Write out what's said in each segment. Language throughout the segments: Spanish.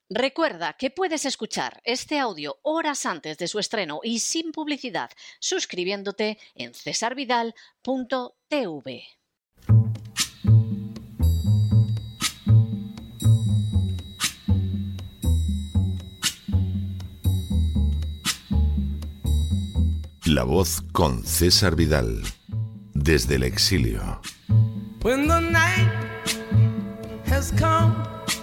Recuerda que puedes escuchar este audio horas antes de su estreno y sin publicidad suscribiéndote en cesarvidal.tv. La Voz con César Vidal, desde el exilio. When the night has come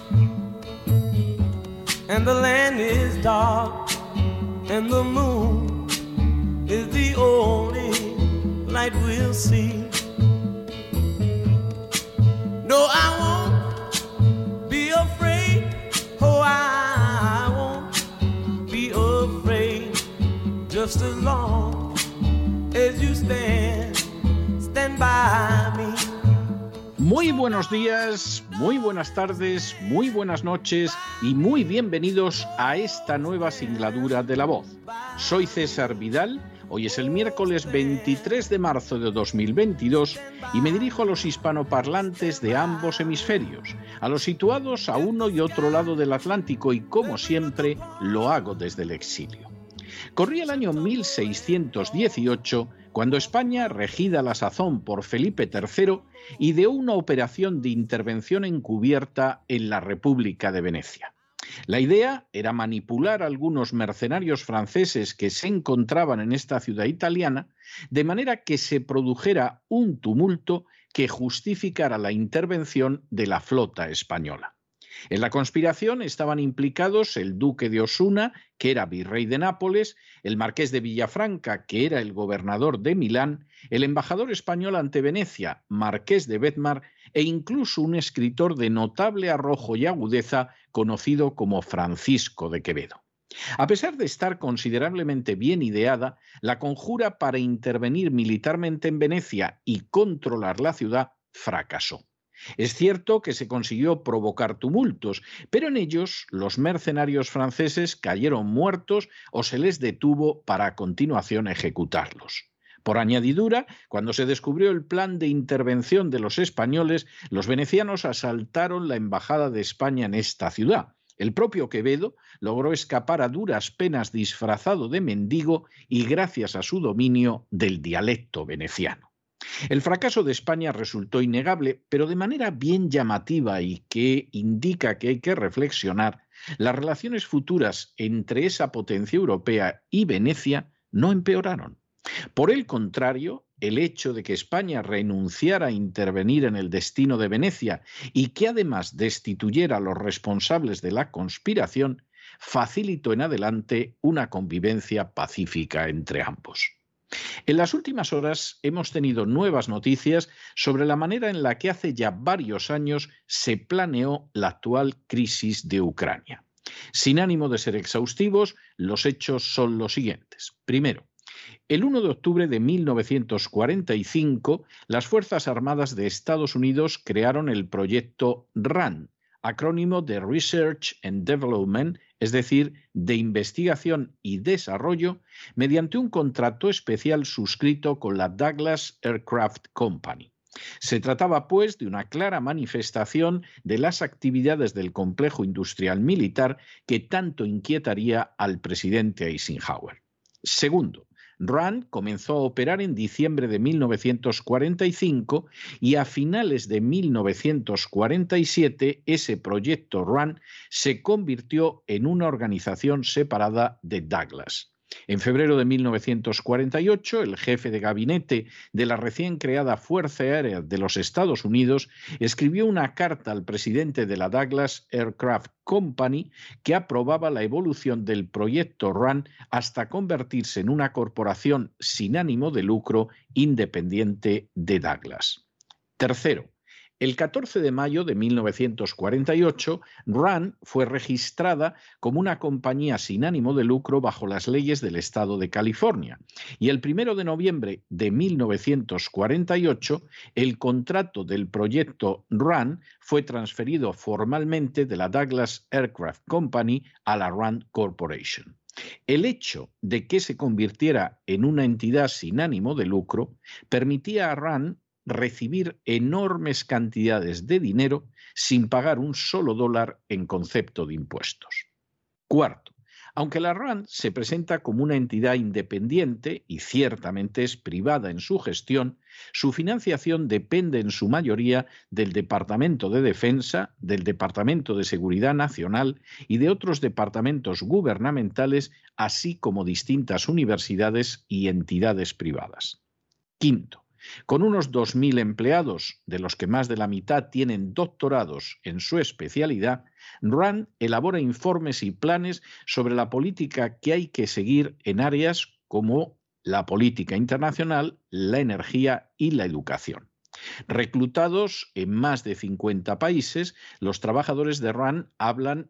and the land is dark and the moon is the only light we'll see. No, I won't be afraid. Oh, I won't be afraid. Just as long as you stand by me. Muy buenos días, muy buenas tardes, muy buenas noches y muy bienvenidos a esta nueva singladura de La Voz. Soy César Vidal, hoy es el miércoles 23 de marzo de 2022 y me dirijo a los hispanoparlantes de ambos hemisferios, a los situados a uno y otro lado del Atlántico y, como siempre, lo hago desde el exilio. Corría el año 1618, cuando España, regida a la sazón por Felipe III, ideó una operación de intervención encubierta en la República de Venecia. La idea era manipular a algunos mercenarios franceses que se encontraban en esta ciudad italiana, de manera que se produjera un tumulto que justificara la intervención de la flota española. En la conspiración estaban implicados el duque de Osuna, que era virrey de Nápoles, el marqués de Villafranca, que era el gobernador de Milán, el embajador español ante Venecia, marqués de Bedmar, e incluso un escritor de notable arrojo y agudeza conocido como Francisco de Quevedo. A pesar de estar considerablemente bien ideada, la conjura para intervenir militarmente en Venecia y controlar la ciudad fracasó. Es cierto que se consiguió provocar tumultos, pero en ellos los mercenarios franceses cayeron muertos o se les detuvo para a continuación ejecutarlos. Por añadidura, cuando se descubrió el plan de intervención de los españoles, los venecianos asaltaron la embajada de España en esta ciudad. El propio Quevedo logró escapar a duras penas disfrazado de mendigo y gracias a su dominio del dialecto veneciano. El fracaso de España resultó innegable, pero de manera bien llamativa y que indica que hay que reflexionar, las relaciones futuras entre esa potencia europea y Venecia no empeoraron. Por el contrario, el hecho de que España renunciara a intervenir en el destino de Venecia y que además destituyera a los responsables de la conspiración, facilitó en adelante una convivencia pacífica entre ambos. En las últimas horas hemos tenido nuevas noticias sobre la manera en la que hace ya varios años se planeó la actual crisis de Ucrania. Sin ánimo de ser exhaustivos, los hechos son los siguientes. Primero, el 1 de octubre de 1945, las Fuerzas Armadas de Estados Unidos crearon el proyecto RAND, acrónimo de Research and Development, es decir, de investigación y desarrollo, mediante un contrato especial suscrito con la Douglas Aircraft Company. Se trataba, pues, de una clara manifestación de las actividades del complejo industrial militar que tanto inquietaría al presidente Eisenhower. Segundo, RAND comenzó a operar en diciembre de 1945 y a finales de 1947 ese proyecto RAND se convirtió en una organización separada de Douglas. En febrero de 1948, el jefe de gabinete de la recién creada Fuerza Aérea de los Estados Unidos escribió una carta al presidente de la Douglas Aircraft Company que aprobaba la evolución del proyecto RAND hasta convertirse en una corporación sin ánimo de lucro independiente de Douglas. Tercero, el 14 de mayo de 1948, RAND fue registrada como una compañía sin ánimo de lucro bajo las leyes del estado de California. Y el 1 de noviembre de 1948, el contrato del proyecto RAND fue transferido formalmente de la Douglas Aircraft Company a la RAND Corporation. El hecho de que se convirtiera en una entidad sin ánimo de lucro permitía a RAND recibir enormes cantidades de dinero sin pagar un solo dólar en concepto de impuestos. Cuarto, aunque la RAND se presenta como una entidad independiente y ciertamente es privada en su gestión, su financiación depende en su mayoría del Departamento de Defensa, del Departamento de Seguridad Nacional y de otros departamentos gubernamentales, así como distintas universidades y entidades privadas. Quinto, con unos 2.000 empleados, de los que más de la mitad tienen doctorados en su especialidad, RAND elabora informes y planes sobre la política que hay que seguir en áreas como la política internacional, la energía y la educación. Reclutados en más de 50 países, los trabajadores de RAND hablan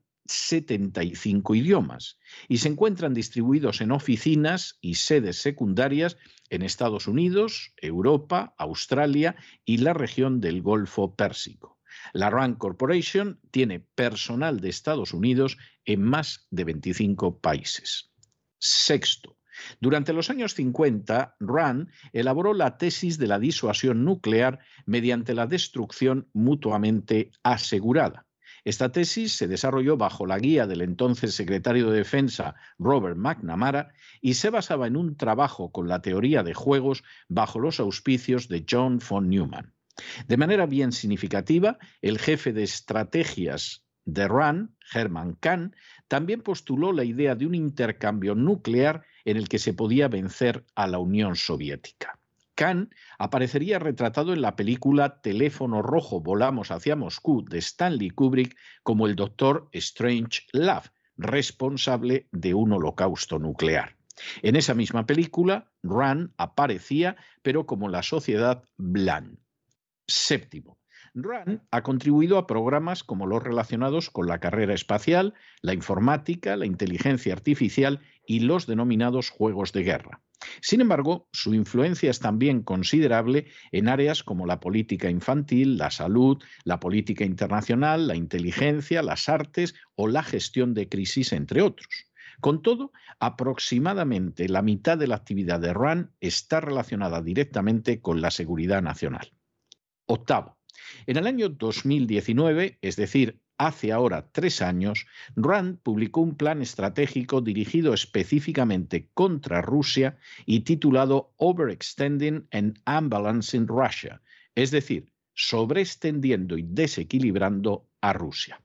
75 idiomas y se encuentran distribuidos en oficinas y sedes secundarias en Estados Unidos, Europa, Australia y la región del Golfo Pérsico. La RAND Corporation tiene personal de Estados Unidos en más de 25 países. Sexto, durante los años 50, RAND elaboró la tesis de la disuasión nuclear mediante la destrucción mutuamente asegurada. Esta tesis se desarrolló bajo la guía del entonces secretario de Defensa Robert McNamara y se basaba en un trabajo con la teoría de juegos bajo los auspicios de John von Neumann. De manera bien significativa, el jefe de estrategias de RAND, Herman Kahn, también postuló la idea de un intercambio nuclear en el que se podía vencer a la Unión Soviética. Kahn aparecería retratado en la película Teléfono Rojo, Volamos hacia Moscú de Stanley Kubrick como el Dr. Strangelove, responsable de un holocausto nuclear. En esa misma película, RAND aparecía, pero como la sociedad Bland. Séptimo, RAND ha contribuido a programas como los relacionados con la carrera espacial, la informática, la inteligencia artificial y los denominados juegos de guerra. Sin embargo, su influencia es también considerable en áreas como la política infantil, la salud, la política internacional, la inteligencia, las artes o la gestión de crisis, entre otros. Con todo, aproximadamente la mitad de la actividad de RAND está relacionada directamente con la seguridad nacional. Octavo, en el año 2019, es decir, hace ahora 3 años, RAND publicó un plan estratégico dirigido específicamente contra Rusia y titulado Overextending and Unbalancing Russia, es decir, sobreextendiendo y desequilibrando a Rusia.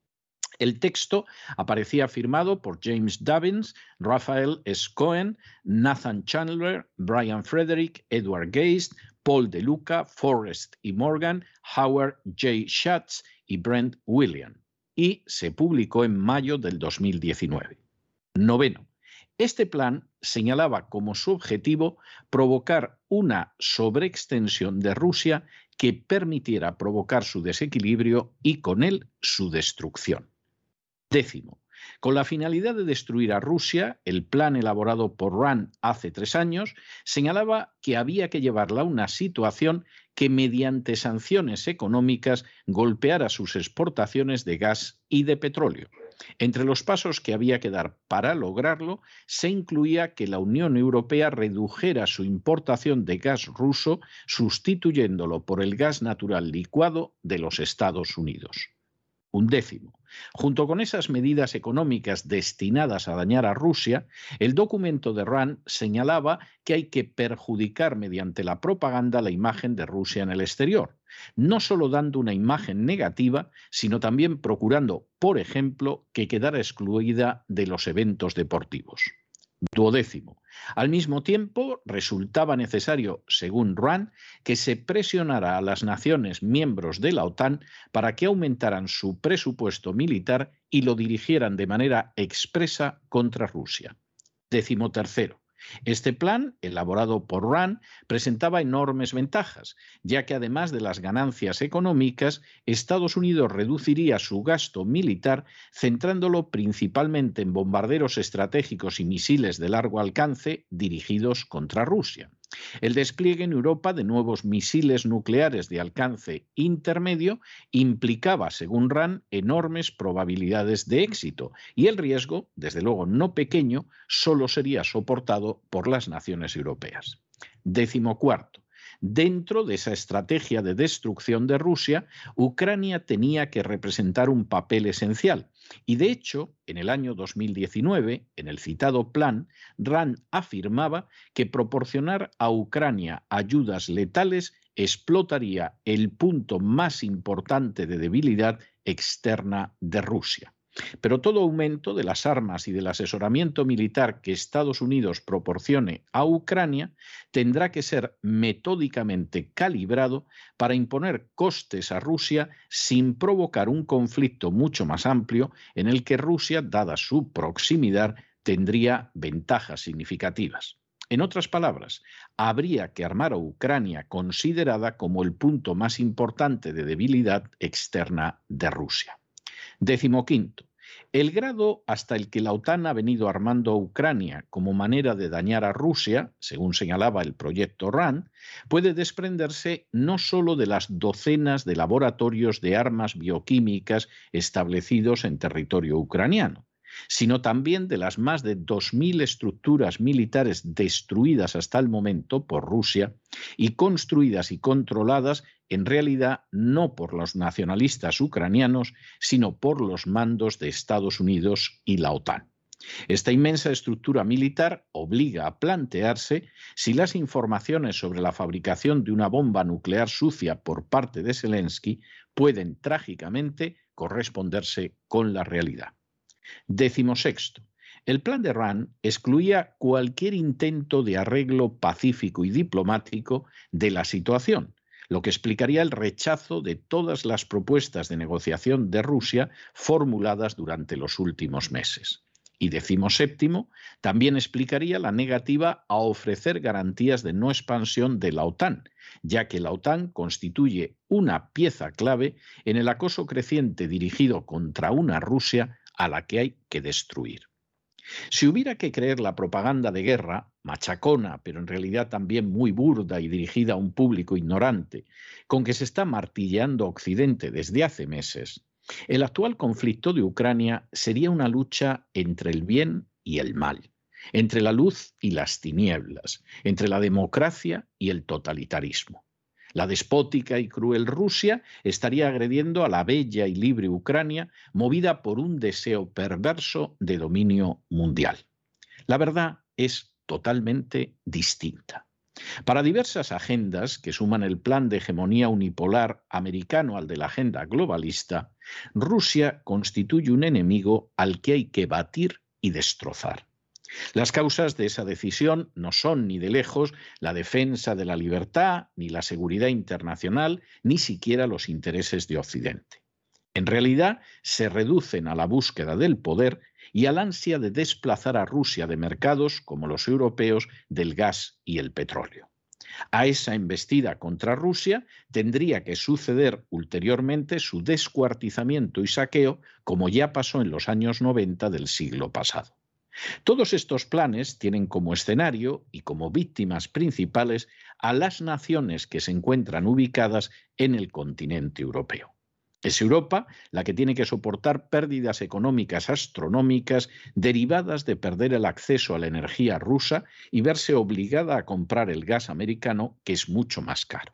El texto aparecía firmado por James Davins, Raphael S. Cohen, Nathan Chandler, Brian Frederick, Edward Geist, Paul De Luca, Forrest E. Morgan, Howard J. Schatz y Brent William, y se publicó en mayo del 2019. Noveno, este plan señalaba como su objetivo provocar una sobreextensión de Rusia que permitiera provocar su desequilibrio y con él su destrucción. Décimo, con la finalidad de destruir a Rusia, el plan elaborado por RAND hace 3 años señalaba que había que llevarla a una situación que mediante sanciones económicas golpeara sus exportaciones de gas y de petróleo. Entre los pasos que había que dar para lograrlo se incluía que la Unión Europea redujera su importación de gas ruso sustituyéndolo por el gas natural licuado de los Estados Unidos. 11. Junto con esas medidas económicas destinadas a dañar a Rusia, el documento de RAND señalaba que hay que perjudicar mediante la propaganda la imagen de Rusia en el exterior, no solo dando una imagen negativa, sino también procurando, por ejemplo, que quedara excluida de los eventos deportivos. 12. Al mismo tiempo, resultaba necesario, según RAND, que se presionara a las naciones miembros de la OTAN para que aumentaran su presupuesto militar y lo dirigieran de manera expresa contra Rusia. 13. Este plan, elaborado por RAND, presentaba enormes ventajas, ya que además de las ganancias económicas, Estados Unidos reduciría su gasto militar centrándolo principalmente en bombarderos estratégicos y misiles de largo alcance dirigidos contra Rusia. El despliegue en Europa de nuevos misiles nucleares de alcance intermedio implicaba, según RAND, enormes probabilidades de éxito y el riesgo, desde luego no pequeño, solo sería soportado por las naciones europeas. 14. Dentro de esa estrategia de destrucción de Rusia, Ucrania tenía que representar un papel esencial. Y de hecho, en el año 2019, en el citado plan, Rand afirmaba que proporcionar a Ucrania ayudas letales explotaría el punto más importante de debilidad externa de Rusia. Pero todo aumento de las armas y del asesoramiento militar que Estados Unidos proporcione a Ucrania tendrá que ser metódicamente calibrado para imponer costes a Rusia sin provocar un conflicto mucho más amplio en el que Rusia, dada su proximidad, tendría ventajas significativas. En otras palabras, habría que armar a Ucrania considerada como el punto más importante de debilidad externa de Rusia. 15. El grado hasta el que la OTAN ha venido armando a Ucrania como manera de dañar a Rusia, según señalaba el proyecto Rand, puede desprenderse no solo de las docenas de laboratorios de armas bioquímicas establecidos en territorio ucraniano, sino también de las más de 2.000 estructuras militares destruidas hasta el momento por Rusia y construidas y controladas en realidad no por los nacionalistas ucranianos, sino por los mandos de Estados Unidos y la OTAN. Esta inmensa estructura militar obliga a plantearse si las informaciones sobre la fabricación de una bomba nuclear sucia por parte de Zelensky pueden trágicamente corresponderse con la realidad. 16. El plan de Rand excluía cualquier intento de arreglo pacífico y diplomático de la situación, lo que explicaría el rechazo de todas las propuestas de negociación de Rusia formuladas durante los últimos meses. Y 17, también explicaría la negativa a ofrecer garantías de no expansión de la OTAN, ya que la OTAN constituye una pieza clave en el acoso creciente dirigido contra una Rusia a la que hay que destruir. Si hubiera que creer la propaganda de guerra, machacona, pero en realidad también muy burda y dirigida a un público ignorante, con que se está martilleando Occidente desde hace meses, el actual conflicto de Ucrania sería una lucha entre el bien y el mal, entre la luz y las tinieblas, entre la democracia y el totalitarismo. La despótica y cruel Rusia estaría agrediendo a la bella y libre Ucrania, movida por un deseo perverso de dominio mundial. La verdad es totalmente distinta. Para diversas agendas que suman el plan de hegemonía unipolar americano al de la agenda globalista, Rusia constituye un enemigo al que hay que batir y destrozar. Las causas de esa decisión no son ni de lejos la defensa de la libertad, ni la seguridad internacional, ni siquiera los intereses de Occidente. En realidad, se reducen a la búsqueda del poder y al ansia de desplazar a Rusia de mercados como los europeos del gas y el petróleo. A esa embestida contra Rusia tendría que suceder ulteriormente su descuartizamiento y saqueo, como ya pasó en los años 90 del siglo pasado. Todos estos planes tienen como escenario y como víctimas principales a las naciones que se encuentran ubicadas en el continente europeo. Es Europa la que tiene que soportar pérdidas económicas astronómicas derivadas de perder el acceso a la energía rusa y verse obligada a comprar el gas americano, que es mucho más caro.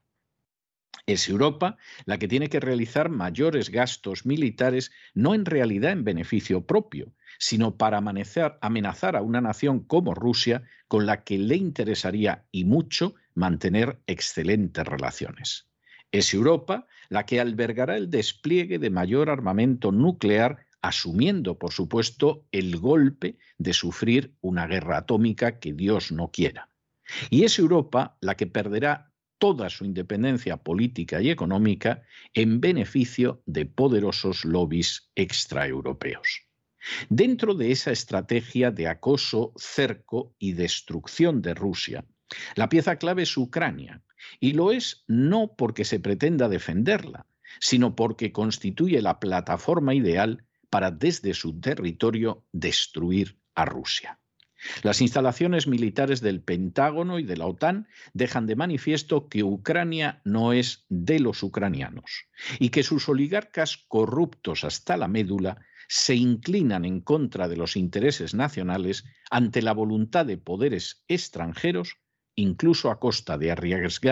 Es Europa la que tiene que realizar mayores gastos militares, no en realidad en beneficio propio, sino para amenazar a una nación como Rusia, con la que le interesaría y mucho mantener excelentes relaciones. Es Europa la que albergará el despliegue de mayor armamento nuclear, asumiendo, por supuesto, el golpe de sufrir una guerra atómica que Dios no quiera. Y es Europa la que perderá toda su independencia política y económica en beneficio de poderosos lobbies extraeuropeos. Dentro de esa estrategia de acoso, cerco y destrucción de Rusia, la pieza clave es Ucrania, y lo es no porque se pretenda defenderla, sino porque constituye la plataforma ideal para desde su territorio destruir a Rusia. Las instalaciones militares del Pentágono y de la OTAN dejan de manifiesto que Ucrania no es de los ucranianos y que sus oligarcas corruptos hasta la médula se inclinan en contra de los intereses nacionales ante la voluntad de poderes extranjeros, incluso a costa de arriesgar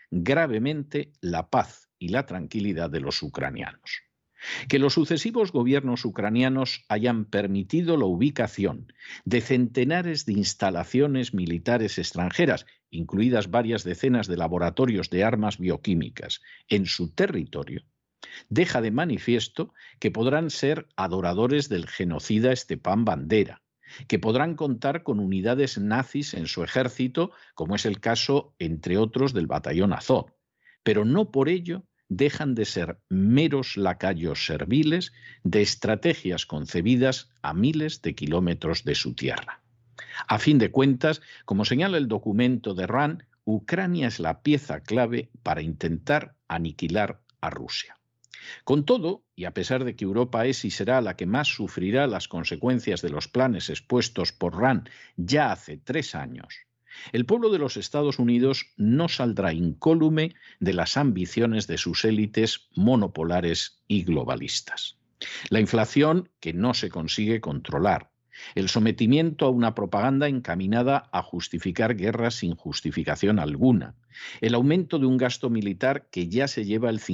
gravemente la paz y la tranquilidad de los ucranianos. Que los sucesivos gobiernos ucranianos hayan permitido la ubicación de centenares de instalaciones militares extranjeras, incluidas varias decenas de laboratorios de armas bioquímicas, en su territorio, deja de manifiesto que podrán ser adoradores del genocida Stepan Bandera, que podrán contar con unidades nazis en su ejército, como es el caso, entre otros, del batallón Azov, pero no por ello dejan de ser meros lacayos serviles de estrategias concebidas a miles de kilómetros de su tierra. A fin de cuentas, como señala el documento de RAND, Ucrania es la pieza clave para intentar aniquilar a Rusia. Con todo, y a pesar de que Europa es y será la que más sufrirá las consecuencias de los planes expuestos por RAND ya hace 3 años, el pueblo de los Estados Unidos no saldrá incólume de las ambiciones de sus élites monopolares y globalistas. La inflación que no se consigue controlar, el sometimiento a una propaganda encaminada a justificar guerras sin justificación alguna, el aumento de un gasto militar que ya se lleva el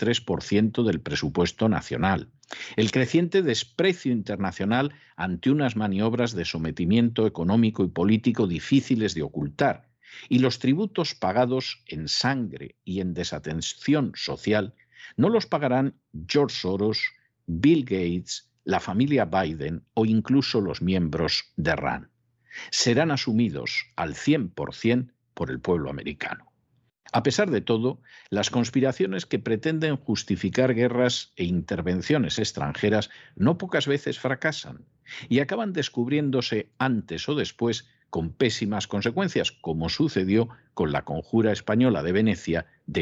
53% del presupuesto nacional, el creciente desprecio internacional ante unas maniobras de sometimiento económico y político difíciles de ocultar, y los tributos pagados en sangre y en desatención social no los pagarán George Soros, Bill Gates, la familia Biden o incluso los miembros de RAND. Serán asumidos al 100% por el pueblo americano. A pesar de todo, las conspiraciones que pretenden justificar guerras e intervenciones extranjeras no pocas veces fracasan y acaban descubriéndose antes o después con pésimas consecuencias, como sucedió con la Conjura Española de Venecia de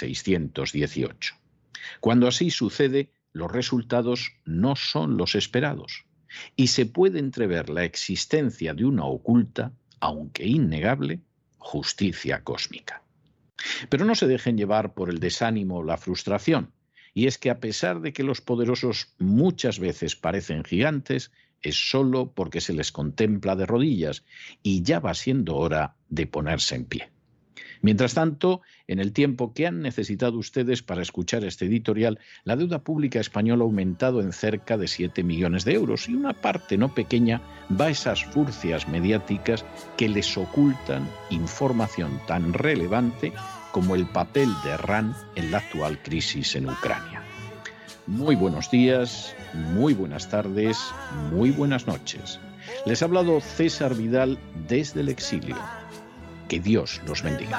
1618. Cuando así sucede, los resultados no son los esperados y se puede entrever la existencia de una oculta, aunque innegable, justicia cósmica. Pero no se dejen llevar por el desánimo o la frustración, y es que a pesar de que los poderosos muchas veces parecen gigantes, es solo porque se les contempla de rodillas y ya va siendo hora de ponerse en pie. Mientras tanto, en el tiempo que han necesitado ustedes para escuchar este editorial, la deuda pública española ha aumentado en cerca de 7 millones de euros y una parte no pequeña va a esas furcias mediáticas que les ocultan información tan relevante como el papel de RAND en la actual crisis en Ucrania. Muy buenos días, muy buenas tardes, muy buenas noches. Les ha hablado César Vidal desde el exilio. Que Dios los bendiga.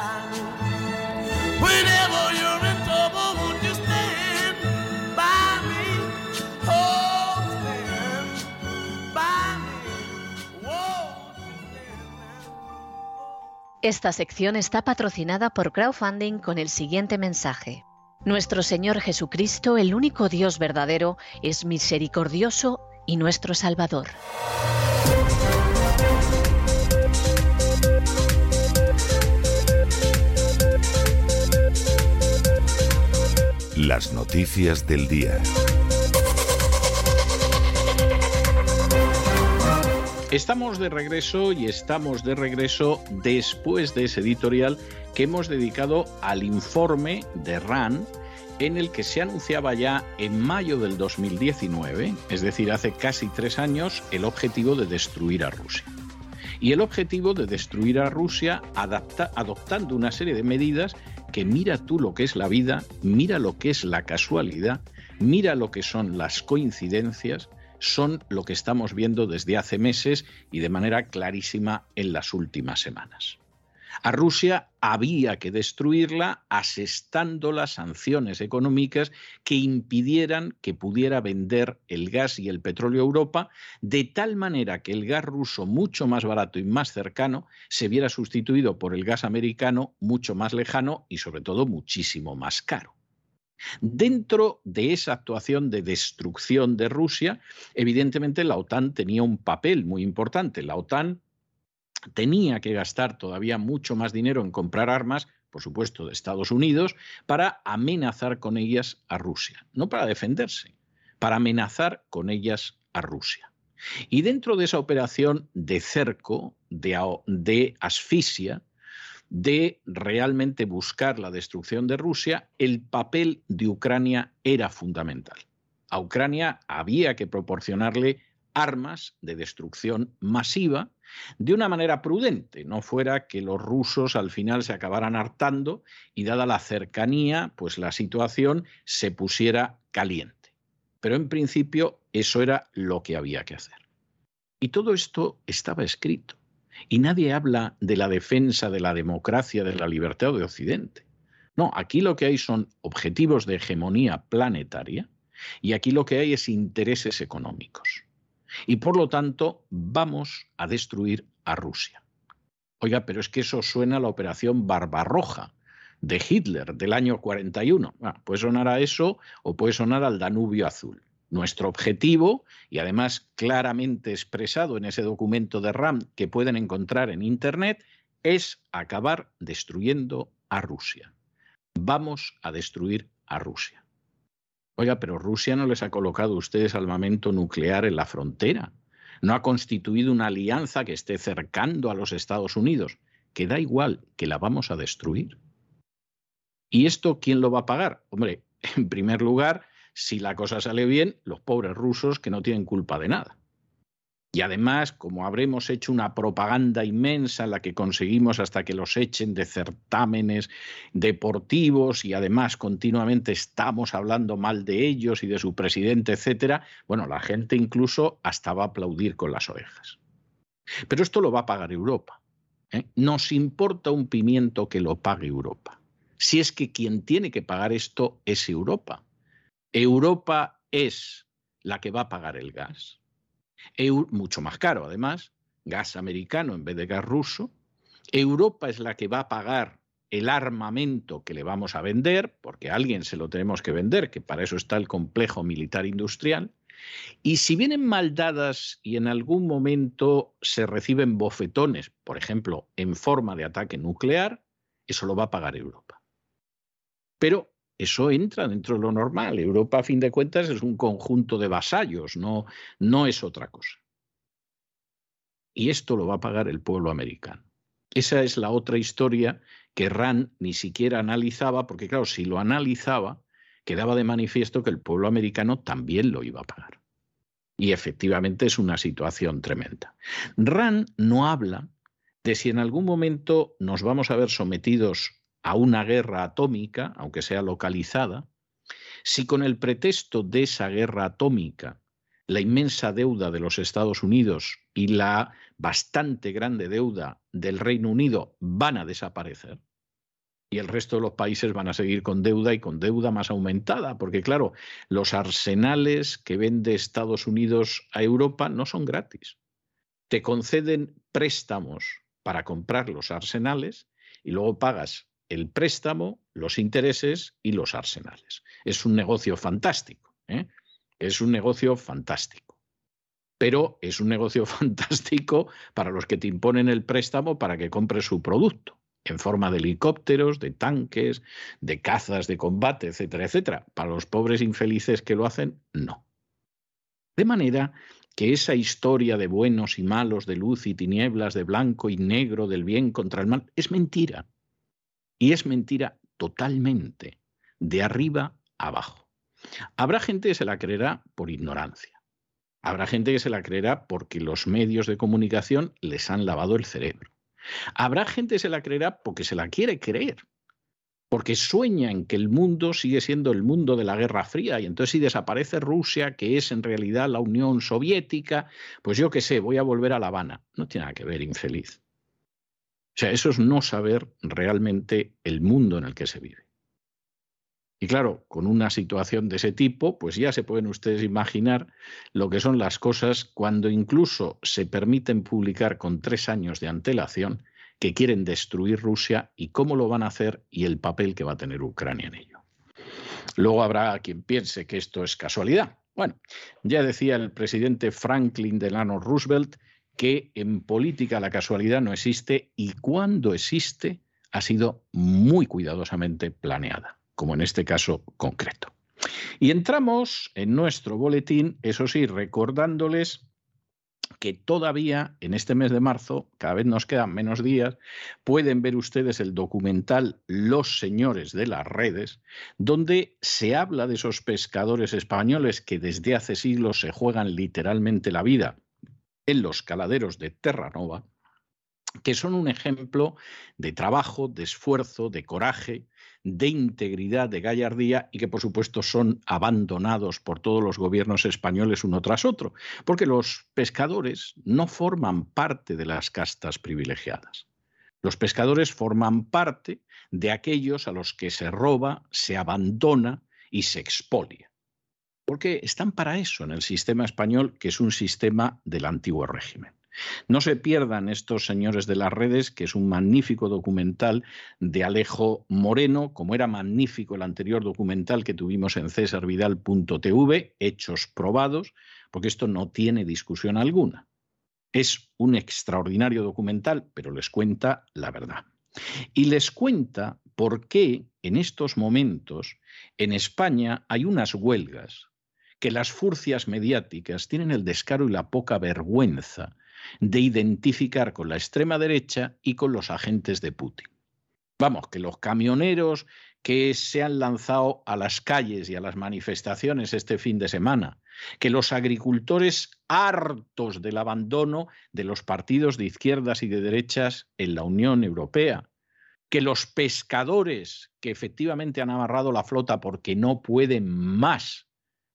Esta sección está patrocinada por crowdfunding con el siguiente mensaje. Nuestro Señor Jesucristo, el único Dios verdadero, es misericordioso y nuestro Salvador. Las noticias del día. Estamos de regreso y estamos de regreso después de ese editorial que hemos dedicado al informe de RAND, en el que se anunciaba ya en mayo del 2019, es decir, hace casi 3 años, el objetivo de destruir a Rusia. Y el objetivo de destruir a Rusia adoptando una serie de medidas que mira tú lo que es la vida, mira lo que es la casualidad, mira lo que son las coincidencias, son lo que estamos viendo desde hace meses y de manera clarísima en las últimas semanas. A Rusia había que destruirla asestando las sanciones económicas que impidieran que pudiera vender el gas y el petróleo a Europa, de tal manera que el gas ruso, mucho más barato y más cercano, se viera sustituido por el gas americano, mucho más lejano y sobre todo muchísimo más caro. Dentro de esa actuación de destrucción de Rusia, evidentemente la OTAN tenía un papel muy importante. La OTAN tenía que gastar todavía mucho más dinero en comprar armas, por supuesto de Estados Unidos, para amenazar con ellas a Rusia. No para defenderse, para amenazar con ellas a Rusia. Y dentro de esa operación de cerco, de asfixia, de realmente buscar la destrucción de Rusia, el papel de Ucrania era fundamental. A Ucrania había que proporcionarle armas de destrucción masiva de una manera prudente, no fuera que los rusos al final se acabaran hartando y dada la cercanía, pues la situación se pusiera caliente. Pero en principio eso era lo que había que hacer. Y todo esto estaba escrito. Y nadie habla de la defensa de la democracia, de la libertad de Occidente. No, aquí lo que hay son objetivos de hegemonía planetaria y aquí lo que hay es intereses económicos. Y por lo tanto vamos a destruir a Rusia. Oiga, pero es que eso suena a la operación Barbarroja de Hitler del año 41. Puede sonar a eso o puede sonar al Danubio Azul. Nuestro objetivo, y además claramente expresado en ese documento de RAM que pueden encontrar en Internet, es acabar destruyendo a Rusia. Vamos a destruir a Rusia. Oiga, pero Rusia no les ha colocado a ustedes armamento nuclear en la frontera. No ha constituido una alianza que esté cercando a los Estados Unidos. Que da igual, que la vamos a destruir. ¿Y esto quién lo va a pagar? Hombre, en primer lugar, si la cosa sale bien, los pobres rusos que no tienen culpa de nada. Y además, como habremos hecho una propaganda inmensa en la que conseguimos hasta que los echen de certámenes deportivos y además continuamente estamos hablando mal de ellos y de su presidente, etcétera, bueno, la gente incluso hasta va a aplaudir con las orejas. Pero esto lo va a pagar Europa. Nos importa un pimiento que lo pague Europa. Si es que quien tiene que pagar esto es Europa. Europa es la que va a pagar el gas. Mucho más caro, además, gas americano en vez de gas ruso. Europa es la que va a pagar el armamento que le vamos a vender, porque a alguien se lo tenemos que vender, que para eso está el complejo militar industrial. Y si vienen mal dadas y en algún momento se reciben bofetones, por ejemplo, en forma de ataque nuclear, eso lo va a pagar Europa. Pero eso entra dentro de lo normal. Europa, a fin de cuentas, es un conjunto de vasallos, no es otra cosa. Y esto lo va a pagar el pueblo americano. Esa es la otra historia que Rand ni siquiera analizaba, porque claro, si lo analizaba, quedaba de manifiesto que el pueblo americano también lo iba a pagar. Y efectivamente es una situación tremenda. Rand no habla de si en algún momento nos vamos a ver sometidos a una guerra atómica, aunque sea localizada, si con el pretexto de esa guerra atómica la inmensa deuda de los Estados Unidos y la bastante grande deuda del Reino Unido van a desaparecer y el resto de los países van a seguir con deuda y con deuda más aumentada, porque claro, los arsenales que vende Estados Unidos a Europa no son gratis. Te conceden préstamos para comprar los arsenales y luego pagas el préstamo, los intereses y los arsenales. Es un negocio fantástico, ¿eh? Es un negocio fantástico. Pero es un negocio fantástico para los que te imponen el préstamo para que compres su producto, en forma de helicópteros, de tanques, de cazas de combate, etcétera, etcétera. Para los pobres infelices que lo hacen, no. De manera que esa historia de buenos y malos, de luz y tinieblas, de blanco y negro, del bien contra el mal, es mentira. Y es mentira totalmente, de arriba a abajo. Habrá gente que se la creerá por ignorancia. Habrá gente que se la creerá porque los medios de comunicación les han lavado el cerebro. Habrá gente que se la creerá porque se la quiere creer. Porque sueña en que el mundo sigue siendo el mundo de la Guerra Fría y entonces si desaparece Rusia, que es en realidad la Unión Soviética, pues yo qué sé, voy a volver a La Habana. No tiene nada que ver, infeliz. O sea, eso es no saber realmente el mundo en el que se vive. Y claro, con una situación de ese tipo, pues ya se pueden ustedes imaginar lo que son las cosas cuando incluso se permiten publicar con 3 años de antelación que quieren destruir Rusia y cómo lo van a hacer y el papel que va a tener Ucrania en ello. Luego habrá quien piense que esto es casualidad. Bueno, ya decía el presidente Franklin Delano Roosevelt que en política la casualidad no existe y cuando existe ha sido muy cuidadosamente planeada, como en este caso concreto. Y entramos en nuestro boletín, eso sí, recordándoles que todavía en este mes de marzo, cada vez nos quedan menos días, pueden ver ustedes el documental Los Señores de las Redes, donde se habla de esos pescadores españoles que desde hace siglos se juegan literalmente la vida en los caladeros de Terranova, que son un ejemplo de trabajo, de esfuerzo, de coraje, de integridad, de gallardía y que por supuesto son abandonados por todos los gobiernos españoles uno tras otro, porque los pescadores no forman parte de las castas privilegiadas. Los pescadores forman parte de aquellos a los que se roba, se abandona y se expolia, porque están para eso en el sistema español, que es un sistema del antiguo régimen. No se pierdan estos Señores de las Redes, que es un magnífico documental de Alejo Moreno, como era magnífico el anterior documental que tuvimos en cesarvidal.tv, Hechos Probados, porque esto no tiene discusión alguna. Es un extraordinario documental, pero les cuenta la verdad. Y les cuenta por qué en estos momentos en España hay unas huelgas que las furcias mediáticas tienen el descaro y la poca vergüenza de identificar con la extrema derecha y con los agentes de Putin. Vamos, que los camioneros que se han lanzado a las calles y a las manifestaciones este fin de semana, que los agricultores hartos del abandono de los partidos de izquierdas y de derechas en la Unión Europea, que los pescadores que efectivamente han amarrado la flota porque no pueden más,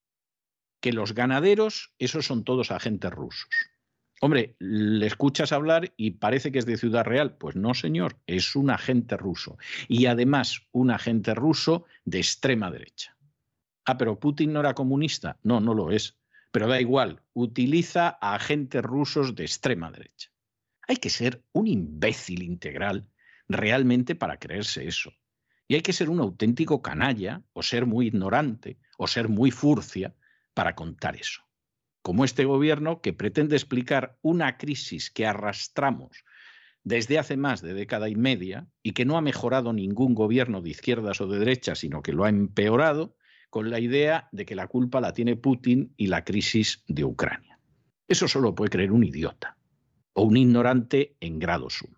que los ganaderos, esos son todos agentes rusos. Hombre, le escuchas hablar y parece que es de Ciudad Real. Pues no, señor, es un agente ruso. Y además un agente ruso de extrema derecha. Ah, pero Putin no era comunista. No, no lo es. Pero da igual, utiliza a agentes rusos de extrema derecha. Hay que ser un imbécil integral realmente para creerse eso. Y hay que ser un auténtico canalla, o ser muy ignorante, o ser muy furcia para contar eso. Como este gobierno que pretende explicar una crisis que arrastramos desde hace más de década y media y que no ha mejorado ningún gobierno de izquierdas o de derechas, sino que lo ha empeorado con la idea de que la culpa la tiene Putin y la crisis de Ucrania. Eso solo puede creer un idiota o un ignorante en grado sumo.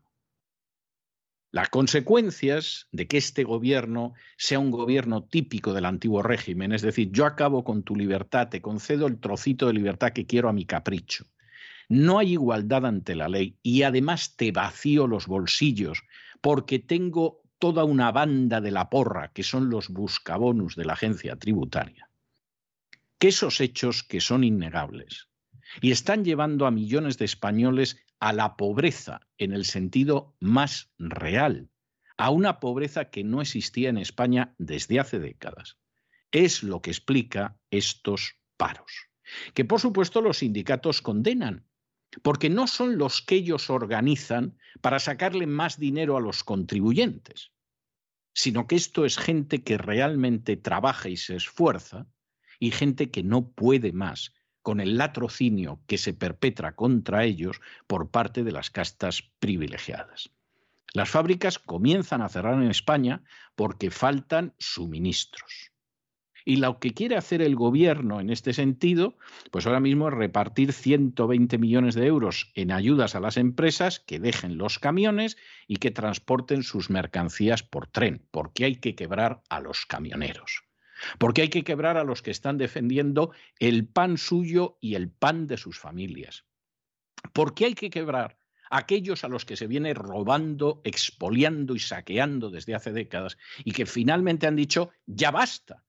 Las consecuencias de que este gobierno sea un gobierno típico del antiguo régimen, es decir, yo acabo con tu libertad, te concedo el trocito de libertad que quiero a mi capricho. No hay igualdad ante la ley y además te vacío los bolsillos porque tengo toda una banda de la porra que son los buscabonus de la agencia tributaria. Que esos hechos que son innegables y están llevando a millones de españoles a la pobreza en el sentido más real, a una pobreza que no existía en España desde hace décadas. Es lo que explica estos paros, que por supuesto los sindicatos condenan, porque no son los que ellos organizan para sacarle más dinero a los contribuyentes, sino que esto es gente que realmente trabaja y se esfuerza y gente que no puede más con el latrocinio que se perpetra contra ellos por parte de las castas privilegiadas. Las fábricas comienzan a cerrar en España porque faltan suministros. Y lo que quiere hacer el gobierno en este sentido, pues ahora mismo es repartir 120 millones de euros en ayudas a las empresas que dejen los camiones y que transporten sus mercancías por tren, porque hay que quebrar a los camioneros. Porque hay que quebrar a los que están defendiendo el pan suyo y el pan de sus familias. Porque hay que quebrar a aquellos a los que se viene robando, expoliando y saqueando desde hace décadas y que finalmente han dicho ya basta,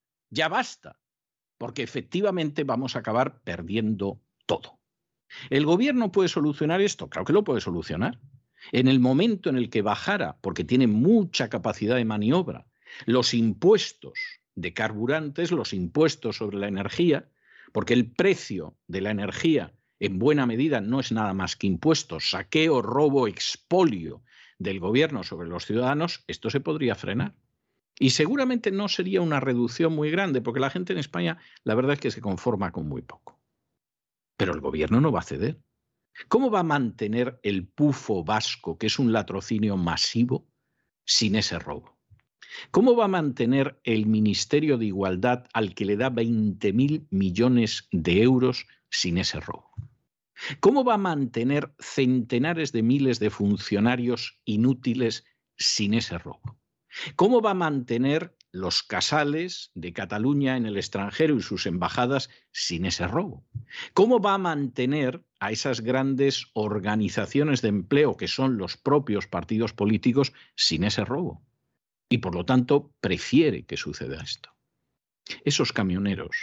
porque efectivamente vamos a acabar perdiendo todo. ¿El gobierno puede solucionar esto? Claro que lo puede solucionar. En el momento en el que bajara, porque tiene mucha capacidad de maniobra, los impuestos de carburantes, los impuestos sobre la energía, porque el precio de la energía en buena medida no es nada más que impuestos, saqueo, robo, expolio del gobierno sobre los ciudadanos, esto se podría frenar. Y seguramente no sería una reducción muy grande, porque la gente en España la verdad es que se conforma con muy poco. Pero el gobierno no va a ceder. ¿Cómo va a mantener el pufo vasco, que es un latrocinio masivo, sin ese robo? ¿Cómo va a mantener el Ministerio de Igualdad al que le da 20.000 millones de euros sin ese robo? ¿Cómo va a mantener centenares de miles de funcionarios inútiles sin ese robo? ¿Cómo va a mantener los casales de Cataluña en el extranjero y sus embajadas sin ese robo? ¿Cómo va a mantener a esas grandes organizaciones de empleo que son los propios partidos políticos sin ese robo? Y por lo tanto prefiere que suceda esto. Esos camioneros,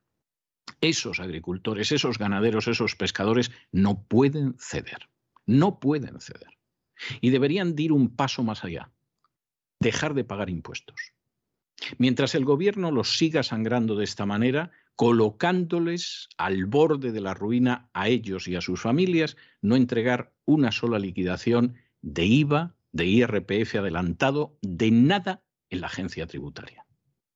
esos agricultores, esos ganaderos, esos pescadores no pueden ceder. No pueden ceder. Y deberían ir un paso más allá. Dejar de pagar impuestos. Mientras el gobierno los siga sangrando de esta manera, colocándoles al borde de la ruina a ellos y a sus familias, no entregar una sola liquidación de IVA, de IRPF adelantado, de nada en la agencia tributaria.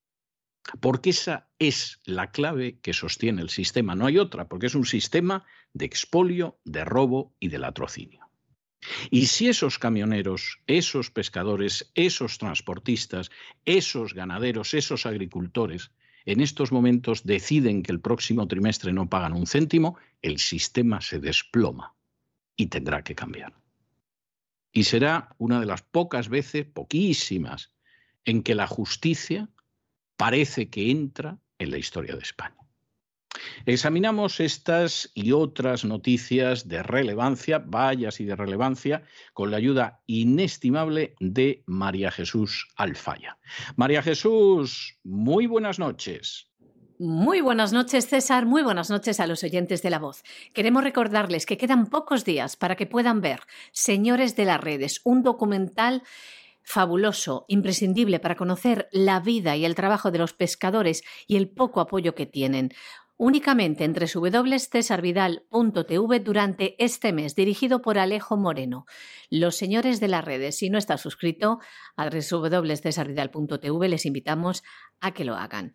Porque esa es la clave que sostiene el sistema, no hay otra, porque es un sistema de expolio, de robo y de latrocinio. Y si esos camioneros, esos pescadores, esos transportistas, esos ganaderos, esos agricultores, en estos momentos deciden que el próximo trimestre no pagan un céntimo, el sistema se desploma y tendrá que cambiar. Y será una de las pocas veces, poquísimas, en que la justicia parece que entra en la historia de España. Examinamos estas y otras noticias de relevancia, vallas y de relevancia, con la ayuda inestimable de María Jesús Alfaya. María Jesús, muy buenas noches. Muy buenas noches, César. Muy buenas noches a los oyentes de La Voz. Queremos recordarles que quedan pocos días para que puedan ver Señores de las Redes, un documental fabuloso, imprescindible para conocer la vida y el trabajo de los pescadores y el poco apoyo que tienen. Únicamente en www.cesarvidal.tv durante este mes, dirigido por Alejo Moreno. Los Señores de las Redes, si no está suscrito a www.cesarvidal.tv, les invitamos a que lo hagan.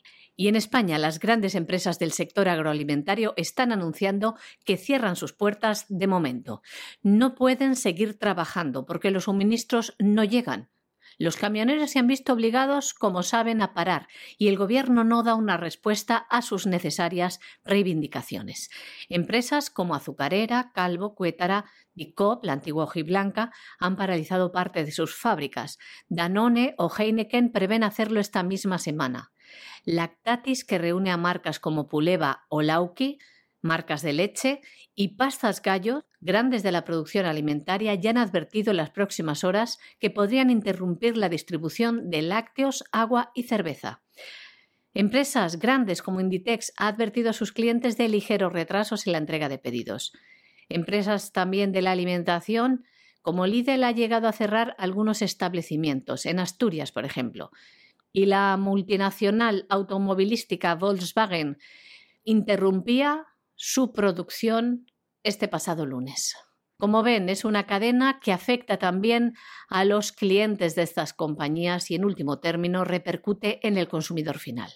Y en España, las grandes empresas del sector agroalimentario están anunciando que cierran sus puertas de momento. No pueden seguir trabajando porque los suministros no llegan. Los camioneros se han visto obligados, como saben, a parar y el gobierno no da una respuesta a sus necesarias reivindicaciones. Empresas como Azucarera, Calvo, Cuétara, Dicop, la antigua Hojiblanca, han paralizado parte de sus fábricas. Danone o Heineken prevén hacerlo esta misma semana. Lactatis, que reúne a marcas como Puleva o Lauki, marcas de leche, y Pastas Gallo, grandes de la producción alimentaria, ya han advertido en las próximas horas que podrían interrumpir la distribución de lácteos, agua y cerveza. Empresas grandes como Inditex ha advertido a sus clientes de ligeros retrasos en la entrega de pedidos. Empresas también de la alimentación como Lidl ha llegado a cerrar algunos establecimientos, en Asturias, por ejemplo. Y la multinacional automovilística Volkswagen interrumpía su producción este pasado lunes. Como ven, es una cadena que afecta también a los clientes de estas compañías y, en último término, repercute en el consumidor final.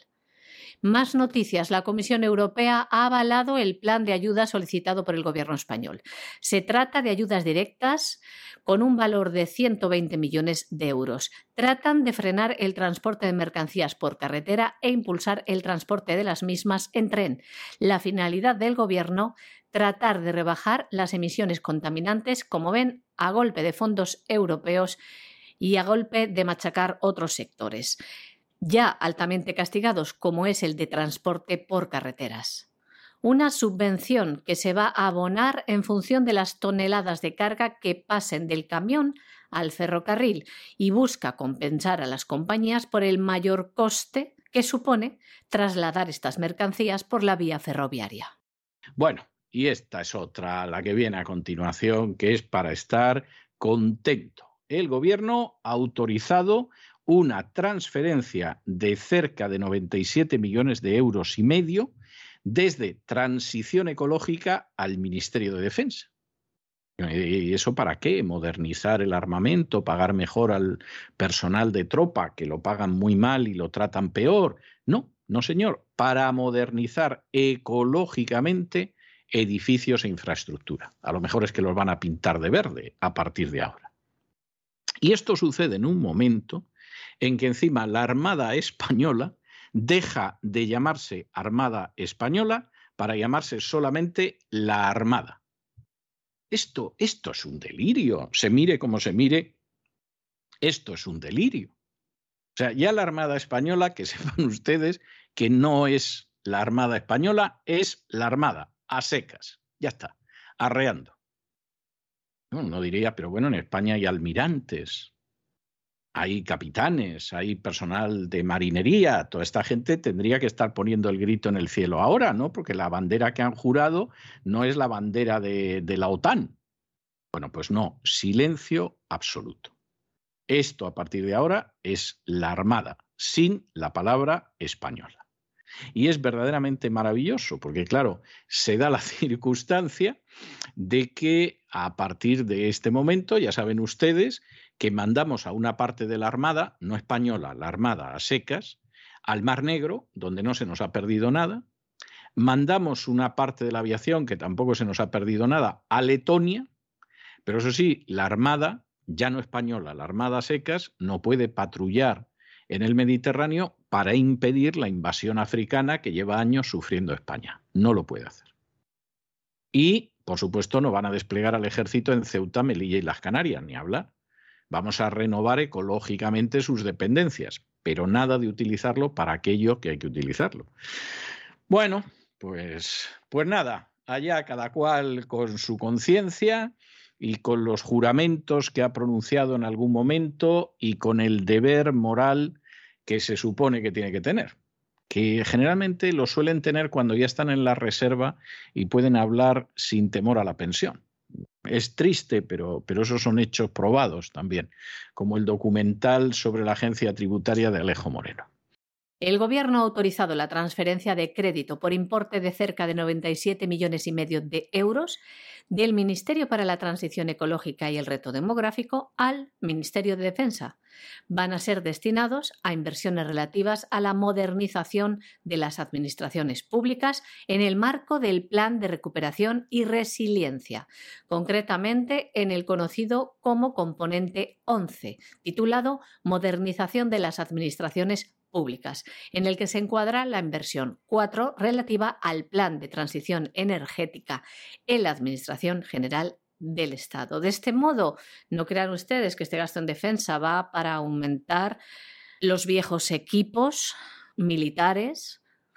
Más noticias. La Comisión Europea ha avalado el plan de ayuda solicitado por el Gobierno español. Se trata de ayudas directas con un valor de 120 millones de euros. Tratan de frenar el transporte de mercancías por carretera e impulsar el transporte de las mismas en tren. La finalidad del Gobierno, tratar de rebajar las emisiones contaminantes, como ven, a golpe de fondos europeos y a golpe de machacar otros sectores ya altamente castigados, como es el de transporte por carreteras. Una subvención que se va a abonar en función de las toneladas de carga que pasen del camión al ferrocarril y busca compensar a las compañías por el mayor coste que supone trasladar estas mercancías por la vía ferroviaria. Bueno, y esta es otra, la que viene a continuación, que es para estar contento. El Gobierno ha autorizado una transferencia de cerca de 97 millones de euros y medio desde Transición Ecológica al Ministerio de Defensa. ¿Y eso para qué? ¿Modernizar el armamento? ¿Pagar mejor al personal de tropa, que lo pagan muy mal y lo tratan peor? No, no señor. Para modernizar ecológicamente edificios e infraestructura. A lo mejor es que los van a pintar de verde a partir de ahora. Y esto sucede en un momento en que encima la Armada Española deja de llamarse Armada Española para llamarse solamente la Armada. Esto es un delirio. Se mire como se mire, esto es un delirio. O sea, ya la Armada Española, que sepan ustedes que no es la Armada Española, es la Armada, a secas. Ya está, arreando. No diría, pero bueno, en España hay almirantes, hay capitanes, hay personal de marinería. Toda esta gente tendría que estar poniendo el grito en el cielo ahora, ¿no? Porque la bandera que han jurado no es la bandera de la OTAN. Bueno, pues no, silencio absoluto. Esto a partir de ahora es la Armada, sin la palabra española. Y es verdaderamente maravilloso, porque claro, se da la circunstancia de que a partir de este momento, ya saben ustedes, que mandamos a una parte de la Armada, no española, la Armada a secas, al Mar Negro, donde no se nos ha perdido nada, mandamos una parte de la aviación, que tampoco se nos ha perdido nada, a Letonia, pero eso sí, la Armada, ya no española, la Armada a secas, no puede patrullar en el Mediterráneo para impedir la invasión africana que lleva años sufriendo España. No lo puede hacer. Y, por supuesto, no van a desplegar al ejército en Ceuta, Melilla y las Canarias, ni hablar. Vamos a renovar ecológicamente sus dependencias, pero nada de utilizarlo para aquello que hay que utilizarlo. Bueno, pues nada, allá cada cual con su conciencia y con los juramentos que ha pronunciado en algún momento y con el deber moral que se supone que tiene que tener, que generalmente lo suelen tener cuando ya están en la reserva y pueden hablar sin temor a la pensión. Es triste, pero esos son hechos probados también, como el documental sobre la agencia tributaria de Alejo Moreno. El Gobierno ha autorizado la transferencia de crédito por importe de cerca de 97,5 millones de euros del Ministerio para la Transición Ecológica y el Reto Demográfico al Ministerio de Defensa. Van a ser destinados a inversiones relativas a la modernización de las administraciones públicas en el marco del Plan de Recuperación y Resiliencia, concretamente en el conocido como componente 11, titulado Modernización de las administraciones públicas, en el que se encuadra la inversión 4 relativa al Plan de Transición Energética en la Administración General del Estado. De este modo, no crean ustedes que este gasto en defensa va para aumentar los viejos equipos militares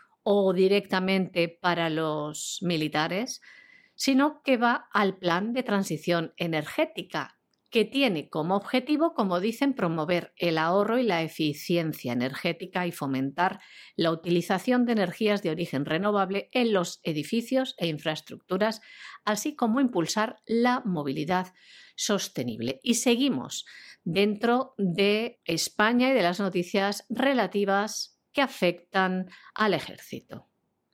o directamente para los militares, sino que va al Plan de Transición Energética, que tiene como objetivo, como dicen, promover el ahorro y la eficiencia energética y fomentar la utilización de energías de origen renovable en los edificios e infraestructuras, así como impulsar la movilidad sostenible. Y seguimos dentro de España y de las noticias relativas que afectan al ejército.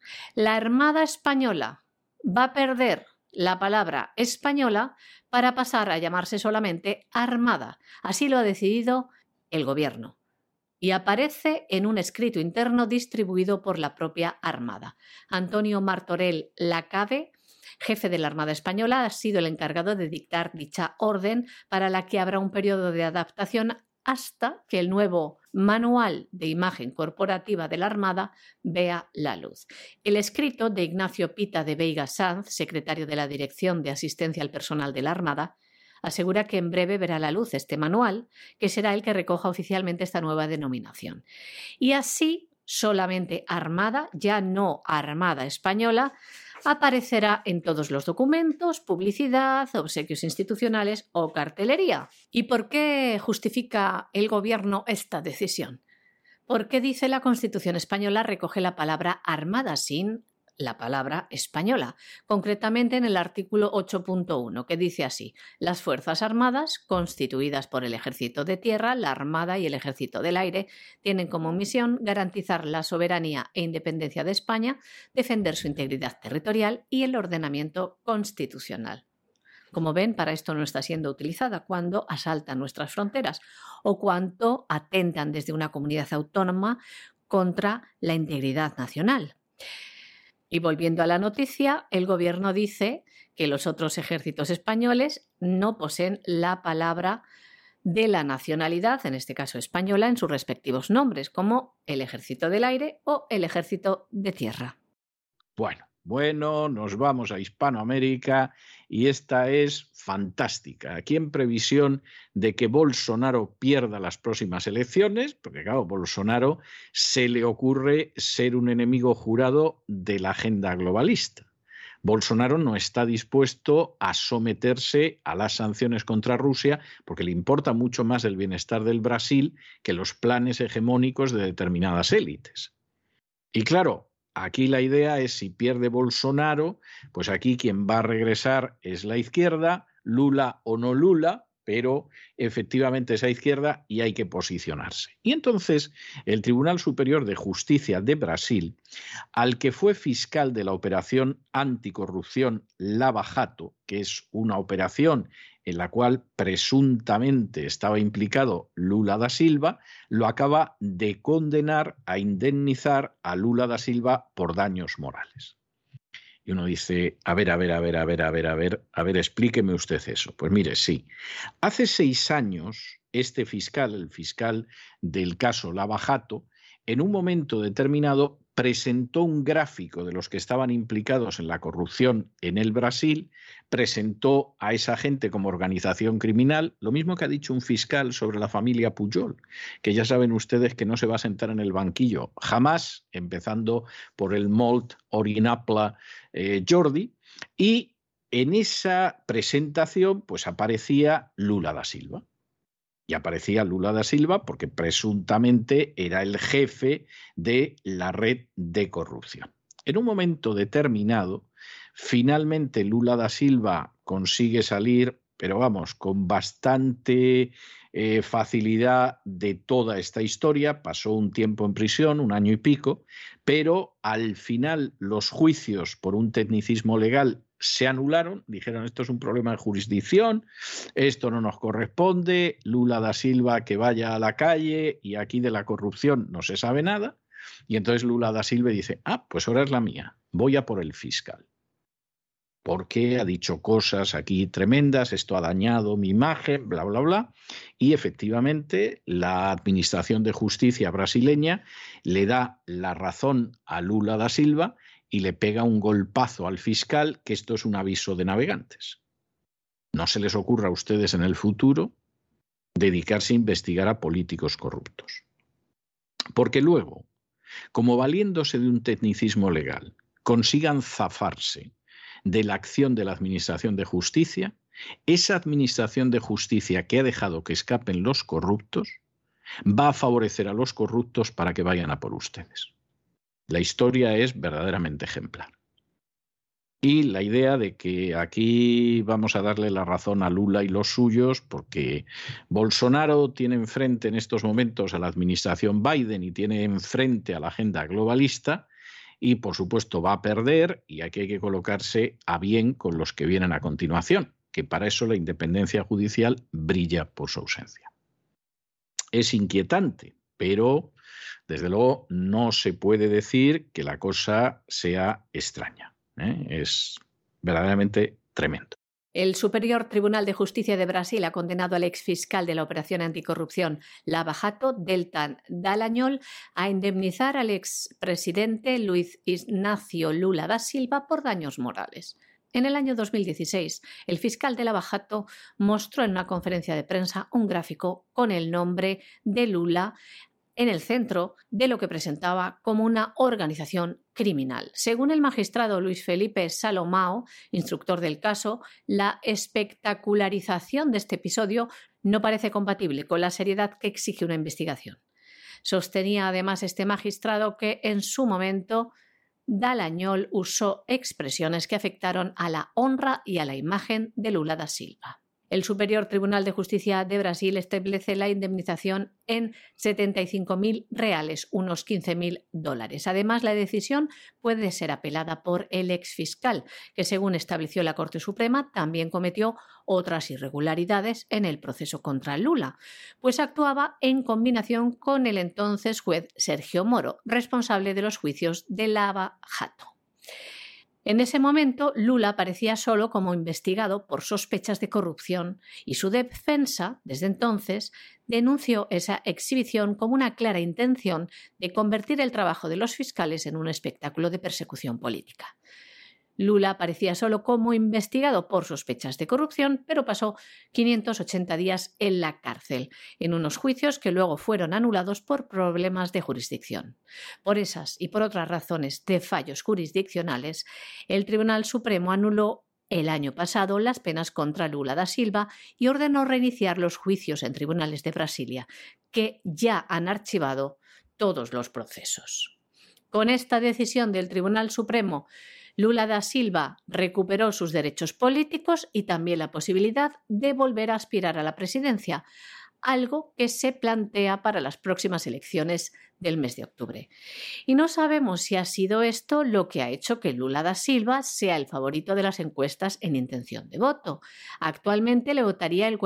La Armada Española va a perder la palabra española para pasar a llamarse solamente Armada. Así lo ha decidido el Gobierno. Y aparece en un escrito interno distribuido por la propia Armada. Antonio Martorell Lacabe, jefe de la Armada Española, ha sido el encargado de dictar dicha orden, para la que habrá un periodo de adaptación hasta que el nuevo Manual de Imagen Corporativa de la Armada vea la luz. El escrito de Ignacio Pita de Veiga Sanz, secretario de la Dirección de Asistencia al Personal de la Armada, asegura que en breve verá la luz este manual, que será el que recoja oficialmente esta nueva denominación. Y así, solamente Armada, ya no Armada Española, aparecerá en todos los documentos, publicidad, obsequios institucionales o cartelería. ¿Y por qué justifica el Gobierno esta decisión? Porque dice la Constitución española recoge la palabra Armada sin la palabra española, concretamente en el artículo 8.1, que dice así: las Fuerzas Armadas, constituidas por el Ejército de Tierra, la Armada y el Ejército del Aire, tienen como misión garantizar la soberanía e independencia de España, defender su integridad territorial y el ordenamiento constitucional. Como ven, para esto no está siendo utilizada cuando asaltan nuestras fronteras o cuando atentan desde una comunidad autónoma contra la integridad nacional. Y volviendo a la noticia, el Gobierno dice que los otros ejércitos españoles no poseen la palabra de la nacionalidad, en este caso española, en sus respectivos nombres, como el Ejército del Aire o el Ejército de Tierra. Bueno, Bueno, nos vamos a Hispanoamérica y esta es fantástica. Aquí en previsión de que Bolsonaro pierda las próximas elecciones, porque claro, Bolsonaro se le ocurre ser un enemigo jurado de la agenda globalista. Bolsonaro no está dispuesto a someterse a las sanciones contra Rusia porque le importa mucho más el bienestar del Brasil que los planes hegemónicos de determinadas élites. Y claro, aquí la idea es si pierde Bolsonaro, pues aquí quien va a regresar es la izquierda, Lula o no Lula, pero efectivamente esa izquierda y hay que posicionarse. Y entonces el Tribunal Superior de Justicia de Brasil, al que fue fiscal de la operación anticorrupción Lava Jato, que es una operación en la cual presuntamente estaba implicado Lula da Silva, lo acaba de condenar a indemnizar a Lula da Silva por daños morales. Y uno dice, a ver, explíqueme usted eso. Pues mire, sí. Hace 6 años, este fiscal, el fiscal del caso Lava Jato, en un momento determinado presentó un gráfico de los que estaban implicados en la corrupción en el Brasil, presentó a esa gente como organización criminal, lo mismo que ha dicho un fiscal sobre la familia Pujol, que ya saben ustedes que no se va a sentar en el banquillo jamás, empezando por el Molt Orinapla Jordi, y en esa presentación pues aparecía Lula da Silva. Y aparecía Lula da Silva porque presuntamente era el jefe de la red de corrupción. En un momento determinado, finalmente Lula da Silva consigue salir, pero vamos, con bastante facilidad de toda esta historia. Pasó un tiempo en prisión, 1 año y pico, pero al final los juicios por un tecnicismo legal se anularon, dijeron esto es un problema de jurisdicción, esto no nos corresponde, Lula da Silva que vaya a la calle y aquí de la corrupción no se sabe nada. Y entonces Lula da Silva dice, pues ahora es la mía, voy a por el fiscal. Porque ha dicho cosas aquí tremendas, esto ha dañado mi imagen, bla, bla, bla. Y efectivamente la Administración de Justicia brasileña le da la razón a Lula da Silva y le pega un golpazo al fiscal, que esto es un aviso de navegantes. No se les ocurra a ustedes en el futuro dedicarse a investigar a políticos corruptos. Porque luego, como valiéndose de un tecnicismo legal, consigan zafarse de la acción de la Administración de Justicia, esa Administración de Justicia que ha dejado que escapen los corruptos, va a favorecer a los corruptos para que vayan a por ustedes. La historia es verdaderamente ejemplar. Y la idea de que aquí vamos a darle la razón a Lula y los suyos, porque Bolsonaro tiene enfrente en estos momentos a la administración Biden y tiene enfrente a la agenda globalista, y por supuesto va a perder, y aquí hay que colocarse a bien con los que vienen a continuación, que para eso la independencia judicial brilla por su ausencia. Es inquietante, pero desde luego no se puede decir que la cosa sea extraña. Es verdaderamente tremendo. El Superior Tribunal de Justicia de Brasil ha condenado al exfiscal de la Operación Anticorrupción Lava Jato, Deltan Dallagnol, a indemnizar al expresidente Luiz Inácio Lula da Silva por daños morales. En el año 2016, el fiscal de Lava Jato mostró en una conferencia de prensa un gráfico con el nombre de Lula en el centro de lo que presentaba como una organización criminal. Según el magistrado Luis Felipe Salomão, instructor del caso, la espectacularización de este episodio no parece compatible con la seriedad que exige una investigación. Sostenía además este magistrado que en su momento Dallagnol usó expresiones que afectaron a la honra y a la imagen de Lula da Silva. El Superior Tribunal de Justicia de Brasil establece la indemnización en $75.000, unos $15.000. Además, la decisión puede ser apelada por el exfiscal, que según estableció la Corte Suprema, también cometió otras irregularidades en el proceso contra Lula, pues actuaba en combinación con el entonces juez Sergio Moro, responsable de los juicios de Lava Jato. En ese momento, Lula aparecía solo como investigado por sospechas de corrupción y su defensa, desde entonces, denunció esa exhibición como una clara intención de convertir el trabajo de los fiscales en un espectáculo de persecución política. Lula aparecía solo como investigado por sospechas de corrupción, pero pasó 580 días en la cárcel, en unos juicios que luego fueron anulados por problemas de jurisdicción. Por esas y por otras razones de fallos jurisdiccionales, el Tribunal Supremo anuló el año pasado las penas contra Lula da Silva y ordenó reiniciar los juicios en tribunales de Brasilia, que ya han archivado todos los procesos. Con esta decisión del Tribunal Supremo, Lula da Silva recuperó sus derechos políticos y también la posibilidad de volver a aspirar a la presidencia, algo que se plantea para las próximas elecciones del mes de octubre. Y no sabemos si ha sido esto lo que ha hecho que Lula da Silva sea el favorito de las encuestas en intención de voto. Actualmente le votaría el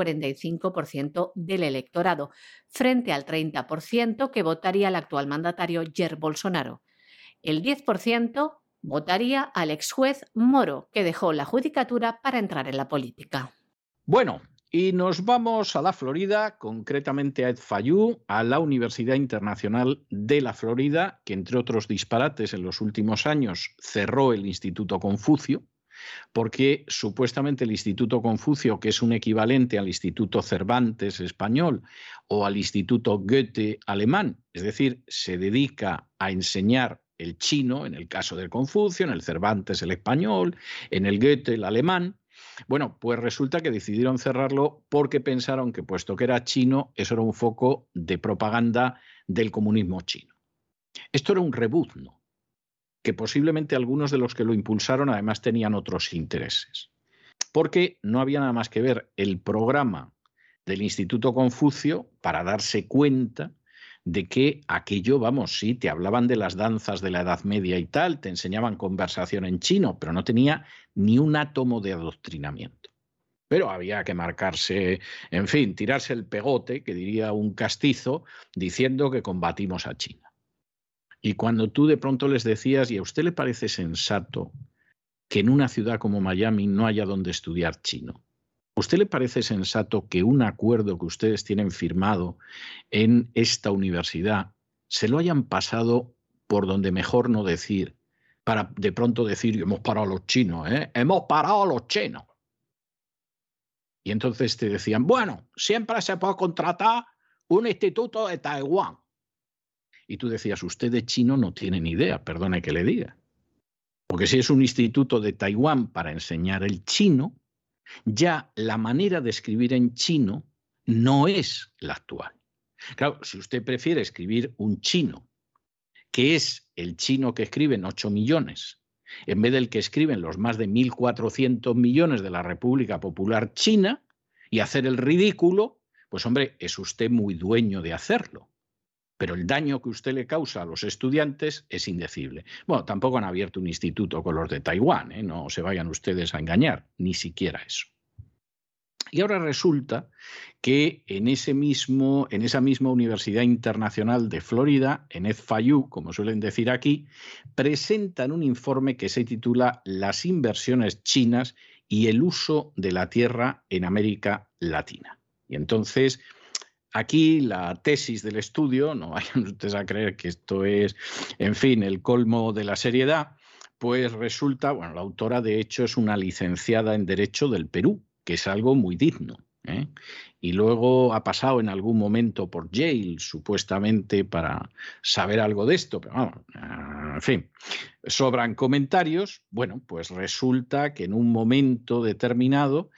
45% del electorado, frente al 30% que votaría al actual mandatario Jair Bolsonaro. El 10% votaría al exjuez Moro, que dejó la judicatura para entrar en la política. Bueno, y nos vamos a la Florida, concretamente a Ed Fayou, a la Universidad Internacional de la Florida, que entre otros disparates en los últimos años cerró el Instituto Confucio, porque supuestamente el Instituto Confucio, que es un equivalente al Instituto Cervantes español o al Instituto Goethe alemán, es decir, se dedica a enseñar el chino, en el caso del Confucio, en el Cervantes el español, en el Goethe el alemán. Bueno, pues resulta que decidieron cerrarlo porque pensaron que, puesto que era chino, eso era un foco de propaganda del comunismo chino. Esto era un rebuzno, que posiblemente algunos de los que lo impulsaron además tenían otros intereses. Porque no había nada más que ver el programa del Instituto Confucio para darse cuenta de que aquello, vamos, sí, te hablaban de las danzas de la Edad Media y tal, te enseñaban conversación en chino, pero no tenía ni un átomo de adoctrinamiento. Pero había que marcarse, en fin, tirarse el pegote, que diría un castizo, diciendo que combatimos a China. Y cuando tú de pronto les decías, ¿y a usted le parece sensato que en una ciudad como Miami no haya donde estudiar chino? ¿A usted le parece sensato que un acuerdo que ustedes tienen firmado en esta universidad se lo hayan pasado por donde mejor no decir, para de pronto decir, hemos parado a los chinos, hemos parado a los chinos? Y entonces te decían, bueno, siempre se puede contratar un instituto de Taiwán. Y tú decías, usted de chino no tiene ni idea, perdone que le diga. Porque si es un instituto de Taiwán para enseñar el chino, ya la manera de escribir en chino no es la actual. Claro, si usted prefiere escribir un chino, que es el chino que escriben 8 millones, en vez del que escriben los más de 1.400 millones de la República Popular China, y hacer el ridículo, pues hombre, es usted muy dueño de hacerlo. Pero el daño que usted le causa a los estudiantes es indecible. Bueno, tampoco han abierto un instituto con los de Taiwán, no se vayan ustedes a engañar, ni siquiera eso. Y ahora resulta que en esa misma Universidad Internacional de Florida, en Ed Fayou, como suelen decir aquí, presentan un informe que se titula Las inversiones chinas y el uso de la tierra en América Latina. Y entonces, aquí la tesis del estudio, no vayan ustedes a creer que esto es, en fin, el colmo de la seriedad, pues resulta, bueno, la autora de hecho es una licenciada en Derecho del Perú, que es algo muy digno, y luego ha pasado en algún momento por Yale, supuestamente para saber algo de esto, pero vamos, en fin, sobran comentarios. Bueno, pues resulta que en un momento determinado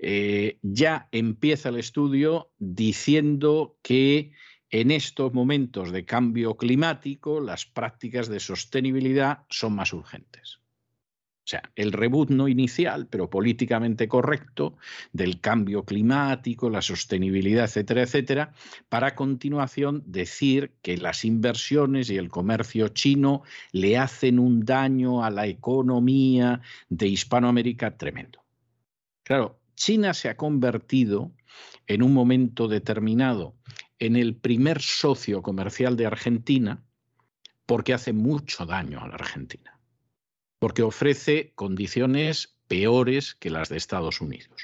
ya empieza el estudio diciendo que en estos momentos de cambio climático las prácticas de sostenibilidad son más urgentes. O sea, el rebuzno inicial, pero políticamente correcto, del cambio climático, la sostenibilidad, etcétera, etcétera, para a continuación decir que las inversiones y el comercio chino le hacen un daño a la economía de Hispanoamérica tremendo. Claro, China se ha convertido en un momento determinado en el primer socio comercial de Argentina porque hace mucho daño a la Argentina. Porque ofrece condiciones peores que las de Estados Unidos.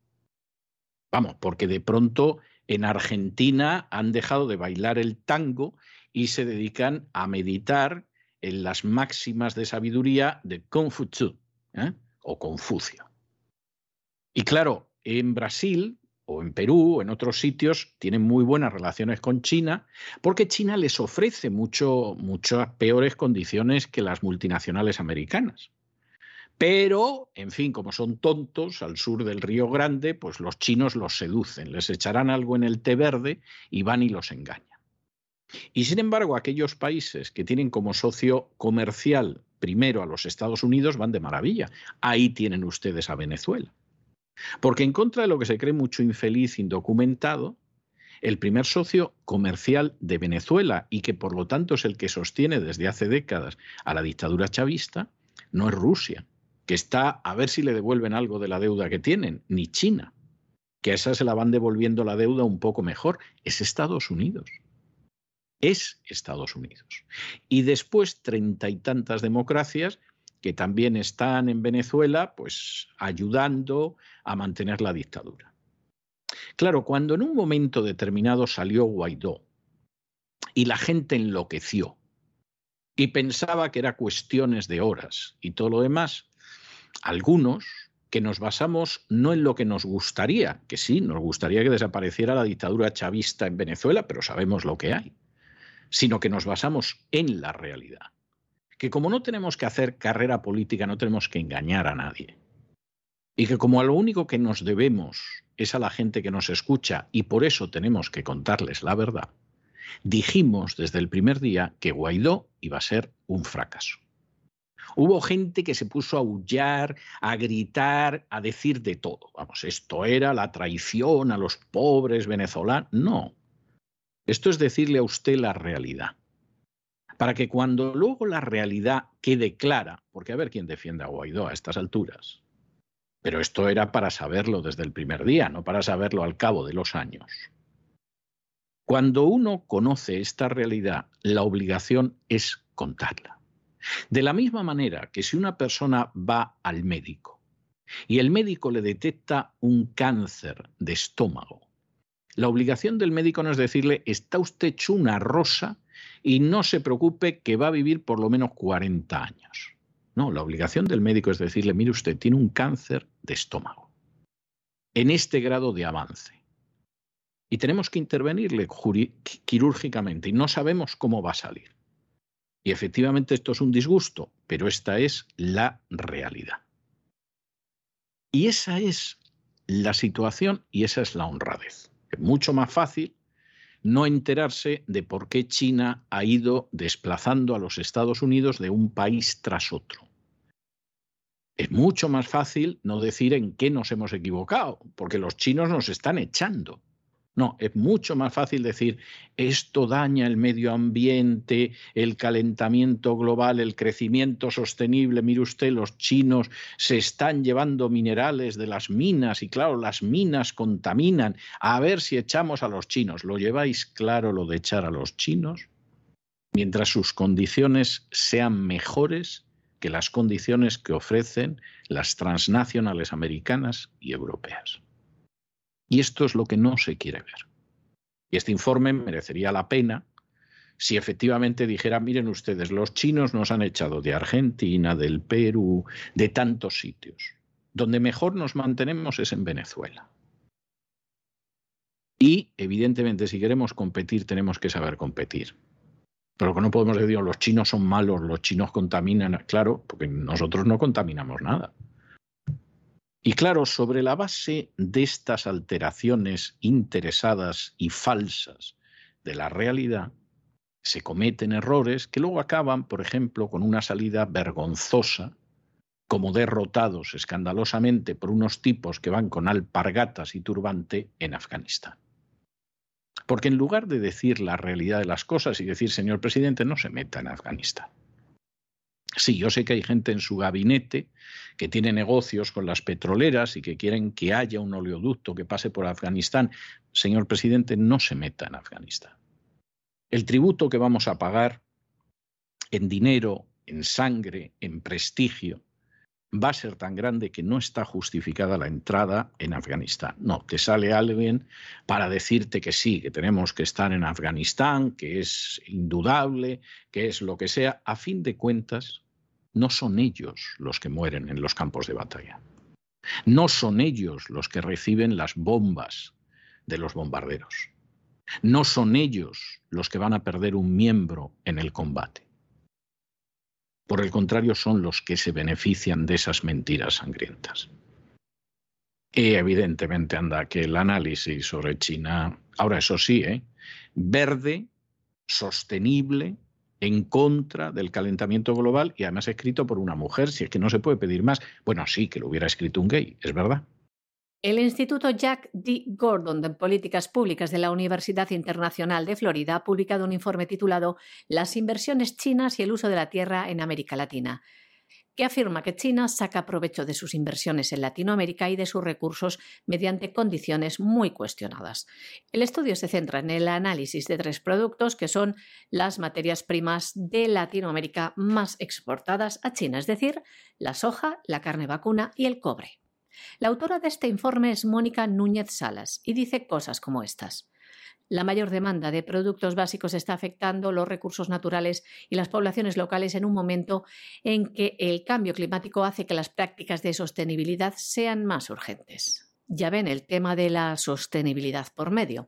Vamos, porque de pronto en Argentina han dejado de bailar el tango y se dedican a meditar en las máximas de sabiduría de Confucio, o Confucio. Y claro, en Brasil o en Perú o en otros sitios tienen muy buenas relaciones con China porque China les ofrece muchas peores condiciones que las multinacionales americanas. Pero, en fin, como son tontos al sur del Río Grande, pues los chinos los seducen, les echarán algo en el té verde y van y los engañan. Y sin embargo, aquellos países que tienen como socio comercial primero a los Estados Unidos van de maravilla. Ahí tienen ustedes a Venezuela. Porque en contra de lo que se cree mucho infeliz indocumentado, el primer socio comercial de Venezuela y que por lo tanto es el que sostiene desde hace décadas a la dictadura chavista, no es Rusia, que está a ver si le devuelven algo de la deuda que tienen, ni China, que a esa se la van devolviendo la deuda un poco mejor, es Estados Unidos. Es Estados Unidos. Y después 30 y tantas democracias que también están en Venezuela, pues ayudando a mantener la dictadura. Claro, cuando en un momento determinado salió Guaidó y la gente enloqueció y pensaba que era cuestiones de horas y todo lo demás, algunos que nos basamos no en lo que nos gustaría, que sí, nos gustaría que desapareciera la dictadura chavista en Venezuela, pero sabemos lo que hay, sino que nos basamos en la realidad. Que como no tenemos que hacer carrera política, no tenemos que engañar a nadie. Y que como a lo único que nos debemos es a la gente que nos escucha y por eso tenemos que contarles la verdad, dijimos desde el primer día que Guaidó iba a ser un fracaso. Hubo gente que se puso a aullar, a gritar, a decir de todo. Vamos, esto era la traición a los pobres venezolanos. No, esto es decirle a usted la realidad. Para que cuando luego la realidad quede clara, porque a ver quién defiende a Guaidó a estas alturas, pero esto era para saberlo desde el primer día, no para saberlo al cabo de los años. Cuando uno conoce esta realidad, la obligación es contarla. De la misma manera que si una persona va al médico y el médico le detecta un cáncer de estómago, la obligación del médico no es decirle, está usted hecho una rosa y no se preocupe que va a vivir por lo menos 40 años. No, la obligación del médico es decirle, mire usted, tiene un cáncer de estómago en este grado de avance. Y tenemos que intervenirle quirúrgicamente y no sabemos cómo va a salir. Y efectivamente esto es un disgusto, pero esta es la realidad. Y esa es la situación y esa es la honradez. Es mucho más fácil no enterarse de por qué China ha ido desplazando a los Estados Unidos de un país tras otro. Es mucho más fácil no decir en qué nos hemos equivocado, porque los chinos nos están echando. No, es mucho más fácil decir esto daña el medio ambiente, el calentamiento global, el crecimiento sostenible. Mire usted, los chinos se están llevando minerales de las minas y claro, las minas contaminan. A ver si echamos a los chinos. ¿Lo lleváis claro lo de echar a los chinos? Mientras sus condiciones sean mejores que las condiciones que ofrecen las transnacionales americanas y europeas. Y esto es lo que no se quiere ver. Y este informe merecería la pena si efectivamente dijera, miren ustedes, los chinos nos han echado de Argentina, del Perú, de tantos sitios. Donde mejor nos mantenemos es en Venezuela. Y, evidentemente, si queremos competir, tenemos que saber competir. Pero lo que no podemos decir, los chinos son malos, los chinos contaminan. Claro, porque nosotros no contaminamos nada. Y claro, sobre la base de estas alteraciones interesadas y falsas de la realidad, se cometen errores que luego acaban, por ejemplo, con una salida vergonzosa, como derrotados escandalosamente por unos tipos que van con alpargatas y turbante en Afganistán. Porque en lugar de decir la realidad de las cosas y decir, señor presidente, no se meta en Afganistán. Sí, yo sé que hay gente en su gabinete que tiene negocios con las petroleras y que quieren que haya un oleoducto que pase por Afganistán. Señor presidente, no se meta en Afganistán. El tributo que vamos a pagar en dinero, en sangre, en prestigio, va a ser tan grande que no está justificada la entrada en Afganistán. No, te sale alguien para decirte que sí, que tenemos que estar en Afganistán, que es indudable, que es lo que sea. A fin de cuentas, no son ellos los que mueren en los campos de batalla. No son ellos los que reciben las bombas de los bombarderos. No son ellos los que van a perder un miembro en el combate. Por el contrario, son los que se benefician de esas mentiras sangrientas. Y evidentemente anda que el análisis sobre China, ahora eso sí, verde, sostenible, en contra del calentamiento global y además escrito por una mujer, si es que no se puede pedir más. Bueno, sí, que lo hubiera escrito un gay, es verdad. El Instituto Jack D. Gordon de Políticas Públicas de la Universidad Internacional de Florida ha publicado un informe titulado Las inversiones chinas y el uso de la tierra en América Latina, que afirma que China saca provecho de sus inversiones en Latinoamérica y de sus recursos mediante condiciones muy cuestionadas. El estudio se centra en el análisis de 3 productos que son las materias primas de Latinoamérica más exportadas a China, es decir, la soja, la carne vacuna y el cobre. La autora de este informe es Mónica Núñez Salas y dice cosas como estas. La mayor demanda de productos básicos está afectando los recursos naturales y las poblaciones locales en un momento en que el cambio climático hace que las prácticas de sostenibilidad sean más urgentes. Ya ven el tema de la sostenibilidad por medio.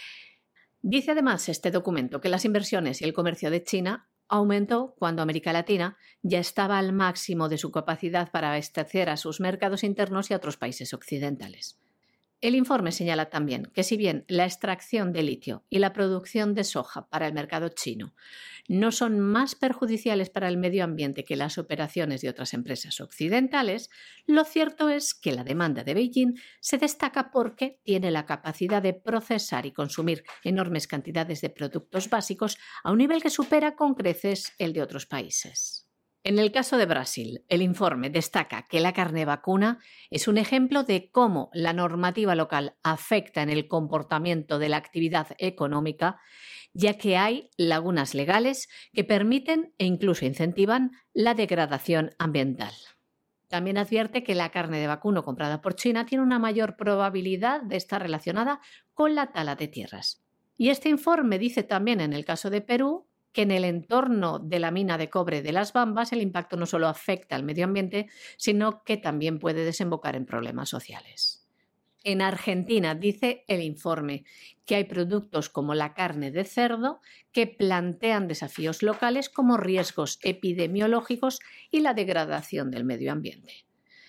Dice además este documento que las inversiones y el comercio de China aumentó cuando América Latina ya estaba al máximo de su capacidad para abastecer a sus mercados internos y a otros países occidentales. El informe señala también que si bien la extracción de litio y la producción de soja para el mercado chino no son más perjudiciales para el medio ambiente que las operaciones de otras empresas occidentales, lo cierto es que la demanda de Beijing se destaca porque tiene la capacidad de procesar y consumir enormes cantidades de productos básicos a un nivel que supera con creces el de otros países. En el caso de Brasil, el informe destaca que la carne vacuna es un ejemplo de cómo la normativa local afecta en el comportamiento de la actividad económica, ya que hay lagunas legales que permiten e incluso incentivan la degradación ambiental. También advierte que la carne de vacuno comprada por China tiene una mayor probabilidad de estar relacionada con la tala de tierras. Y este informe dice también en el caso de Perú que en el entorno de la mina de cobre de Las Bambas el impacto no solo afecta al medio ambiente, sino que también puede desembocar en problemas sociales. En Argentina, dice el informe, que hay productos como la carne de cerdo que plantean desafíos locales como riesgos epidemiológicos y la degradación del medio ambiente.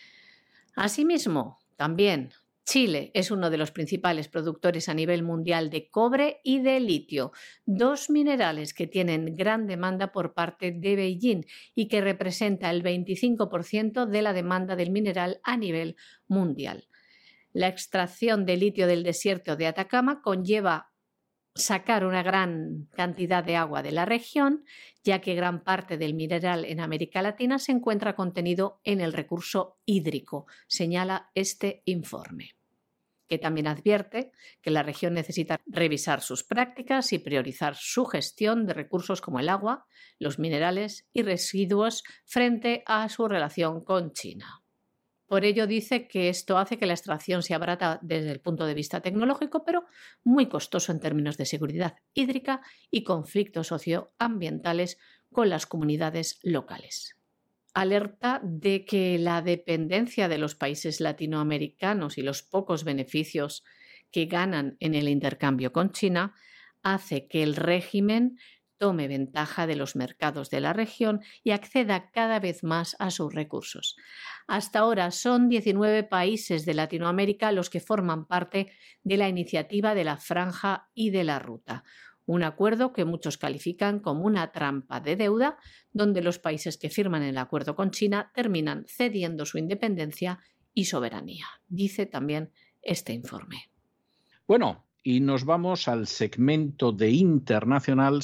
Asimismo, también Chile es uno de los principales productores a nivel mundial de cobre y de litio, 2 minerales que tienen gran demanda por parte de Beijing y que representa el 25% de la demanda del mineral a nivel mundial. La extracción de litio del desierto de Atacama conlleva sacar una gran cantidad de agua de la región, ya que gran parte del mineral en América Latina se encuentra contenido en el recurso hídrico, señala este informe, que también advierte que la región necesita revisar sus prácticas y priorizar su gestión de recursos como el agua, los minerales y residuos frente a su relación con China. Por ello dice que esto hace que la extracción sea barata desde el punto de vista tecnológico, pero muy costoso en términos de seguridad hídrica y conflictos socioambientales con las comunidades locales. Alerta de que la dependencia de los países latinoamericanos y los pocos beneficios que ganan en el intercambio con China hace que el régimen tome ventaja de los mercados de la región y acceda cada vez más a sus recursos. Hasta ahora son 19 países de Latinoamérica los que forman parte de la iniciativa de la Franja y de la Ruta, un acuerdo que muchos califican como una trampa de deuda, donde los países que firman el acuerdo con China terminan cediendo su independencia y soberanía, dice también este informe. Bueno, y nos vamos al segmento de internacional,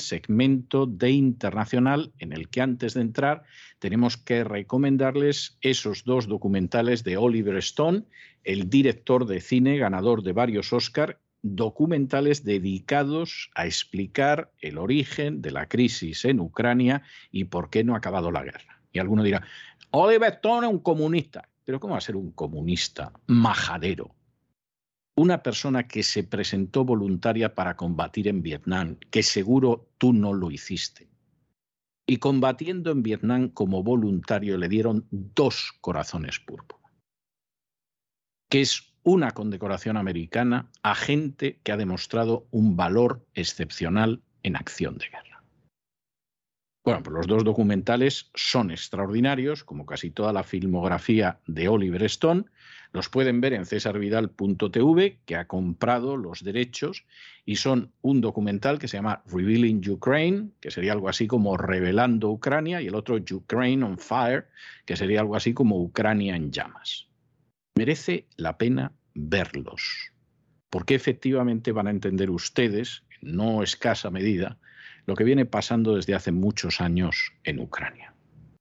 en el que antes de entrar tenemos que recomendarles esos 2 documentales de Oliver Stone, el director de cine ganador de varios Oscar, documentales dedicados a explicar el origen de la crisis en Ucrania y por qué no ha acabado la guerra. Y alguno dirá, Oliver Stone es un comunista. ¿Pero cómo va a ser un comunista majadero? Una persona que se presentó voluntaria para combatir en Vietnam, que seguro tú no lo hiciste. y combatiendo en Vietnam como voluntario le dieron 2 corazones púrpura, que es una condecoración americana a gente que ha demostrado un valor excepcional en acción de guerra. Bueno, pues los 2 documentales son extraordinarios, como casi toda la filmografía de Oliver Stone. Los pueden ver en cesarvidal.tv, que ha comprado los derechos, y son un documental que se llama Revealing Ukraine, que sería algo así como Revelando Ucrania, y el otro Ukraine on Fire, que sería algo así como Ucrania en llamas. Merece la pena verlos, porque efectivamente van a entender ustedes, en no escasa medida, lo que viene pasando desde hace muchos años en Ucrania.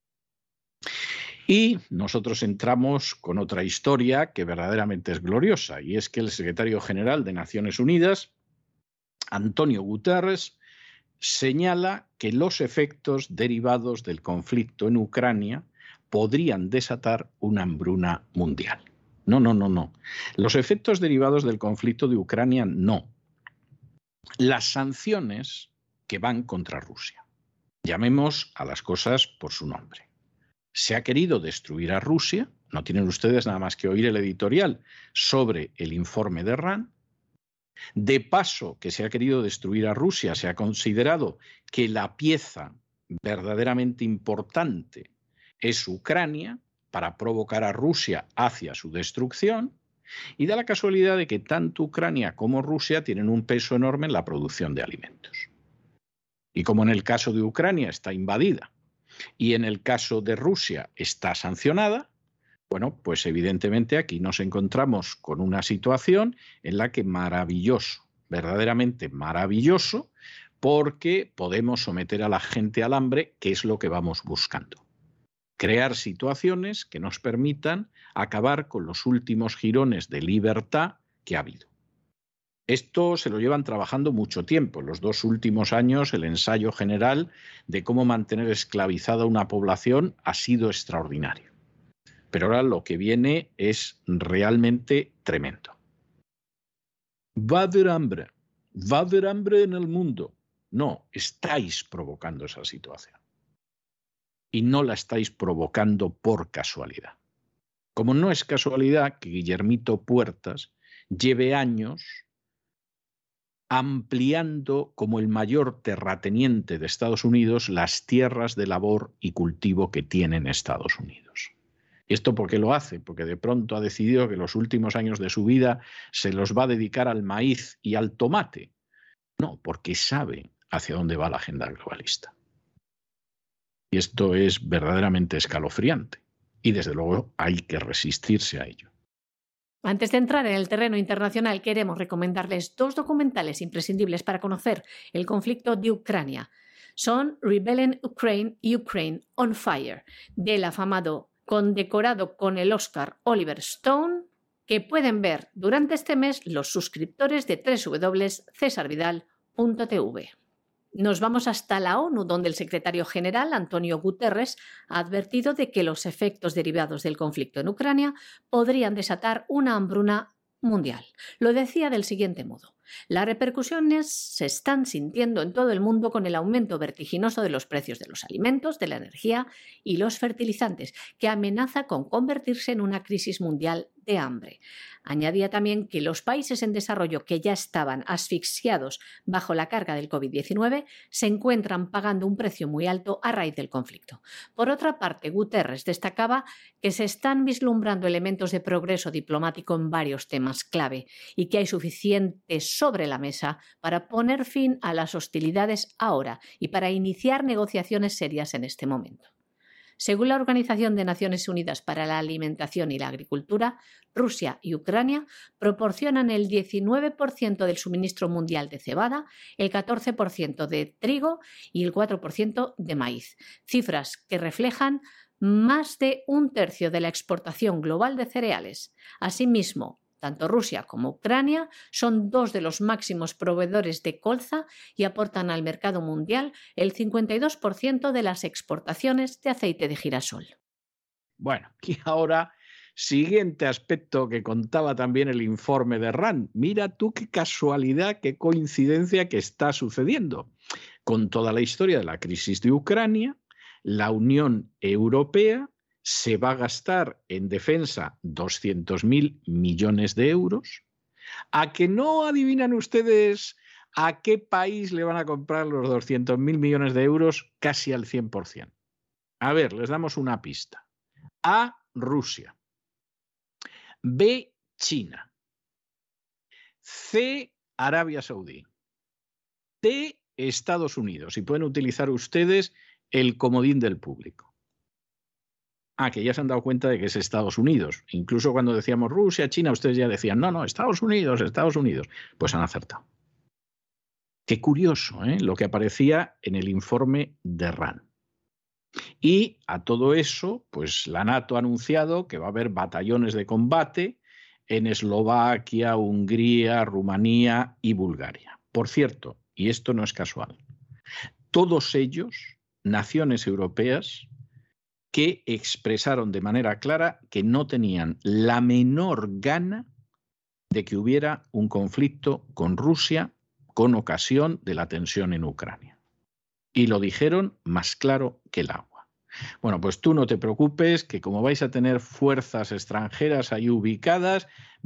Y nosotros entramos con otra historia que verdaderamente es gloriosa, y es que el secretario general de Naciones Unidas, Antonio Guterres, señala que los efectos derivados del conflicto en Ucrania podrían desatar una hambruna mundial. No. Los efectos derivados del conflicto de Ucrania no. Las sanciones que van contra Rusia. Llamemos a las cosas por su nombre. Se ha querido destruir a Rusia, no tienen ustedes nada más que oír el editorial sobre el informe de RAND. De paso que se ha querido destruir a Rusia, se ha considerado que la pieza verdaderamente importante es Ucrania para provocar a Rusia hacia su destrucción, y da la casualidad de que tanto Ucrania como Rusia tienen un peso enorme en la producción de alimentos. Y como en el caso de Ucrania está invadida y en el caso de Rusia está sancionada, bueno, pues evidentemente aquí nos encontramos con una situación en la que maravilloso, verdaderamente maravilloso, porque podemos someter a la gente al hambre, que es lo que vamos buscando. Crear situaciones que nos permitan acabar con los últimos jirones de libertad que ha habido. Esto se lo llevan trabajando mucho tiempo. En los 2 últimos años, el ensayo general de cómo mantener esclavizada una población ha sido extraordinario. Pero ahora lo que viene es realmente tremendo. Va a haber hambre en el mundo. No, estáis provocando esa situación. Y no la estáis provocando por casualidad. Como no es casualidad que Guillermito Puertas lleve años ampliando como el mayor terrateniente de Estados Unidos las tierras de labor y cultivo que tienen Estados Unidos. ¿Y esto por qué lo hace? Porque de pronto ha decidido que los últimos años de su vida se los va a dedicar al maíz y al tomate. No, porque sabe hacia dónde va la agenda globalista. Y esto es verdaderamente escalofriante. Y desde luego hay que resistirse a ello. Antes de entrar en el terreno internacional, queremos recomendarles 2 documentales imprescindibles para conocer el conflicto de Ucrania. Son Rebelling Ukraine y Ukraine on Fire, del afamado condecorado con el Oscar Oliver Stone, que pueden ver durante este mes los suscriptores de www.cesarvidal.tv. Nos vamos hasta la ONU, donde el secretario general, Antonio Guterres, ha advertido de que los efectos derivados del conflicto en Ucrania podrían desatar una hambruna mundial. Lo decía del siguiente modo: las repercusiones se están sintiendo en todo el mundo con el aumento vertiginoso de los precios de los alimentos, de la energía y los fertilizantes, que amenaza con convertirse en una crisis mundial de hambre. Añadía también que los países en desarrollo que ya estaban asfixiados bajo la carga del COVID-19 se encuentran pagando un precio muy alto a raíz del conflicto. Por otra parte, Guterres destacaba que se están vislumbrando elementos de progreso diplomático en varios temas clave y que hay suficiente sobre la mesa para poner fin a las hostilidades ahora y para iniciar negociaciones serias en este momento. Según la Organización de Naciones Unidas para la Alimentación y la Agricultura, Rusia y Ucrania proporcionan el 19% del suministro mundial de cebada, el 14% de trigo y el 4% de maíz, cifras que reflejan más de 1/3 de la exportación global de cereales. Asimismo, tanto Rusia como Ucrania son 2 de los máximos proveedores de colza y aportan al mercado mundial el 52% de las exportaciones de aceite de girasol. Bueno, y ahora, siguiente aspecto que contaba también el informe de RAND. Mira tú qué casualidad, qué coincidencia que está sucediendo. con toda la historia de la crisis de Ucrania, la Unión Europea se va a gastar en defensa 200.000 millones de euros. ¿A que no adivinan ustedes a qué país le van a comprar los 200.000 millones de euros casi al 100%? A ver, les damos una pista. A, Rusia. B, China. C, Arabia Saudí. D, Estados Unidos. Y pueden utilizar ustedes el comodín del público. Que ya se han dado cuenta de que es Estados Unidos. Incluso cuando decíamos Rusia, China, ustedes ya decían, no, Estados Unidos. Pues han acertado. Qué curioso, lo que aparecía en el informe de RAND. Y a todo eso, pues la NATO ha anunciado que va a haber batallones de combate en Eslovaquia, Hungría, Rumanía y Bulgaria. Por cierto, y esto no es casual, todos ellos, naciones europeas, que expresaron de manera clara que no tenían la menor gana de que hubiera un conflicto con Rusia con ocasión de la tensión en Ucrania. Y lo dijeron más claro que el agua. Bueno, pues tú no te preocupes, que como vais a tener fuerzas extranjeras ahí ubicadas,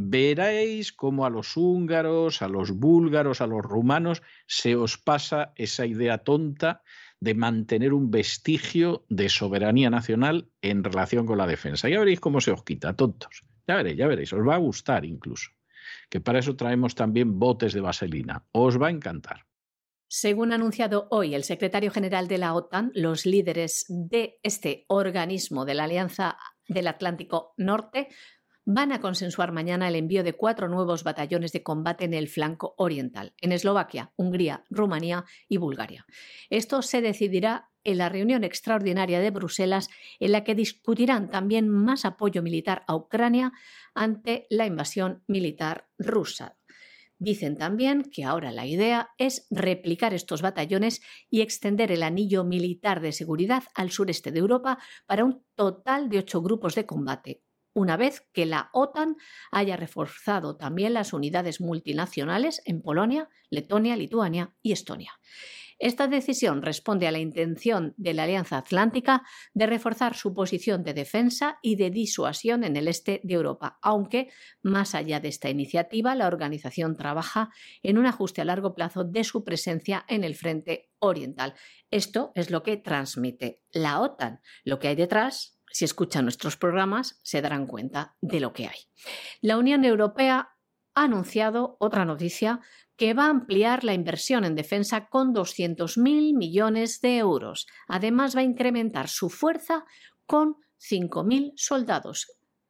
veréis cómo a los húngaros, a los búlgaros, a los rumanos se os pasa esa idea tonta de mantener un vestigio de soberanía nacional en relación con la defensa. Ya veréis cómo se os quita, tontos. Ya veréis, os va a gustar incluso. Que para eso traemos también botes de vaselina. Os va a encantar. Según ha anunciado hoy el secretario general de la OTAN, los líderes de este organismo de la Alianza del Atlántico Norte van a consensuar mañana el envío de 4 nuevos batallones de combate en el flanco oriental, en Eslovaquia, Hungría, Rumanía y Bulgaria. Esto se decidirá en la reunión extraordinaria de Bruselas, en la que discutirán también más apoyo militar a Ucrania ante la invasión militar rusa. Dicen también que ahora la idea es replicar estos batallones y extender el anillo militar de seguridad al sureste de Europa para un total de 8 grupos de combate, una vez que la OTAN haya reforzado también las unidades multinacionales en Polonia, Letonia, Lituania y Estonia. Esta decisión responde a la intención de la Alianza Atlántica de reforzar su posición de defensa y de disuasión en el este de Europa, aunque, más allá de esta iniciativa, la organización trabaja en un ajuste a largo plazo de su presencia en el frente oriental. Esto es lo que transmite la OTAN. Lo que hay detrás, si escuchan nuestros programas, se darán cuenta de lo que hay. La Unión Europea ha anunciado otra noticia, que va a ampliar la inversión en defensa con 200.000 millones de euros. Además, va a incrementar su fuerza con 5.000 soldados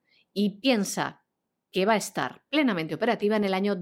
y piensa que va a estar plenamente operativa en el año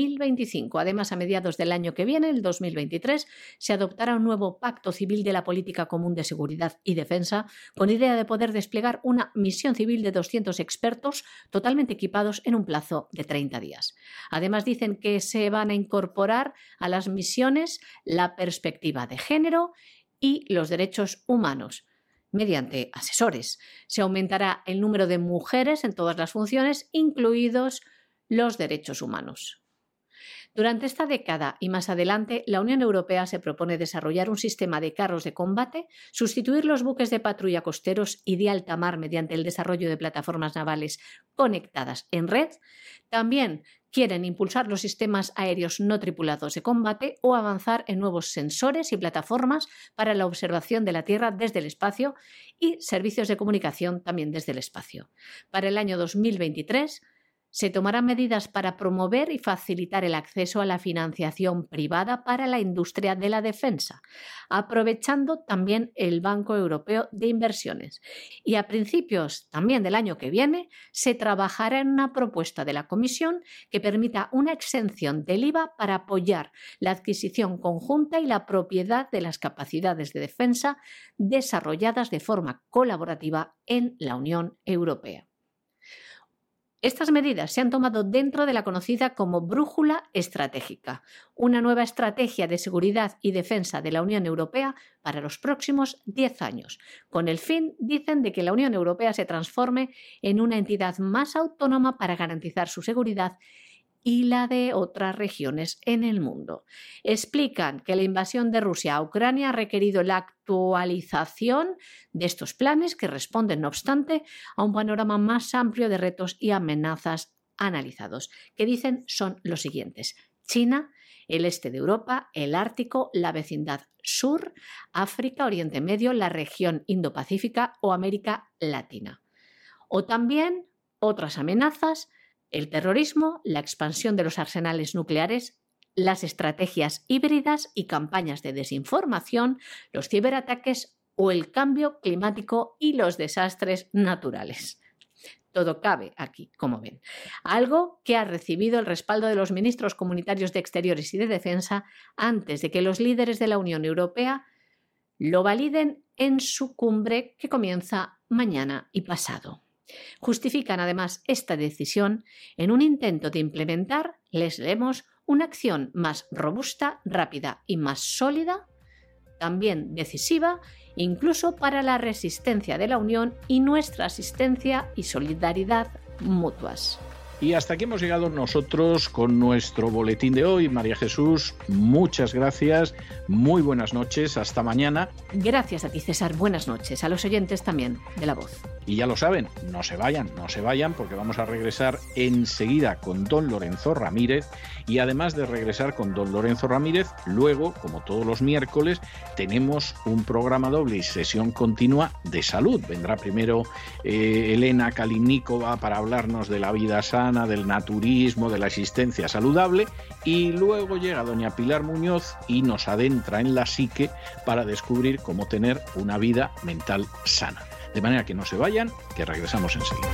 2025. Además, a mediados del año que viene, el 2023, se adoptará un nuevo Pacto Civil de la Política Común de Seguridad y Defensa, con idea de poder desplegar una misión civil de 200 expertos totalmente equipados en un plazo de 30 días. Además, dicen que se van a incorporar a las misiones la perspectiva de género y los derechos humanos, mediante asesores. Se aumentará el número de mujeres en todas las funciones, incluidos los derechos humanos. Durante esta década y más adelante, la Unión Europea se propone desarrollar un sistema de carros de combate, sustituir los buques de patrulla costeros y de alta mar mediante el desarrollo de plataformas navales conectadas en red. También quieren impulsar los sistemas aéreos no tripulados de combate o avanzar en nuevos sensores y plataformas para la observación de la Tierra desde el espacio y servicios de comunicación también desde el espacio. Para el año 2023 se tomarán medidas para promover y facilitar el acceso a la financiación privada para la industria de la defensa, aprovechando también el Banco Europeo de Inversiones. Y a principios también del año que viene se trabajará en una propuesta de la Comisión que permita una exención del IVA para apoyar la adquisición conjunta y la propiedad de las capacidades de defensa desarrolladas de forma colaborativa en la Unión Europea. Estas medidas se han tomado dentro de la conocida como Brújula Estratégica, una nueva estrategia de seguridad y defensa de la Unión Europea para los próximos 10 años, con el fin, dicen, de que la Unión Europea se transforme en una entidad más autónoma para garantizar su seguridad y la de otras regiones en el mundo. Explican que la invasión de Rusia a Ucrania ha requerido la actualización de estos planes que responden, no obstante, a un panorama más amplio de retos y amenazas analizados, que dicen son los siguientes: China, el este de Europa, el Ártico, la vecindad sur, África, Oriente Medio, la región Indo-Pacífica o América Latina. O también otras amenazas: el terrorismo, la expansión de los arsenales nucleares, las estrategias híbridas y campañas de desinformación, los ciberataques o el cambio climático y los desastres naturales. Todo cabe aquí, como ven. Algo que ha recibido el respaldo de los ministros comunitarios de Exteriores y de Defensa antes de que los líderes de la Unión Europea lo validen en su cumbre que comienza mañana y pasado. Justifican además esta decisión en un intento de implementar, les leemos, una acción más robusta, rápida y más sólida, también decisiva, incluso para la resistencia de la Unión y nuestra asistencia y solidaridad mutuas. Y hasta aquí hemos llegado nosotros con nuestro boletín de hoy. María Jesús, muchas gracias, muy buenas noches, hasta mañana. Gracias a ti, César, buenas noches, a los oyentes también de La Voz. Y ya lo saben, no se vayan, porque vamos a regresar enseguida con don Lorenzo Ramírez, y además de regresar con don Lorenzo Ramírez, luego, como todos los miércoles, tenemos un programa doble y sesión continua de salud. Vendrá primero Elena Kalinnikova para hablarnos de la vida sana, del naturismo, de la existencia saludable, y luego llega doña Pilar Muñoz y nos adentra en la psique para descubrir cómo tener una vida mental sana. De manera que no se vayan, que regresamos enseguida.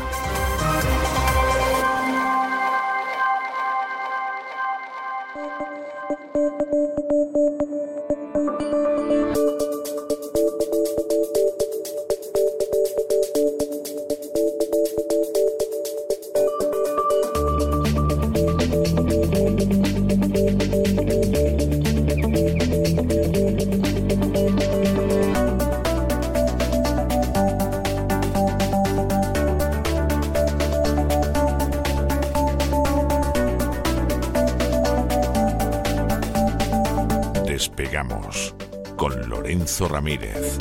Despegamos con Lorenzo Ramírez.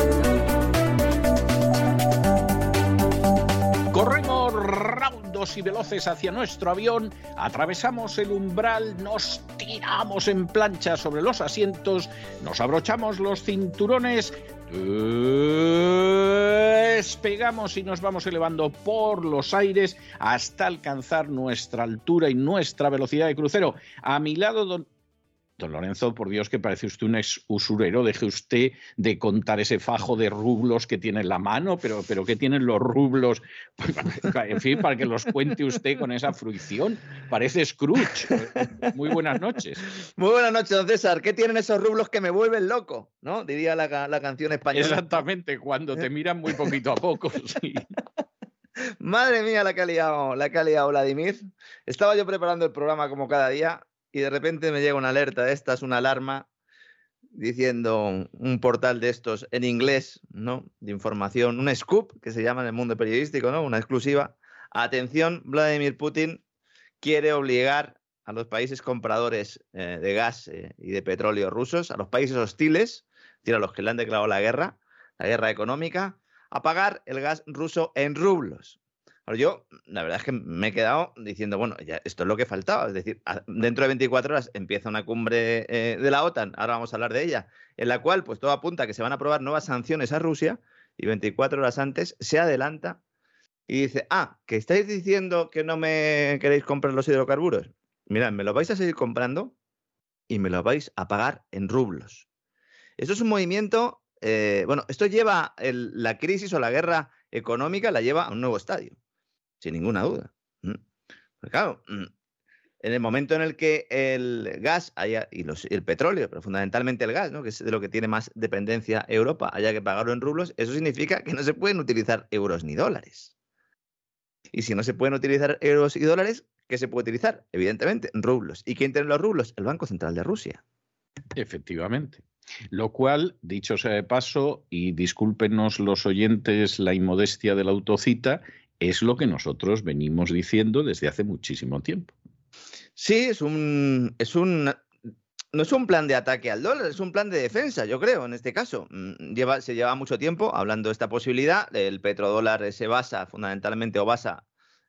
Corremos raudos y veloces hacia nuestro avión, atravesamos el umbral, nos tiramos en plancha sobre los asientos, nos abrochamos los cinturones, despegamos y nos vamos elevando por los aires hasta alcanzar nuestra altura y nuestra velocidad de crucero. A mi lado, don Lorenzo, por Dios, que parece usted un ex usurero, deje usted de contar ese fajo de rublos que tiene en la mano, pero ¿qué tienen los rublos? En fin, para que los cuente usted con esa fruición. Parece Scrooge. Muy buenas noches. Muy buenas noches, don César. ¿Qué tienen esos rublos que me vuelven loco? ¿No? Diría la canción española. Exactamente, cuando te miran muy poquito a poco. Sí. Madre mía, la que ha liado Vladimir. Estaba yo preparando el programa como cada día y de repente me llega una alerta de estas, una alarma, diciendo un portal de estos en inglés, ¿no? De información, un scoop que se llama en el mundo periodístico, ¿no? Una exclusiva. Atención, Vladimir Putin quiere obligar a los países compradores de gas y de petróleo rusos, a los países hostiles, es decir, a los que le han declarado la guerra económica, a pagar el gas ruso en rublos. Ahora yo, la verdad es que me he quedado diciendo, bueno, ya esto es lo que faltaba. Es decir, dentro de 24 horas empieza una cumbre de la OTAN, ahora vamos a hablar de ella, en la cual pues todo apunta a que se van a aprobar nuevas sanciones a Rusia, y 24 horas antes se adelanta y dice, que estáis diciendo que no me queréis comprar los hidrocarburos. Mirad, me lo vais a seguir comprando y me lo vais a pagar en rublos. Esto es un movimiento, esto lleva la crisis o la guerra económica, la lleva a un nuevo estadio. Sin ninguna duda. Pero claro, en el momento en el que el gas y el petróleo, pero fundamentalmente el gas, ¿no? Que es de lo que tiene más dependencia Europa, haya que pagarlo en rublos, eso significa que no se pueden utilizar euros ni dólares. Y si no se pueden utilizar euros y dólares, ¿qué se puede utilizar? Evidentemente, rublos. ¿Y quién tiene los rublos? El Banco Central de Rusia. Efectivamente. Lo cual, dicho sea de paso, y discúlpenos los oyentes la inmodestia de la autocita, es lo que nosotros venimos diciendo desde hace muchísimo tiempo. Sí, no es un plan de ataque al dólar, es un plan de defensa, yo creo, en este caso. Se lleva mucho tiempo hablando de esta posibilidad. El petrodólar se basa fundamentalmente, o basa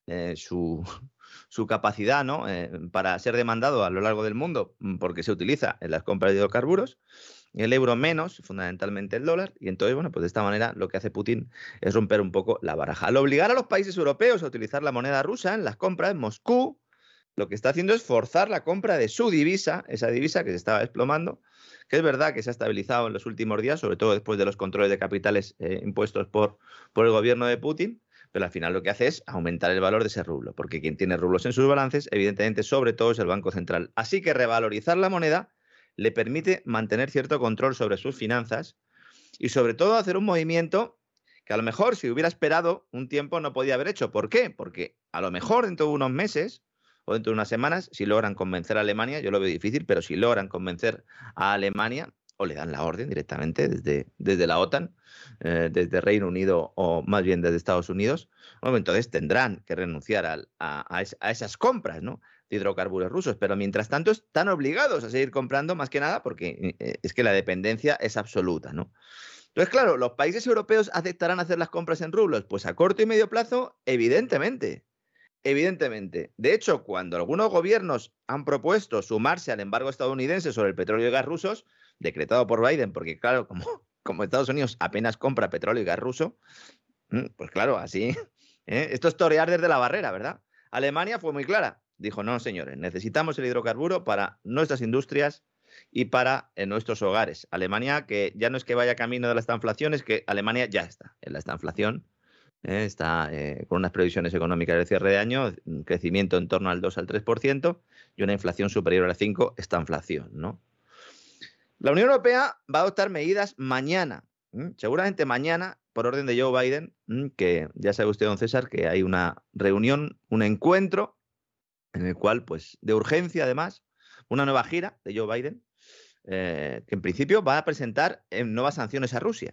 su capacidad, ¿no? Para ser demandado a lo largo del mundo, porque se utiliza en las compras de hidrocarburos. El euro menos, fundamentalmente el dólar, y entonces, bueno, pues de esta manera lo que hace Putin es romper un poco la baraja. Al obligar a los países europeos a utilizar la moneda rusa en las compras, Moscú lo que está haciendo es forzar la compra de su divisa, esa divisa que se estaba desplomando, que es verdad que se ha estabilizado en los últimos días, sobre todo después de los controles de capitales impuestos por el gobierno de Putin, pero al final lo que hace es aumentar el valor de ese rublo, porque quien tiene rublos en sus balances, evidentemente, sobre todo es el Banco Central. Así que revalorizar la moneda le permite mantener cierto control sobre sus finanzas y sobre todo hacer un movimiento que a lo mejor si hubiera esperado un tiempo no podía haber hecho. ¿Por qué? Porque a lo mejor dentro de unos meses o dentro de unas semanas, si logran convencer a Alemania, yo lo veo difícil, pero si logran convencer a Alemania o le dan la orden directamente desde la OTAN, desde Reino Unido o más bien desde Estados Unidos, bueno, entonces tendrán que renunciar a esas compras, ¿no?, de hidrocarburos rusos, pero mientras tanto están obligados a seguir comprando, más que nada porque es que la dependencia es absoluta, ¿no? Entonces, claro, ¿los países europeos aceptarán hacer las compras en rublos? Pues a corto y medio plazo, evidentemente. Evidentemente. De hecho, cuando algunos gobiernos han propuesto sumarse al embargo estadounidense sobre el petróleo y gas rusos, decretado por Biden, porque claro, como Estados Unidos apenas compra petróleo y gas ruso, pues claro, así, esto es torear desde la barrera, ¿verdad? Alemania fue muy clara. Dijo, no, señores, necesitamos el hidrocarburo para nuestras industrias y para nuestros hogares. Alemania, que ya no es que vaya camino de la estanflación, es que Alemania ya está en la estanflación. Está con unas previsiones económicas de cierre de año, un crecimiento en torno al 2 al 3% y una inflación superior al 5%, estanflación, ¿no? La Unión Europea va a adoptar medidas mañana, seguramente mañana, por orden de Joe Biden, que ya sabe usted, don César, que hay una reunión, un encuentro, en el cual, pues, de urgencia, además, una nueva gira de Joe Biden, que en principio va a presentar nuevas sanciones a Rusia.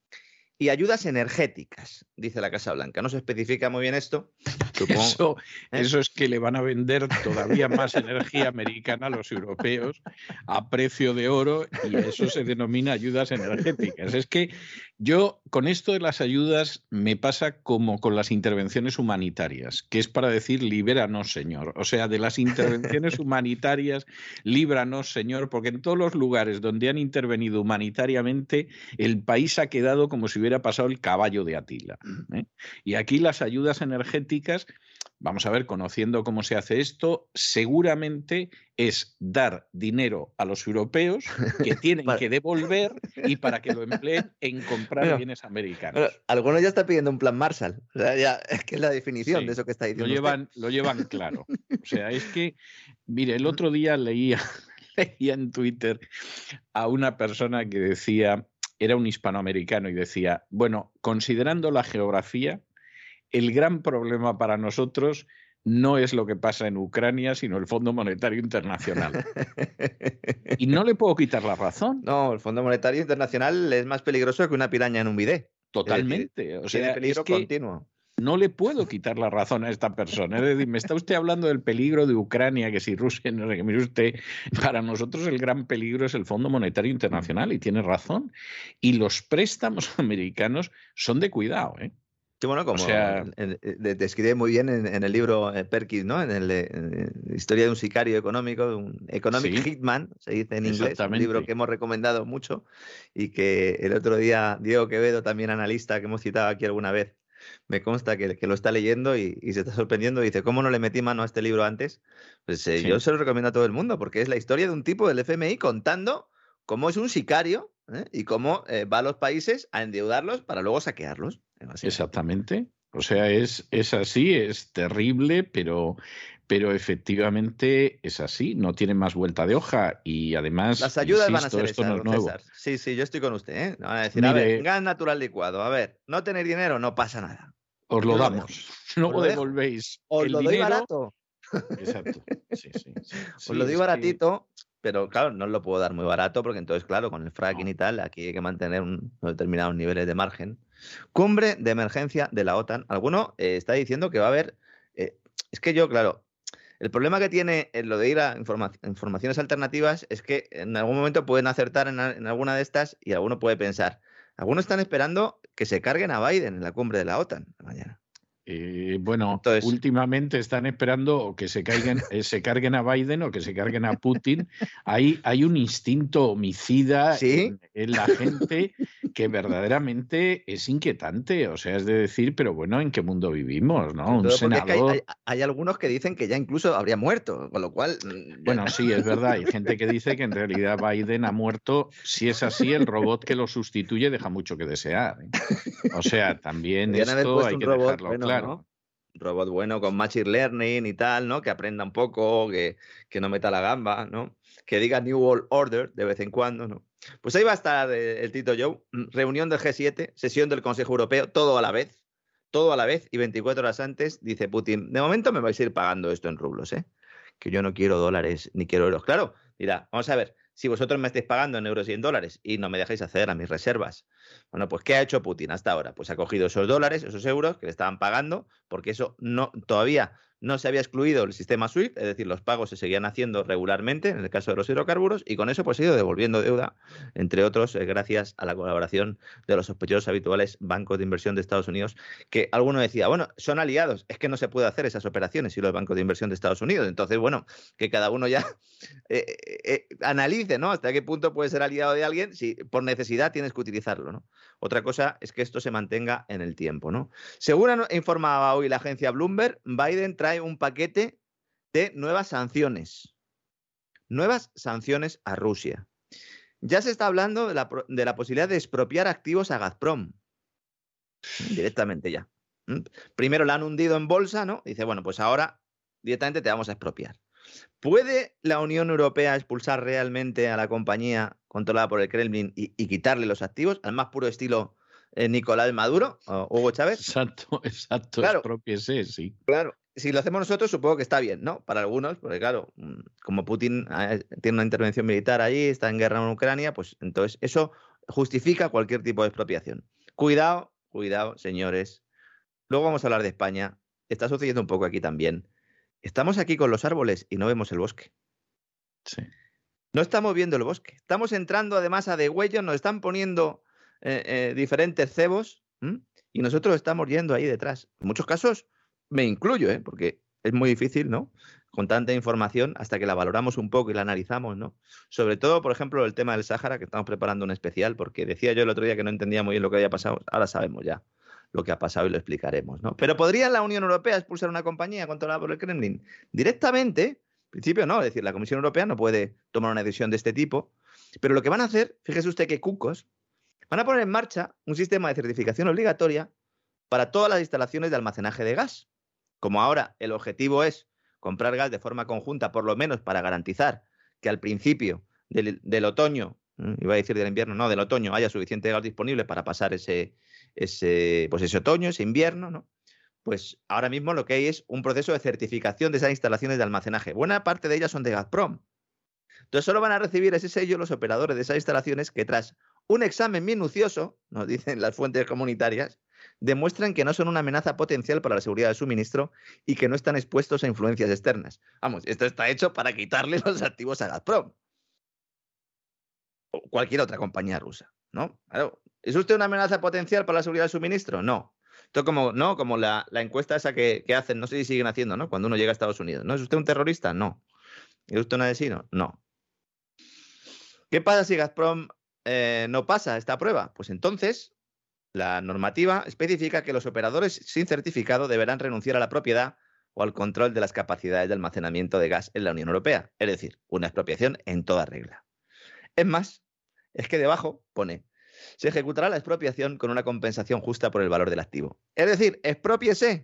Y ayudas energéticas, dice la Casa Blanca. No se especifica muy bien esto. Supongo. Eso es que le van a vender todavía más energía americana a los europeos a precio de oro y eso se denomina ayudas energéticas. Es que yo con esto de las ayudas me pasa como con las intervenciones humanitarias, que es para decir libéranos, Señor. O sea, de las intervenciones humanitarias, líbranos, Señor, porque en todos los lugares donde han intervenido humanitariamente, el país ha quedado como si hubiera pasado el caballo de Atila. Y aquí las ayudas energéticas, vamos a ver, conociendo cómo se hace esto, seguramente es dar dinero a los europeos que tienen que devolver y para que lo empleen en comprar bienes americanos. Algunos ya están pidiendo un plan Marshall. O sea, ya, es que es la definición de eso que está diciendo. Lo llevan claro. O sea, es que, mire, el otro día leía en Twitter a una persona que decía, era un hispanoamericano y decía, bueno, considerando la geografía, el gran problema para nosotros no es lo que pasa en Ucrania, sino el Fondo Monetario Internacional. Y no le puedo quitar la razón. No, el Fondo Monetario Internacional es más peligroso que una piraña en un bidé. Totalmente. O sea, tiene peligro continuo. No le puedo quitar la razón a esta persona. Es decir, me está usted hablando del peligro de Ucrania, que si Rusia, no sé qué, mire usted, para nosotros el gran peligro es el Fondo Monetario Internacional, y tiene razón. Y los préstamos americanos son de cuidado, ¿eh? Sí, bueno, como describe muy bien en el libro Perkins, ¿no? En Historia de un sicario económico, de un economic hitman, se dice en inglés, un libro que hemos recomendado mucho y que el otro día Diego Quevedo, también analista que hemos citado aquí alguna vez, me consta que lo está leyendo y se está sorprendiendo y dice, ¿cómo no le metí mano a este libro antes? Pues yo se lo recomiendo a todo el mundo porque es la historia de un tipo del FMI contando cómo es un sicario y cómo va a los países a endeudarlos para luego saquearlos. Exactamente. O sea, es así, es terrible, pero efectivamente es así, no tiene más vuelta de hoja y además... Las ayudas van a ser esto esas, no es nuevo. César. Sí, yo estoy con usted, ¿eh? Van a decir, mire, a ver, gas natural licuado, a ver, no tener dinero, no pasa nada. Os lo damos, no lo devolvéis. Os lo doy barato. Exacto, sí. Os lo doy baratito, pero claro, no os lo puedo dar muy barato porque entonces, claro, con el fracking y tal, aquí hay que mantener unos determinados niveles de margen. Cumbre de emergencia de la OTAN. Alguno está diciendo que va a haber... es que yo, claro, El problema que tiene lo de ir a informaciones alternativas es que en algún momento pueden acertar en alguna de estas y alguno puede pensar, algunos están esperando que se carguen a Biden en la cumbre de la OTAN mañana. Bueno, entonces, últimamente están esperando que se carguen a Biden o que se carguen a Putin. Hay un instinto homicida en la gente que verdaderamente es inquietante. O sea, es de decir, pero bueno, ¿en qué mundo vivimos? ¿No? Un senador... Es que hay algunos que dicen que ya incluso habría muerto, con lo cual... Bueno, sí, es verdad. Hay gente que dice que en realidad Biden ha muerto. Si es así, el robot que lo sustituye deja mucho que desear. O sea, también esto hay que dejarlo claro. ¿no? Un robot bueno con machine learning y tal, ¿no? Que aprenda un poco, que no meta la gamba, ¿no? Que diga New World Order de vez en cuando, ¿no? Pues ahí va a estar el Tito Joe, reunión del G7, sesión del Consejo Europeo, todo a la vez, y 24 horas antes dice Putin, de momento me vais a ir pagando esto en rublos, que yo no quiero dólares ni quiero euros. Claro, dirá, vamos a ver, si vosotros me estáis pagando en euros y en dólares y no me dejáis acceder a mis reservas, bueno, pues ¿qué ha hecho Putin hasta ahora? Pues ha cogido esos dólares, esos euros que le estaban pagando, porque eso todavía no se había excluido el sistema SWIFT, es decir, los pagos se seguían haciendo regularmente en el caso de los hidrocarburos, y con eso pues ha ido devolviendo deuda, entre otros, gracias a la colaboración de los sospechosos habituales bancos de inversión de Estados Unidos, que alguno decía, bueno, son aliados, es que no se puede hacer esas operaciones si los bancos de inversión de Estados Unidos, entonces, bueno, que cada uno ya analice, ¿no? Hasta qué punto puede ser aliado de alguien si por necesidad tienes que utilizarlo, ¿no? Otra cosa es que esto se mantenga en el tiempo, ¿no? Según informaba hoy la agencia Bloomberg, Biden trae un paquete de nuevas sanciones a Rusia. Ya se está hablando de la posibilidad de expropiar activos a Gazprom. Directamente ya. Primero la han hundido en bolsa, ¿no? Dice, bueno, pues ahora directamente te vamos a expropiar. ¿Puede la Unión Europea expulsar realmente a la compañía controlada por el Kremlin y quitarle los activos al más puro estilo Nicolás Maduro o Hugo Chávez? Exacto. Claro, Expropiese, sí. Claro. Si lo hacemos nosotros, supongo que está bien, ¿no? Para algunos, porque claro, como Putin tiene una intervención militar allí, está en guerra en Ucrania, pues entonces eso justifica cualquier tipo de expropiación. Cuidado, señores. Luego vamos a hablar de España. Está sucediendo un poco aquí también. Estamos aquí con los árboles y no vemos el bosque. Sí. No estamos viendo el bosque. Estamos entrando además a degüellos, nos están poniendo diferentes cebos y nosotros estamos yendo ahí detrás. En muchos casos me incluyo, porque es muy difícil, ¿no? Con tanta información, hasta que la valoramos un poco y la analizamos, ¿no? Sobre todo, por ejemplo, el tema del Sáhara, que estamos preparando un especial, porque decía yo el otro día que no entendía muy bien lo que había pasado. Ahora sabemos ya lo que ha pasado y lo explicaremos, ¿no? Pero ¿podría la Unión Europea expulsar una compañía controlada por el Kremlin? Directamente, en principio no, es decir, la Comisión Europea no puede tomar una decisión de este tipo, pero lo que van a hacer, fíjese usted qué cucos, van a poner en marcha un sistema de certificación obligatoria para todas las instalaciones de almacenaje de gas. Como ahora el objetivo es comprar gas de forma conjunta, por lo menos para garantizar que al principio del otoño, iba a decir del invierno, no, del otoño, haya suficiente gas disponible para pasar ese otoño, ese invierno, ¿no? Pues ahora mismo lo que hay es un proceso de certificación de esas instalaciones de almacenaje. Buena parte de ellas son de Gazprom. Entonces solo van a recibir ese sello los operadores de esas instalaciones que tras un examen minucioso, nos dicen las fuentes comunitarias, demuestran que no son una amenaza potencial para la seguridad del suministro y que no están expuestos a influencias externas. Vamos, esto está hecho para quitarle los activos a Gazprom o cualquier otra compañía rusa, ¿no? Claro. ¿Es usted una amenaza potencial para la seguridad del suministro? No. Esto como la encuesta esa que hacen, no sé si siguen haciendo, ¿no? Cuando uno llega a Estados Unidos. ¿No es usted un terrorista? No. ¿Es usted un asesino? No. ¿Qué pasa si Gazprom no pasa esta prueba? Pues entonces la normativa especifica que los operadores sin certificado deberán renunciar a la propiedad o al control de las capacidades de almacenamiento de gas en la Unión Europea. Es decir, una expropiación en toda regla. Es más, es que debajo pone: se ejecutará la expropiación con una compensación justa por el valor del activo. Es decir, exprópiese.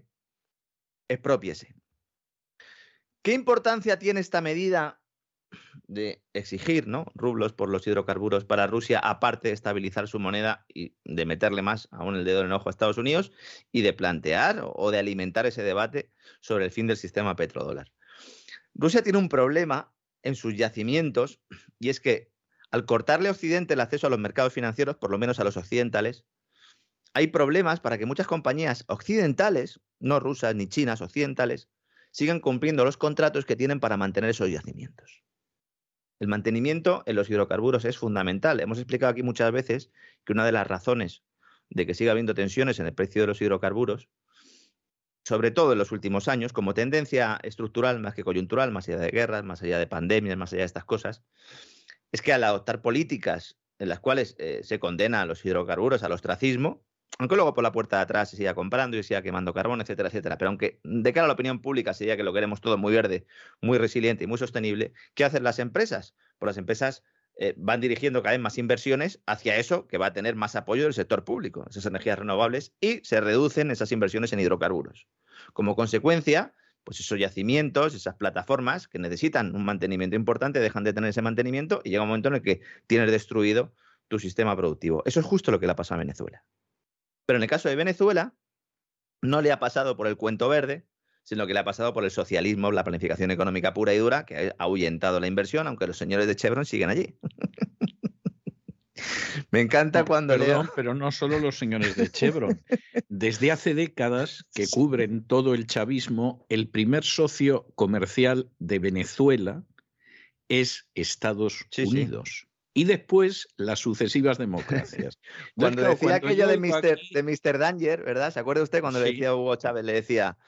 ¿Qué importancia tiene esta medida de exigir, ¿no?, rublos por los hidrocarburos para Rusia, aparte de estabilizar su moneda y de meterle más aún el dedo en el ojo a Estados Unidos y de plantear o de alimentar ese debate sobre el fin del sistema petrodólar? Rusia tiene un problema en sus yacimientos, y es que al cortarle a Occidente el acceso a los mercados financieros, por lo menos a los occidentales, hay problemas para que muchas compañías occidentales, no rusas ni chinas, occidentales, sigan cumpliendo los contratos que tienen para mantener esos yacimientos. El mantenimiento en los hidrocarburos es fundamental. Hemos explicado aquí muchas veces que una de las razones de que siga habiendo tensiones en el precio de los hidrocarburos, sobre todo en los últimos años, como tendencia estructural más que coyuntural, más allá de guerras, más allá de pandemias, más allá de estas cosas, es que al adoptar políticas en las cuales se condena a los hidrocarburos al ostracismo, aunque luego por la puerta de atrás se siga comprando y se siga quemando carbón, etcétera, etcétera, pero aunque de cara a la opinión pública se diga que lo queremos todo muy verde, muy resiliente y muy sostenible, ¿qué hacen las empresas? Pues las empresas van dirigiendo cada vez más inversiones hacia eso que va a tener más apoyo del sector público, esas energías renovables, y se reducen esas inversiones en hidrocarburos. Como consecuencia, pues esos yacimientos, esas plataformas que necesitan un mantenimiento importante, dejan de tener ese mantenimiento y llega un momento en el que tienes destruido tu sistema productivo. Eso es justo lo que le ha pasado a Venezuela. Pero en el caso de Venezuela, no le ha pasado por el cuento verde, sino que le ha pasado por el socialismo, la planificación económica pura y dura, que ha ahuyentado la inversión, aunque los señores de Chevron siguen allí. Me encanta cuando leo... Pero no solo los señores de Chevron. Desde hace décadas que cubren todo el chavismo, el primer socio comercial de Venezuela es Estados Unidos. Sí. Y después las sucesivas democracias. Cuando decía aquello de Mr. Danger, ¿verdad? ¿Se acuerda usted cuando le decía a Hugo Chávez? Le decía,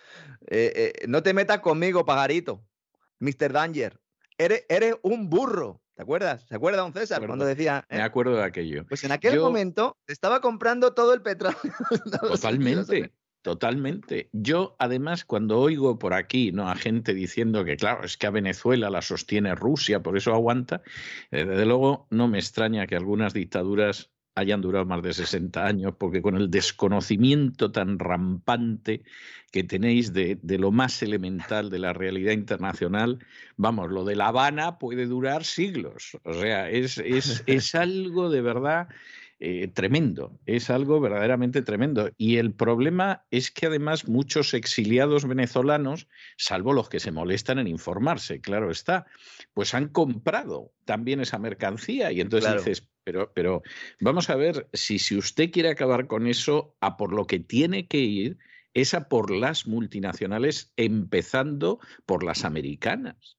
no te metas conmigo, pajarito, Mr. Danger, eres un burro. ¿Te acuerdas? ¿Se acuerda, don César? Cuando decía... Me acuerdo de aquello. Pues en aquel momento estaba comprando todo el petróleo. Totalmente. Totalmente. Yo, además, cuando oigo por aquí, ¿no?, a gente diciendo que, claro, es que a Venezuela la sostiene Rusia, por eso aguanta, desde luego no me extraña que algunas dictaduras hayan durado más de 60 años, porque con el desconocimiento tan rampante que tenéis de lo más elemental de la realidad internacional, vamos, lo de La Habana puede durar siglos. O sea, es algo de verdad... tremendo, es algo verdaderamente tremendo. Y el problema es que además muchos exiliados venezolanos, salvo los que se molestan en informarse, claro está, pues han comprado también esa mercancía y entonces dices, pero vamos a ver, si usted quiere acabar con eso, a por lo que tiene que ir es a por las multinacionales, empezando por las americanas,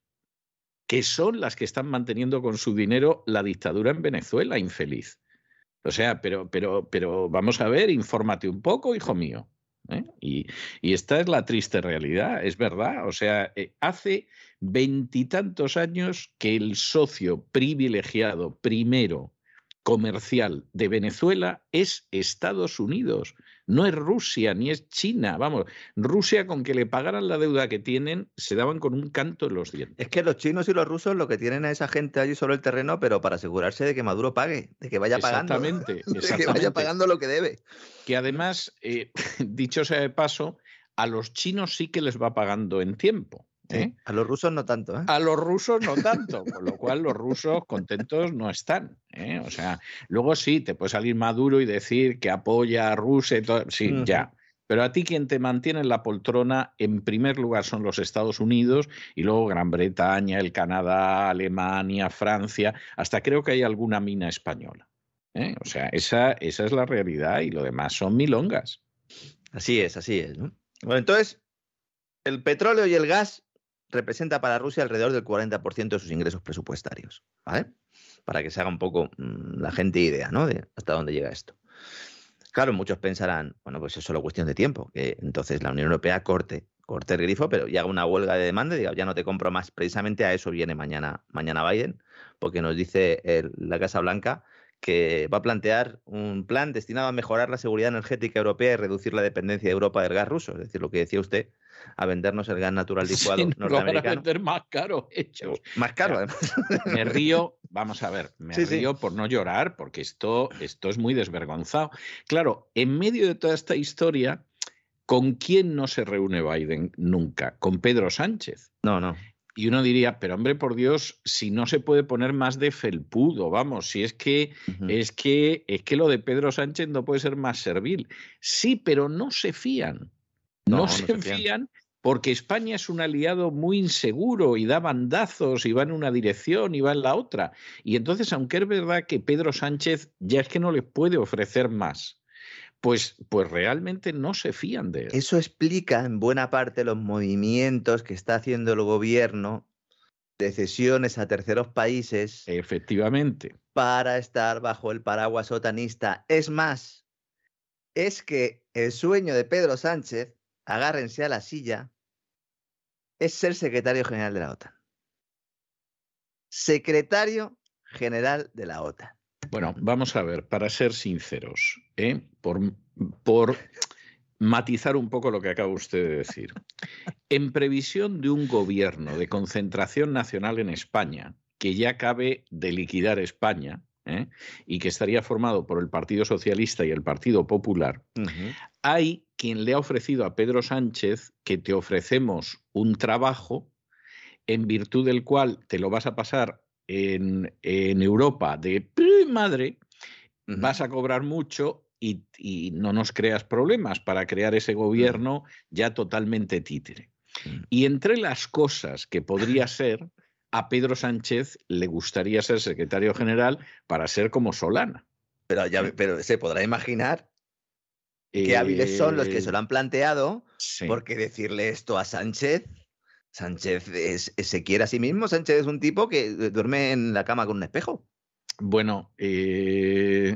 que son las que están manteniendo con su dinero la dictadura en Venezuela, infeliz. O sea, pero vamos a ver, infórmate un poco, hijo mío. Y esta es la triste realidad, es verdad. O sea, hace 20 y tantos años que el socio privilegiado primero comercial de Venezuela es Estados Unidos. No es Rusia ni es China. Vamos, Rusia, con que le pagaran la deuda que tienen, se daban con un canto en los dientes. Es que los chinos y los rusos lo que tienen a esa gente allí sobre el terreno, pero para asegurarse de que Maduro pague, de que vaya pagando. Exactamente. De que vaya pagando lo que debe. Que además, dicho sea de paso, a los chinos sí que les va pagando en tiempo. A los rusos no tanto. A los rusos no tanto, con lo cual los rusos contentos no están. O sea, luego sí, te puede salir Maduro y decir que apoya a Rusia y todo. Sí, ya. Pero a ti quien te mantiene en la poltrona, en primer lugar son los Estados Unidos y luego Gran Bretaña, el Canadá, Alemania, Francia, hasta creo que hay alguna mina española. O sea, esa es la realidad y lo demás son milongas. Así es, ¿no? Bueno, entonces, el petróleo y el gas representa para Rusia alrededor del 40% de sus ingresos presupuestarios, ¿vale? Para que se haga un poco la gente idea, ¿no?, de hasta dónde llega esto. Claro, muchos pensarán, bueno, pues es solo cuestión de tiempo, que entonces la Unión Europea corte el grifo, pero y haga una huelga de demanda y diga, ya no te compro más. Precisamente a eso viene mañana Biden, porque nos dice la Casa Blanca que va a plantear un plan destinado a mejorar la seguridad energética europea y reducir la dependencia de Europa del gas ruso. Es decir, lo que decía usted, a vendernos el gas natural licuado norteamericano. Lo van a vender más caro, hechos. Más caro, además. Me río, vamos a ver, río por no llorar, porque esto es muy desvergonzado. Claro, en medio de toda esta historia, ¿con quién no se reúne Biden nunca? Con Pedro Sánchez. No. Y uno diría, pero hombre, por Dios, si no se puede poner más de felpudo, vamos, si es que lo de Pedro Sánchez no puede ser más servil. Sí, pero no se fían. No se fían porque España es un aliado muy inseguro y da bandazos y va en una dirección y va en la otra. Y entonces, aunque es verdad que Pedro Sánchez ya es que no les puede ofrecer más, pues realmente no se fían de él. Eso explica en buena parte los movimientos que está haciendo el gobierno de cesiones a terceros países. Efectivamente. Para estar bajo el paraguas otanista. Es más, es que el sueño de Pedro Sánchez, agárrense a la silla, es ser secretario general de la OTAN. Secretario general de la OTAN. Bueno, vamos a ver, para ser sinceros, por matizar un poco lo que acaba usted de decir. En previsión de un gobierno de concentración nacional en España, que ya acabe de liquidar España, y que estaría formado por el Partido Socialista y el Partido Popular, hay quien le ha ofrecido a Pedro Sánchez que te ofrecemos un trabajo en virtud del cual te lo vas a pasar en Europa de madre, vas a cobrar mucho y no nos creas problemas para crear ese gobierno ya totalmente títere. Y entre las cosas que podría ser, a Pedro Sánchez le gustaría ser secretario general para ser como Solana. Pero se podrá imaginar qué hábiles son los que se lo han planteado, sí. Porque decirle esto a Sánchez se quiere a sí mismo. Sánchez es un tipo que duerme en la cama con un espejo. Bueno, que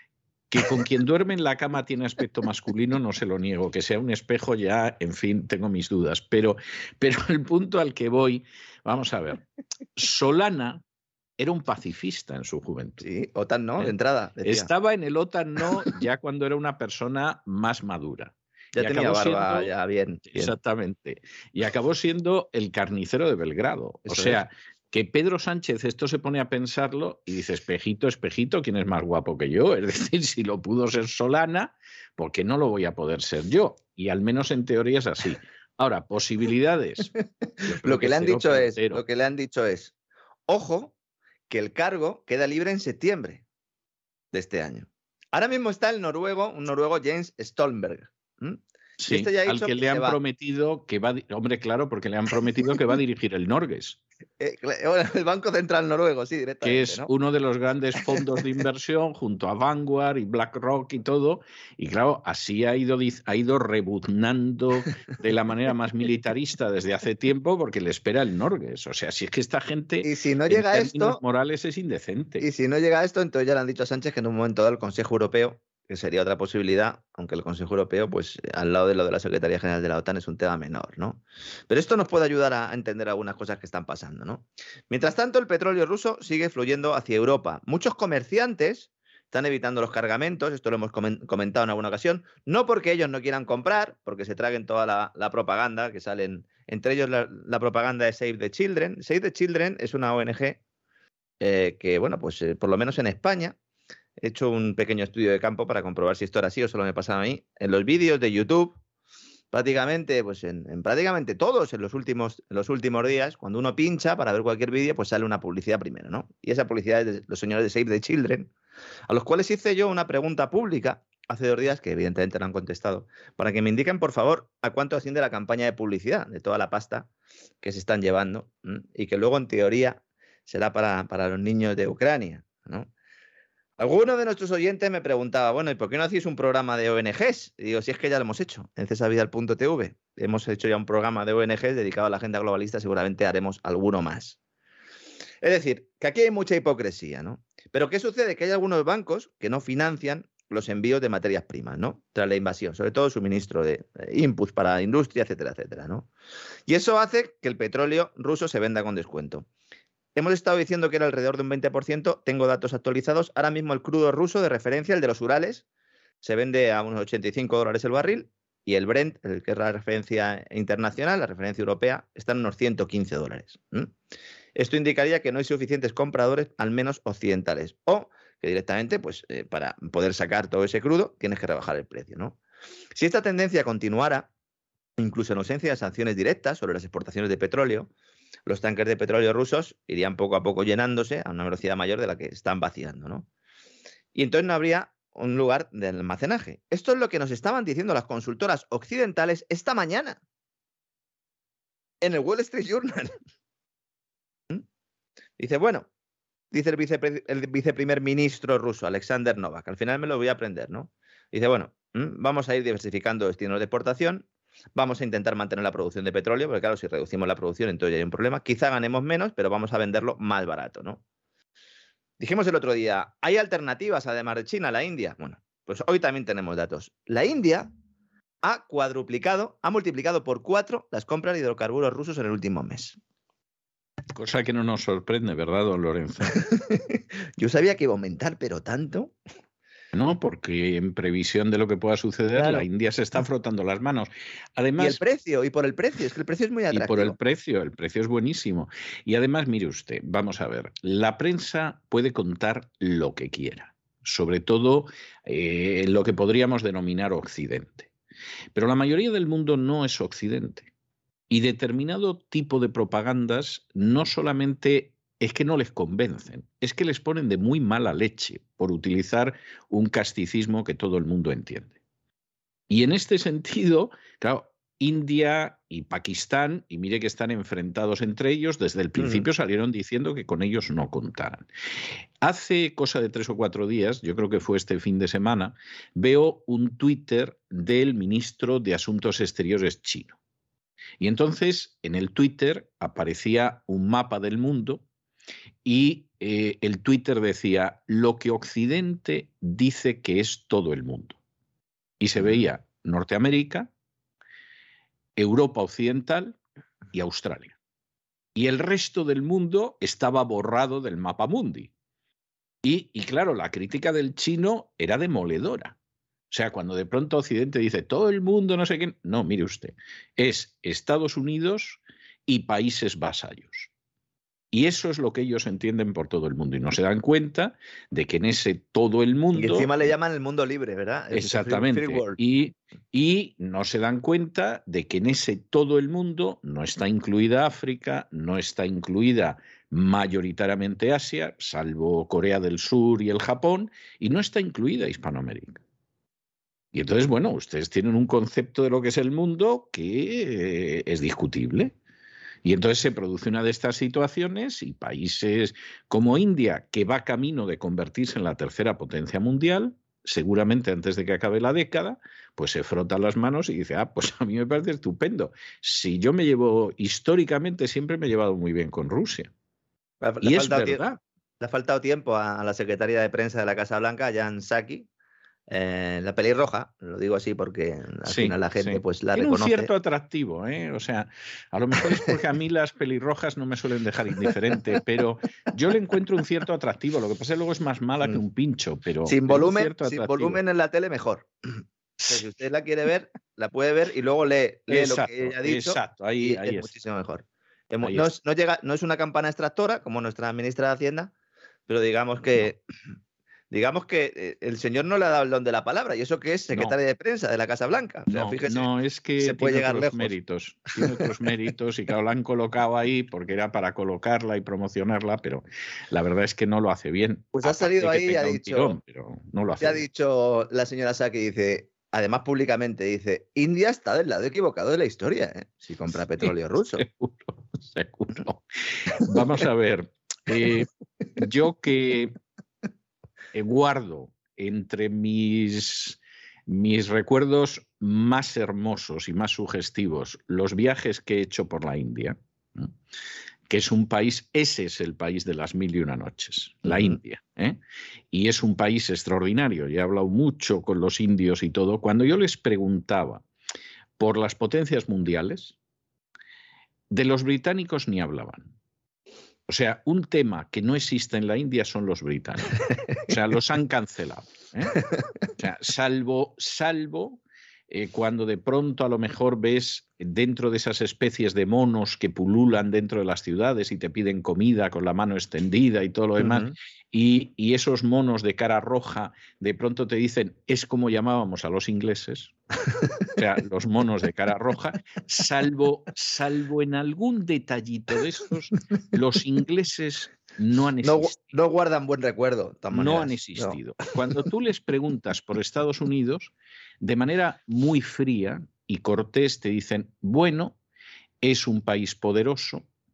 con quien duerme en la cama tiene aspecto masculino, no se lo niego. Que sea un espejo ya, en fin, tengo mis dudas. Pero el punto al que voy, vamos a ver. Solana era un pacifista en su juventud. Sí, OTAN no, de entrada. Decía. Estaba en el OTAN no ya cuando era una persona más madura. Ya tenía barba, ya bien. Exactamente. Y acabó siendo el carnicero de Belgrado. Eso o sea, que Pedro Sánchez esto se pone a pensarlo y dice, espejito, espejito, ¿quién es más guapo que yo? Es decir, si lo pudo ser Solana, ¿por qué no lo voy a poder ser yo? Y al menos en teoría es así. Ahora, posibilidades. Lo que le han dicho es, ojo, que el cargo queda libre en septiembre de este año. Ahora mismo está un noruego Jens Stoltenberg. Sí, ya al que le han prometido que va... Hombre, claro, porque le han prometido que va a dirigir el Norges. El Banco Central Noruego, sí, directamente. Que es uno de los grandes fondos de inversión junto a Vanguard y BlackRock y todo. Y claro, así ha ido rebuznando de la manera más militarista desde hace tiempo porque le espera el Norges. O sea, si es que esta gente y si no llega en términos morales es indecente. Y si no llega a esto, entonces ya le han dicho a Sánchez que en un momento dado el Consejo Europeo, que sería otra posibilidad, aunque el Consejo Europeo, pues al lado de lo de la Secretaría General de la OTAN es un tema menor, ¿no? Pero esto nos puede ayudar a entender algunas cosas que están pasando, ¿no? Mientras tanto, el petróleo ruso sigue fluyendo hacia Europa. Muchos comerciantes están evitando los cargamentos, esto lo hemos comentado en alguna ocasión, no porque ellos no quieran comprar, porque se traguen toda la propaganda que salen, entre ellos la propaganda de Save the Children. Save the Children es una ONG que, bueno, pues por lo menos en España, he hecho un pequeño estudio de campo para comprobar si esto era así o solo me pasaba a mí. En los vídeos de YouTube, prácticamente, pues en prácticamente todos en los últimos días, cuando uno pincha para ver cualquier vídeo, pues sale una publicidad primero, ¿no? Y esa publicidad es de los señores de Save the Children, a los cuales hice yo una pregunta pública hace 2 días, que evidentemente no han contestado, para que me indiquen, por favor, a cuánto asciende la campaña de publicidad de toda la pasta que se están llevando y que luego, en teoría, será para los niños de Ucrania, ¿no? Alguno de nuestros oyentes me preguntaba, bueno, ¿y por qué no hacéis un programa de ONGs? Y digo, si es que ya lo hemos hecho, en cesarvidal.tv. Hemos hecho ya un programa de ONGs dedicado a la agenda globalista, seguramente haremos alguno más. Es decir, que aquí hay mucha hipocresía, ¿no? Pero ¿qué sucede? Que hay algunos bancos que no financian los envíos de materias primas, ¿no? Tras la invasión, sobre todo suministro de inputs para la industria, etcétera, etcétera, ¿no? Y eso hace que el petróleo ruso se venda con descuento. Hemos estado diciendo que era alrededor de un 20%, tengo datos actualizados. Ahora mismo el crudo ruso de referencia, el de los Urales, se vende a unos $85 el barril y el Brent, el que es la referencia internacional, la referencia europea, está en unos $115. Esto indicaría que no hay suficientes compradores, al menos occidentales, o que directamente, pues, para poder sacar todo ese crudo, tienes que rebajar el precio, ¿no? Si esta tendencia continuara, incluso en ausencia de sanciones directas sobre las exportaciones de petróleo, los tanques de petróleo rusos irían poco a poco llenándose a una velocidad mayor de la que están vaciando, ¿no? Y entonces no habría un lugar de almacenaje. Esto es lo que nos estaban diciendo las consultoras occidentales esta mañana en el Wall Street Journal. Dice, bueno, dice el viceprimer ministro ruso, Alexander Novak, al final me lo voy a aprender, ¿no? Dice, bueno, vamos a ir diversificando destinos de exportación, vamos a intentar mantener la producción de petróleo, porque claro, si reducimos la producción, entonces ya hay un problema. Quizá ganemos menos, pero vamos a venderlo más barato, ¿no? Dijimos el otro día, ¿hay alternativas además de China, la India? Bueno, pues hoy también tenemos datos. La India ha multiplicado por 4 las compras de hidrocarburos rusos en el último mes. Cosa que no nos sorprende, ¿verdad, don Lorenzo? Yo sabía que iba a aumentar, pero tanto. No, porque en previsión de lo que pueda suceder, claro, la India se está frotando las manos. Además, y por el precio, es que el precio es muy atractivo. Y por el precio es buenísimo. Y además, mire usted, vamos a ver, la prensa puede contar lo que quiera, sobre todo lo que podríamos denominar Occidente. Pero la mayoría del mundo no es Occidente. Y determinado tipo de propagandas no solamente es que no les convencen, es que les ponen de muy mala leche por utilizar un casticismo que todo el mundo entiende. Y en este sentido, claro, India y Pakistán, y mire que están enfrentados entre ellos, desde el principio salieron diciendo que con ellos no contaran. Hace cosa de 3 o 4 días, yo creo que fue este fin de semana, veo un Twitter del ministro de Asuntos Exteriores chino. Y entonces en el Twitter aparecía un mapa del mundo y el Twitter decía lo que Occidente dice que es todo el mundo. Y se veía Norteamérica, Europa Occidental y Australia. Y el resto del mundo estaba borrado del mapa mundi. Y claro, la crítica del chino era demoledora. O sea, cuando de pronto Occidente dice todo el mundo no sé qué, no, mire usted, es Estados Unidos y países vasallos. Y eso es lo que ellos entienden por todo el mundo. Y no se dan cuenta de que en ese todo el mundo... Y encima le llaman el mundo libre, ¿verdad? Exactamente. Free world. Y no se dan cuenta de que en ese todo el mundo no está incluida África, no está incluida mayoritariamente Asia, salvo Corea del Sur y el Japón, y no está incluida Hispanoamérica. Y entonces, bueno, ustedes tienen un concepto de lo que es el mundo que es discutible. Y entonces se produce una de estas situaciones y países como India, que va camino de convertirse en la tercera potencia mundial, seguramente antes de que acabe la década, pues se frota las manos y dice, pues a mí me parece estupendo. Si yo históricamente siempre me he llevado muy bien con Rusia. Y es verdad. Le ha faltado tiempo a la secretaria de prensa de la Casa Blanca, Jan Psaki, la pelirroja, lo digo así porque al final la gente pues la tiene reconoce. Un cierto atractivo, o sea, a lo mejor es porque a mí las pelirrojas no me suelen dejar indiferente, pero yo le encuentro un cierto atractivo. Lo que pasa es que luego es más mala que un pincho, pero sin volumen en la tele mejor. Si usted la quiere ver, la puede ver y luego lee lo que ella ha dicho. Exacto, ahí es muchísimo mejor. No es una campana extractora como nuestra ministra de Hacienda, pero digamos que el señor no le ha dado el don de la palabra, y eso que es secretaria de prensa de la Casa Blanca. O sea, fíjese, es que se puede llegar lejos. Tiene otros méritos, y claro, la han colocado ahí porque era para colocarla y promocionarla, pero la verdad es que no lo hace bien. Pues ha salido ahí y ha dicho, tirón, pero no lo hace bien. Ha dicho la señora Psaki, dice, además públicamente, dice, India está del lado equivocado de la historia, si compra petróleo ruso. Seguro. Vamos a ver, yo que guardo entre mis recuerdos más hermosos y más sugestivos los viajes que he hecho por la India, que es un país, ese es el país de las 1001 noches, la India, y es un país extraordinario. Y he hablado mucho con los indios y todo. Cuando yo les preguntaba por las potencias mundiales, de los británicos ni hablaban. O sea, un tema que no existe en la India son los británicos. O sea, los han cancelado. O sea, salvo cuando de pronto a lo mejor ves dentro de esas especies de monos que pululan dentro de las ciudades y te piden comida con la mano extendida y todo lo demás, y esos monos de cara roja de pronto te dicen, es como llamábamos a los ingleses, o sea, los monos de cara roja, salvo en algún detallito de estos, los ingleses no han existido. No guardan buen recuerdo. No han existido. No. Cuando tú les preguntas por Estados Unidos, de manera muy fría y cortés te dicen, bueno, es un país poderoso,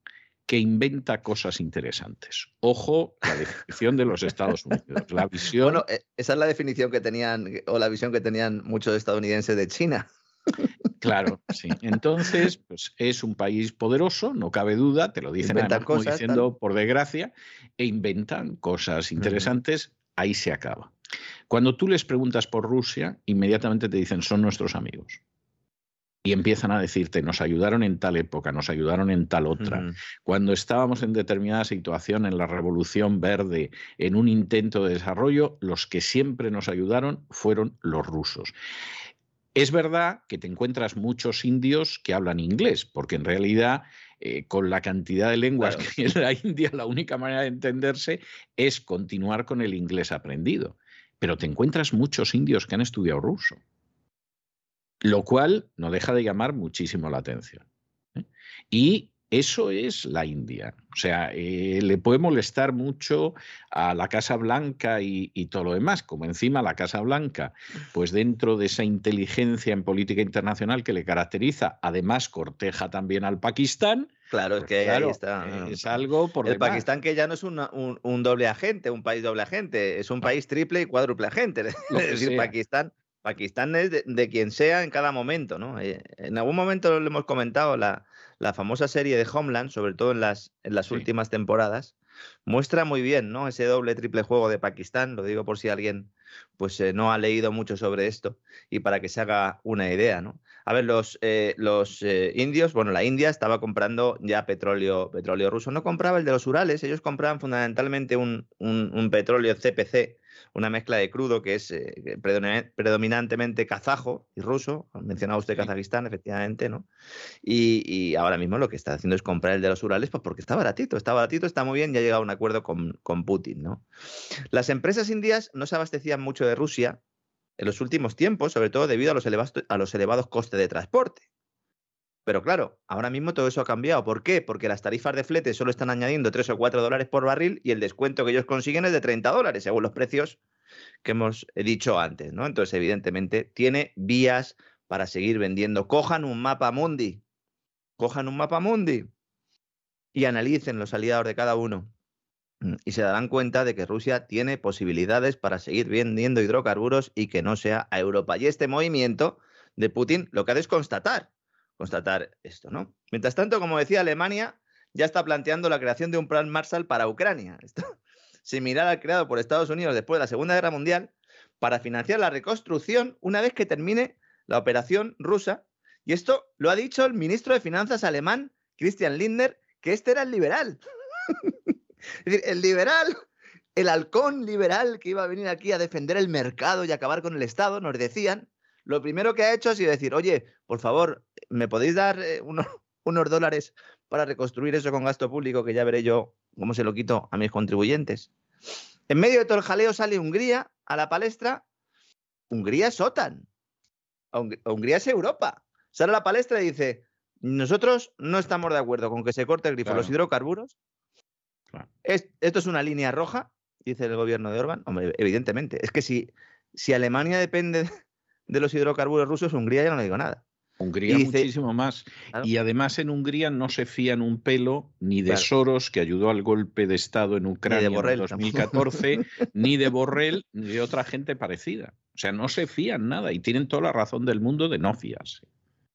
que inventa cosas interesantes. Ojo, la definición de los Estados Unidos. La visión... Bueno, esa es la definición que tenían, o la visión que tenían muchos estadounidenses de China. Claro, sí. Entonces, pues es un país poderoso, no cabe duda, te lo dicen además, como diciendo, por desgracia, e inventan cosas interesantes, ahí se acaba. Cuando tú les preguntas por Rusia, inmediatamente te dicen, son nuestros amigos. Y empiezan a decirte, nos ayudaron en tal época, nos ayudaron en tal otra. Cuando estábamos en determinada situación, en la Revolución Verde, en un intento de desarrollo, los que siempre nos ayudaron fueron los rusos. Es verdad que te encuentras muchos indios que hablan inglés, porque en realidad con la cantidad de lenguas que hay en la India, la única manera de entenderse es continuar con el inglés aprendido. Pero te encuentras muchos indios que han estudiado ruso. Lo cual no deja de llamar muchísimo la atención. Y eso es la India. O sea, le puede molestar mucho a la Casa Blanca y todo lo demás, como encima la Casa Blanca, pues dentro de esa inteligencia en política internacional que le caracteriza, además corteja también al Pakistán. Claro, es que ahí está. Es algo por el demás. Pakistán, que ya no es un doble agente, un país doble agente, es un país triple y cuádruple agente. Es decir, Pakistán es de quien sea en cada momento, ¿no? En algún momento lo hemos comentado, la famosa serie de Homeland, sobre todo en las últimas temporadas, muestra muy bien, ¿no? Ese doble triple juego de Pakistán, lo digo por si alguien pues no ha leído mucho sobre esto y para que se haga una idea, ¿no? A ver, los indios, bueno, la India estaba comprando ya petróleo ruso, no compraba el de los Urales, ellos compraban fundamentalmente un petróleo CPC, una mezcla de crudo que es predominantemente kazajo y ruso. Ha mencionado usted Kazajistán, efectivamente, ¿no? Y ahora mismo lo que está haciendo es comprar el de los Urales, pues porque está baratito, está muy bien y ha llegado a un acuerdo con Putin, ¿no? Las empresas indias no se abastecían mucho de Rusia en los últimos tiempos, sobre todo debido a los elevados costes de transporte. Pero claro, ahora mismo todo eso ha cambiado. ¿Por qué? Porque las tarifas de flete solo están añadiendo $3 o $4 por barril y el descuento que ellos consiguen es de $30, según los precios que hemos dicho antes, ¿no? Entonces, evidentemente, tiene vías para seguir vendiendo. Cojan un mapa mundi y analicen los aliados de cada uno. Y se darán cuenta de que Rusia tiene posibilidades para seguir vendiendo hidrocarburos y que no sea a Europa. Y este movimiento de Putin lo que hace es constatar esto, ¿no? Mientras tanto, como decía, Alemania ya está planteando la creación de un plan Marshall para Ucrania, similar al creado por Estados Unidos después de la Segunda Guerra Mundial, para financiar la reconstrucción una vez que termine la operación rusa. Y esto lo ha dicho el ministro de Finanzas alemán, Christian Lindner, que este era el liberal. Es decir, el liberal, el halcón liberal que iba a venir aquí a defender el mercado y acabar con el Estado, nos decían, lo primero que ha hecho ha sido decir, oye, por favor, ¿me podéis dar unos dólares para reconstruir eso con gasto público, que ya veré yo cómo se lo quito a mis contribuyentes? En medio de todo el jaleo sale Hungría a la palestra. Hungría es OTAN. Hungría es Europa. Sale a la palestra y dice, nosotros no estamos de acuerdo con que se corte el grifo a los hidrocarburos. Esto es una línea roja, dice el gobierno de Orbán. Hombre, evidentemente. Es que si Alemania depende de los hidrocarburos rusos, Hungría ya no le digo nada. Hungría muchísimo más. Claro. Y además en Hungría no se fían un pelo ni de Soros, que ayudó al golpe de Estado en Ucrania en 2014, ni de Borrell, ni de otra gente parecida. O sea, no se fían nada y tienen toda la razón del mundo de no fiarse.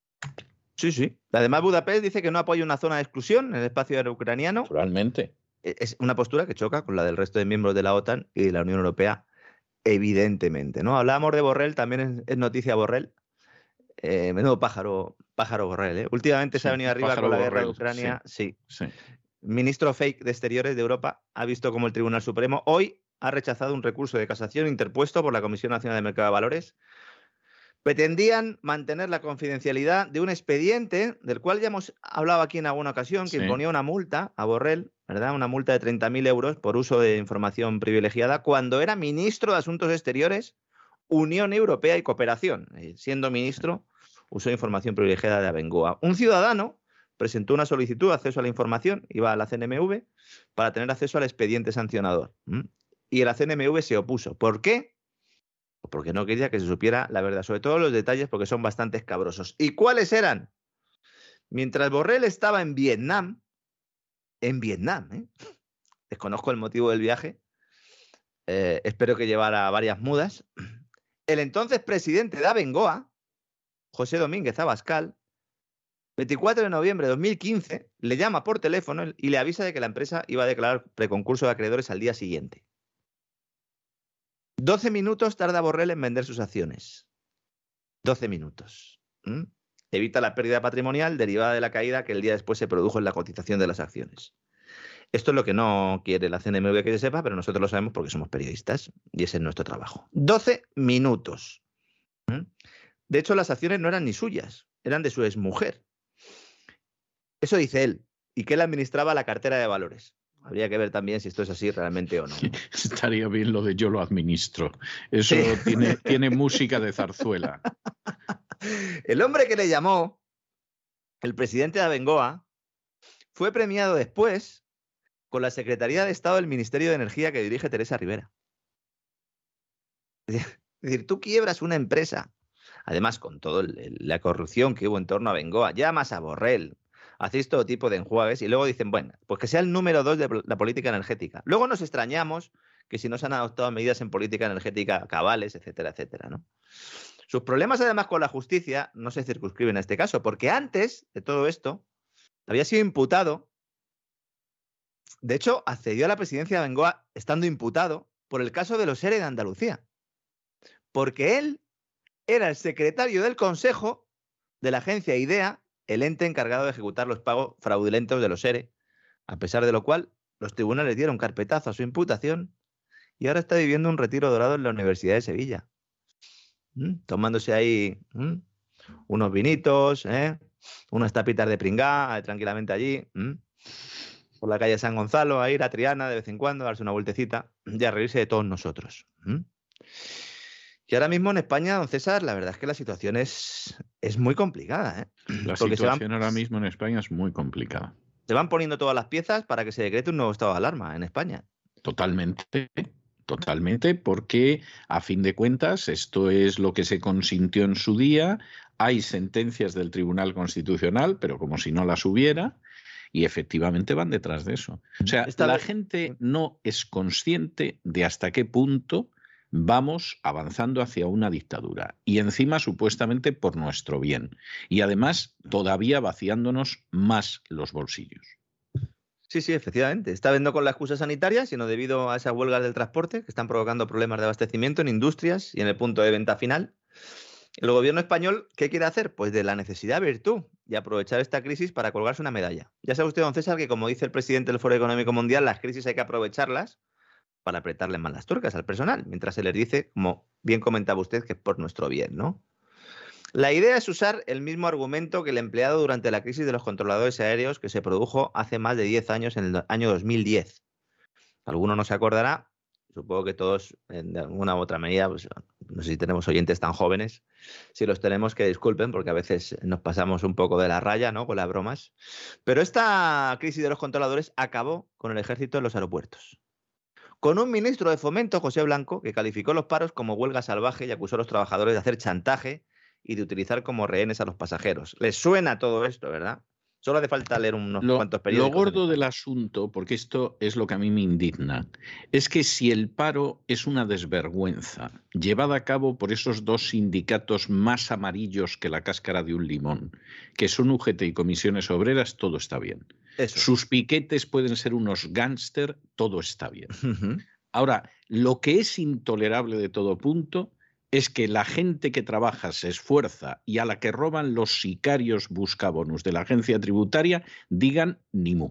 Sí. Además, Budapest dice que no apoya una zona de exclusión en el espacio aéreo ucraniano. Naturalmente. Es una postura que choca con la del resto de miembros de la OTAN y de la Unión Europea, evidentemente, ¿no? Hablábamos de Borrell, también es noticia Borrell. Menudo pájaro Borrell, ¿eh? Últimamente se ha venido arriba con la guerra de Ucrania. Sí. Ministro fake de Exteriores de Europa ha visto cómo el Tribunal Supremo hoy ha rechazado un recurso de casación interpuesto por la Comisión Nacional de Mercado de Valores. Pretendían mantener la confidencialidad de un expediente del cual ya hemos hablado aquí en alguna ocasión, que imponía una multa a Borrell, ¿verdad? Una multa de 30.000 euros por uso de información privilegiada cuando era ministro de Asuntos Exteriores, Unión Europea y Cooperación. Siendo ministro, usó información privilegiada de Abengoa. Un ciudadano presentó una solicitud de acceso a la información, iba a la CNMV, para tener acceso al expediente sancionador. Y la CNMV se opuso. ¿Por qué? Porque no quería que se supiera la verdad, sobre todo los detalles, porque son bastante escabrosos. ¿Y cuáles eran? Mientras Borrell estaba en Vietnam, en Vietnam, ¿eh? Desconozco el motivo del viaje. Espero que llevara varias mudas. El entonces presidente de Abengoa, José Domínguez Abascal, 24 de noviembre de 2015, le llama por teléfono y le avisa de que la empresa iba a declarar preconcurso de acreedores al día siguiente. 12 minutos tarda Borrell en vender sus acciones. 12 minutos. Evita la pérdida patrimonial derivada de la caída que el día después se produjo en la cotización de las acciones. Esto es lo que no quiere la CNMV que se sepa, pero nosotros lo sabemos porque somos periodistas y ese es nuestro trabajo. 12 minutos. De hecho, las acciones no eran ni suyas, eran de su exmujer. Eso dice él, y que él administraba la cartera de valores. Habría que ver también si esto es así realmente o no. Estaría bien lo de yo lo administro. Eso sí. tiene música de zarzuela. El hombre que le llamó, el presidente de Abengoa, fue premiado después con la Secretaría de Estado del Ministerio de Energía que dirige Teresa Rivera. Es decir, tú quiebras una empresa, además con toda la corrupción que hubo en torno a Abengoa, llamas a Borrell, hacéis todo tipo de enjuagues y luego dicen, bueno, pues que sea el número 2 de la política energética. Luego nos extrañamos que si no se han adoptado medidas en política energética cabales, etcétera, etcétera, ¿no? Sus problemas, además, con la justicia no se circunscriben a este caso, porque antes de todo esto había sido imputado. De hecho, accedió a la presidencia de Abengoa estando imputado por el caso de los ERE de Andalucía, porque él era el secretario del Consejo de la agencia IDEA, el ente encargado de ejecutar los pagos fraudulentos de los ERE, a pesar de lo cual los tribunales dieron carpetazo a su imputación y ahora está viviendo un retiro dorado en la Universidad de Sevilla, tomándose ahí unos vinitos, unas tapitas de pringá, tranquilamente allí, por la calle San Gonzalo, a ir a Triana de vez en cuando, a darse una vueltecita y a reírse de todos nosotros. Y ahora mismo en España, don César, la verdad es que la situación es muy complicada, ¿eh? La situación ahora mismo en España es muy complicada. Se van poniendo todas las piezas para que se decrete un nuevo estado de alarma en España. Totalmente, porque a fin de cuentas esto es lo que se consintió en su día. Hay sentencias del Tribunal Constitucional, pero como si no las hubiera. Y efectivamente van detrás de eso. O sea, la gente no es consciente de hasta qué punto vamos avanzando hacia una dictadura. Y encima, supuestamente, por nuestro bien. Y además, todavía vaciándonos más los bolsillos. Sí, efectivamente. Está viendo con la excusa sanitaria, sino debido a esas huelgas del transporte que están provocando problemas de abastecimiento en industrias y en el punto de venta final. El gobierno español, ¿qué quiere hacer? Pues de la necesidad virtud y aprovechar esta crisis para colgarse una medalla. Ya sabe usted, don César, que como dice el presidente del Foro Económico Mundial, las crisis hay que aprovecharlas para apretarle más las tuercas al personal, mientras se les dice, como bien comentaba usted, que es por nuestro bien, ¿no? La idea es usar el mismo argumento que el empleado durante la crisis de los controladores aéreos que se produjo hace más de 10 años, en el año 2010. Alguno no se acordará. Supongo que todos, en alguna u otra medida, pues, no sé si tenemos oyentes tan jóvenes, si los tenemos, que disculpen, porque a veces nos pasamos un poco de la raya, ¿no?, con las bromas. Pero esta crisis de los controladores acabó con el ejército en los aeropuertos. Con un ministro de Fomento, José Blanco, que calificó los paros como huelga salvaje y acusó a los trabajadores de hacer chantaje y de utilizar como rehenes a los pasajeros. Les suena todo esto, ¿verdad? Solo hace falta leer unos cuantos periódicos. Lo gordo del asunto, porque esto es lo que a mí me indigna, es que si el paro es una desvergüenza llevada a cabo por esos dos sindicatos más amarillos que la cáscara de un limón, que son UGT y Comisiones Obreras, todo está bien. Eso. Sus piquetes pueden ser unos gángster, todo está bien. Ahora, lo que es intolerable de todo punto es que la gente que trabaja se esfuerza y a la que roban los sicarios buscabonus de la agencia tributaria digan ni mu.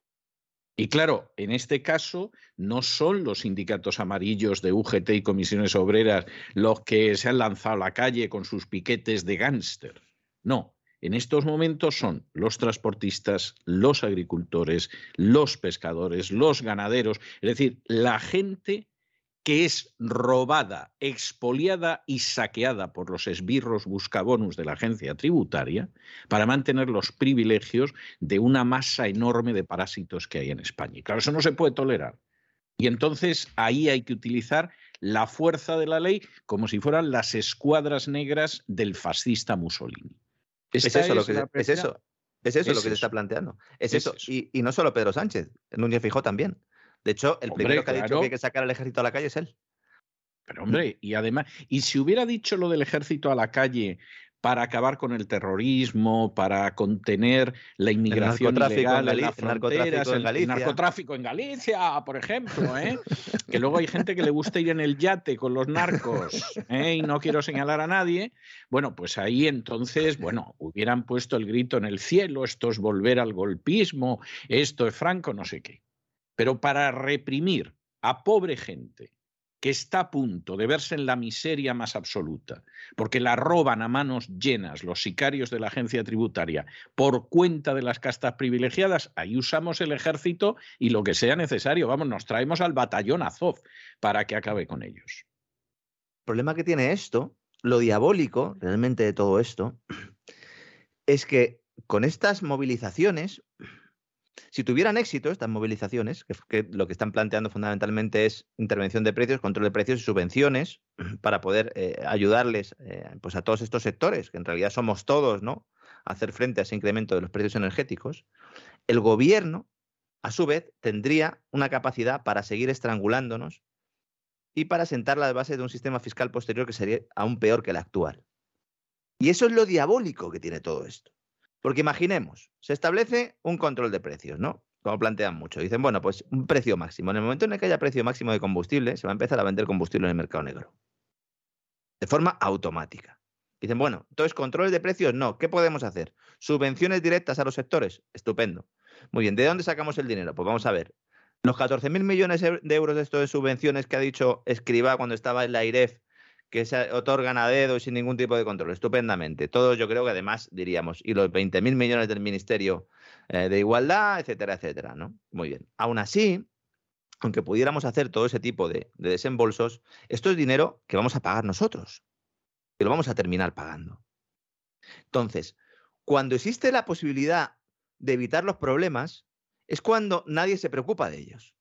Y claro, en este caso no son los sindicatos amarillos de UGT y Comisiones Obreras los que se han lanzado a la calle con sus piquetes de gángster. No, en estos momentos son los transportistas, los agricultores, los pescadores, los ganaderos, es decir, la gente que es robada, expoliada y saqueada por los esbirros buscabonus de la agencia tributaria para mantener los privilegios de una masa enorme de parásitos que hay en España. Y claro, eso no se puede tolerar. Y entonces ahí hay que utilizar la fuerza de la ley como si fueran las escuadras negras del fascista Mussolini. Es eso. Es eso lo que se está planteando. Es eso. Y no solo Pedro Sánchez, Núñez Feijóo también. De hecho, el primero que ha dicho que hay que sacar al ejército a la calle es él. Pero hombre, y además, y si hubiera dicho lo del ejército a la calle para acabar con el terrorismo, para contener la inmigración ilegal en las fronteras, el narcotráfico en Galicia, por ejemplo, que luego hay gente que le gusta ir en el yate con los narcos, y no quiero señalar a nadie, bueno, pues ahí entonces, bueno, hubieran puesto el grito en el cielo, esto es volver al golpismo, esto es Franco, no sé qué. Pero para reprimir a pobre gente que está a punto de verse en la miseria más absoluta, porque la roban a manos llenas los sicarios de la agencia tributaria por cuenta de las castas privilegiadas, ahí usamos el ejército y lo que sea necesario. Vamos, nos traemos al batallón Azov para que acabe con ellos. El problema que tiene esto, lo diabólico realmente de todo esto, es que con estas movilizaciones, si tuvieran éxito estas movilizaciones, que lo que están planteando fundamentalmente es intervención de precios, control de precios y subvenciones para poder ayudarles pues a todos estos sectores, que en realidad somos todos, ¿no?, a hacer frente a ese incremento de los precios energéticos, el gobierno, a su vez, tendría una capacidad para seguir estrangulándonos y para sentar las bases de un sistema fiscal posterior que sería aún peor que el actual. Y eso es lo diabólico que tiene todo esto. Porque imaginemos, se establece un control de precios, ¿no? Como plantean mucho. Dicen, bueno, pues un precio máximo. En el momento en el que haya precio máximo de combustible, se va a empezar a vender combustible en el mercado negro. De forma automática. Dicen, bueno, entonces controles de precios no. ¿Qué podemos hacer? Subvenciones directas a los sectores. Estupendo. Muy bien, ¿de dónde sacamos el dinero? Pues vamos a ver. Los 14.000 millones de euros de esto de subvenciones que ha dicho Escrivá cuando estaba en la AIREF, que se otorgan a dedo y sin ningún tipo de control, estupendamente. Todos yo creo que además diríamos, y los 20.000 millones del Ministerio de Igualdad, etcétera, etcétera, ¿no? Muy bien. Aún así, aunque pudiéramos hacer todo ese tipo de desembolsos, esto es dinero que vamos a pagar nosotros, que lo vamos a terminar pagando. Entonces, cuando existe la posibilidad de evitar los problemas, es cuando nadie se preocupa de ellos.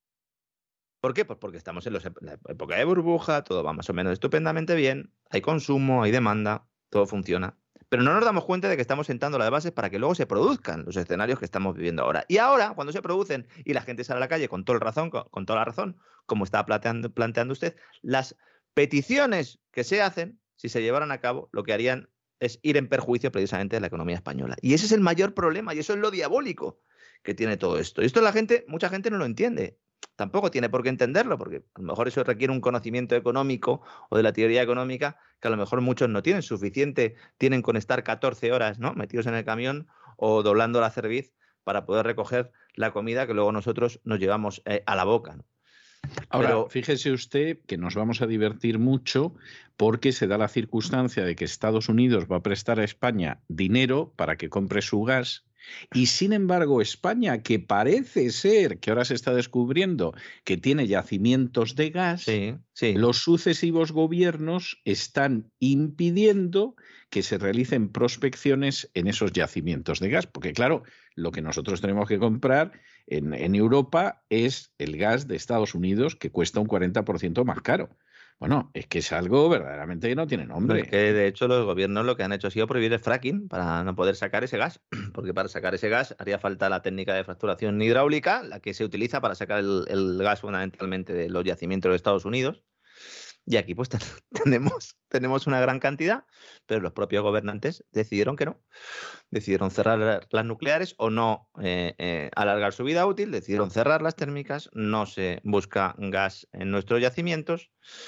¿Por qué? Pues porque estamos en la época de burbuja, todo va más o menos estupendamente bien, hay consumo, hay demanda, todo funciona. Pero no nos damos cuenta de que estamos sentando las bases para que luego se produzcan los escenarios que estamos viviendo ahora. Y ahora, cuando se producen y la gente sale a la calle con toda la razón, como está planteando usted, las peticiones que se hacen, si se llevaran a cabo, lo que harían es ir en perjuicio precisamente de la economía española. Y ese es el mayor problema y eso es lo diabólico que tiene todo esto. Y esto mucha gente no lo entiende. Tampoco tiene por qué entenderlo, porque a lo mejor eso requiere un conocimiento económico o de la teoría económica que a lo mejor muchos no tienen. Suficiente tienen con estar 14 horas, ¿no?, metidos en el camión o doblando la cerviz para poder recoger la comida que luego nosotros nos llevamos a la boca, ¿no? Ahora, fíjese usted que nos vamos a divertir mucho porque se da la circunstancia de que Estados Unidos va a prestar a España dinero para que compre su gas. Y sin embargo, España, que parece ser, que ahora se está descubriendo, que tiene yacimientos de gas, los sucesivos gobiernos están impidiendo que se realicen prospecciones en esos yacimientos de gas. Porque claro, lo que nosotros tenemos que comprar en Europa es el gas de Estados Unidos, que cuesta un 40% más caro. Bueno, es que es algo verdaderamente que no tiene nombre. Que de hecho los gobiernos lo que han hecho ha sido prohibir el fracking para no poder sacar ese gas, porque para sacar ese gas haría falta la técnica de fracturación hidráulica, la que se utiliza para sacar el gas fundamentalmente de los yacimientos de Estados Unidos. Y aquí pues tenemos una gran cantidad, pero los propios gobernantes decidieron que no. Decidieron cerrar las nucleares o no alargar su vida útil, decidieron cerrar las térmicas, no se busca gas en nuestros yacimientos.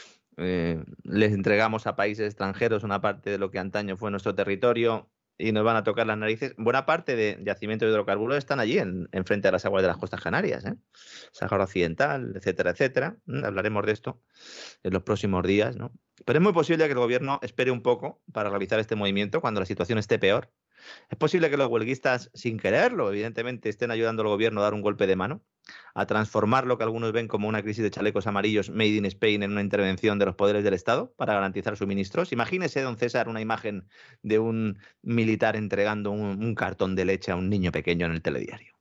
Les entregamos a países extranjeros una parte de lo que antaño fue nuestro territorio y nos van a tocar las narices. Buena parte de yacimientos de hidrocarburos están allí, en frente a las aguas de las costas canarias, Sáhara Occidental, etcétera, etcétera. Hablaremos de esto en los próximos días, ¿no? Pero es muy posible que el gobierno espere un poco para realizar este movimiento cuando la situación esté peor. Es posible que los huelguistas, sin quererlo, evidentemente, estén ayudando al gobierno a dar un golpe de mano, a transformar lo que algunos ven como una crisis de chalecos amarillos made in Spain en una intervención de los poderes del Estado para garantizar suministros. Imagínese, don César, una imagen de un militar entregando un cartón de leche a un niño pequeño en el telediario.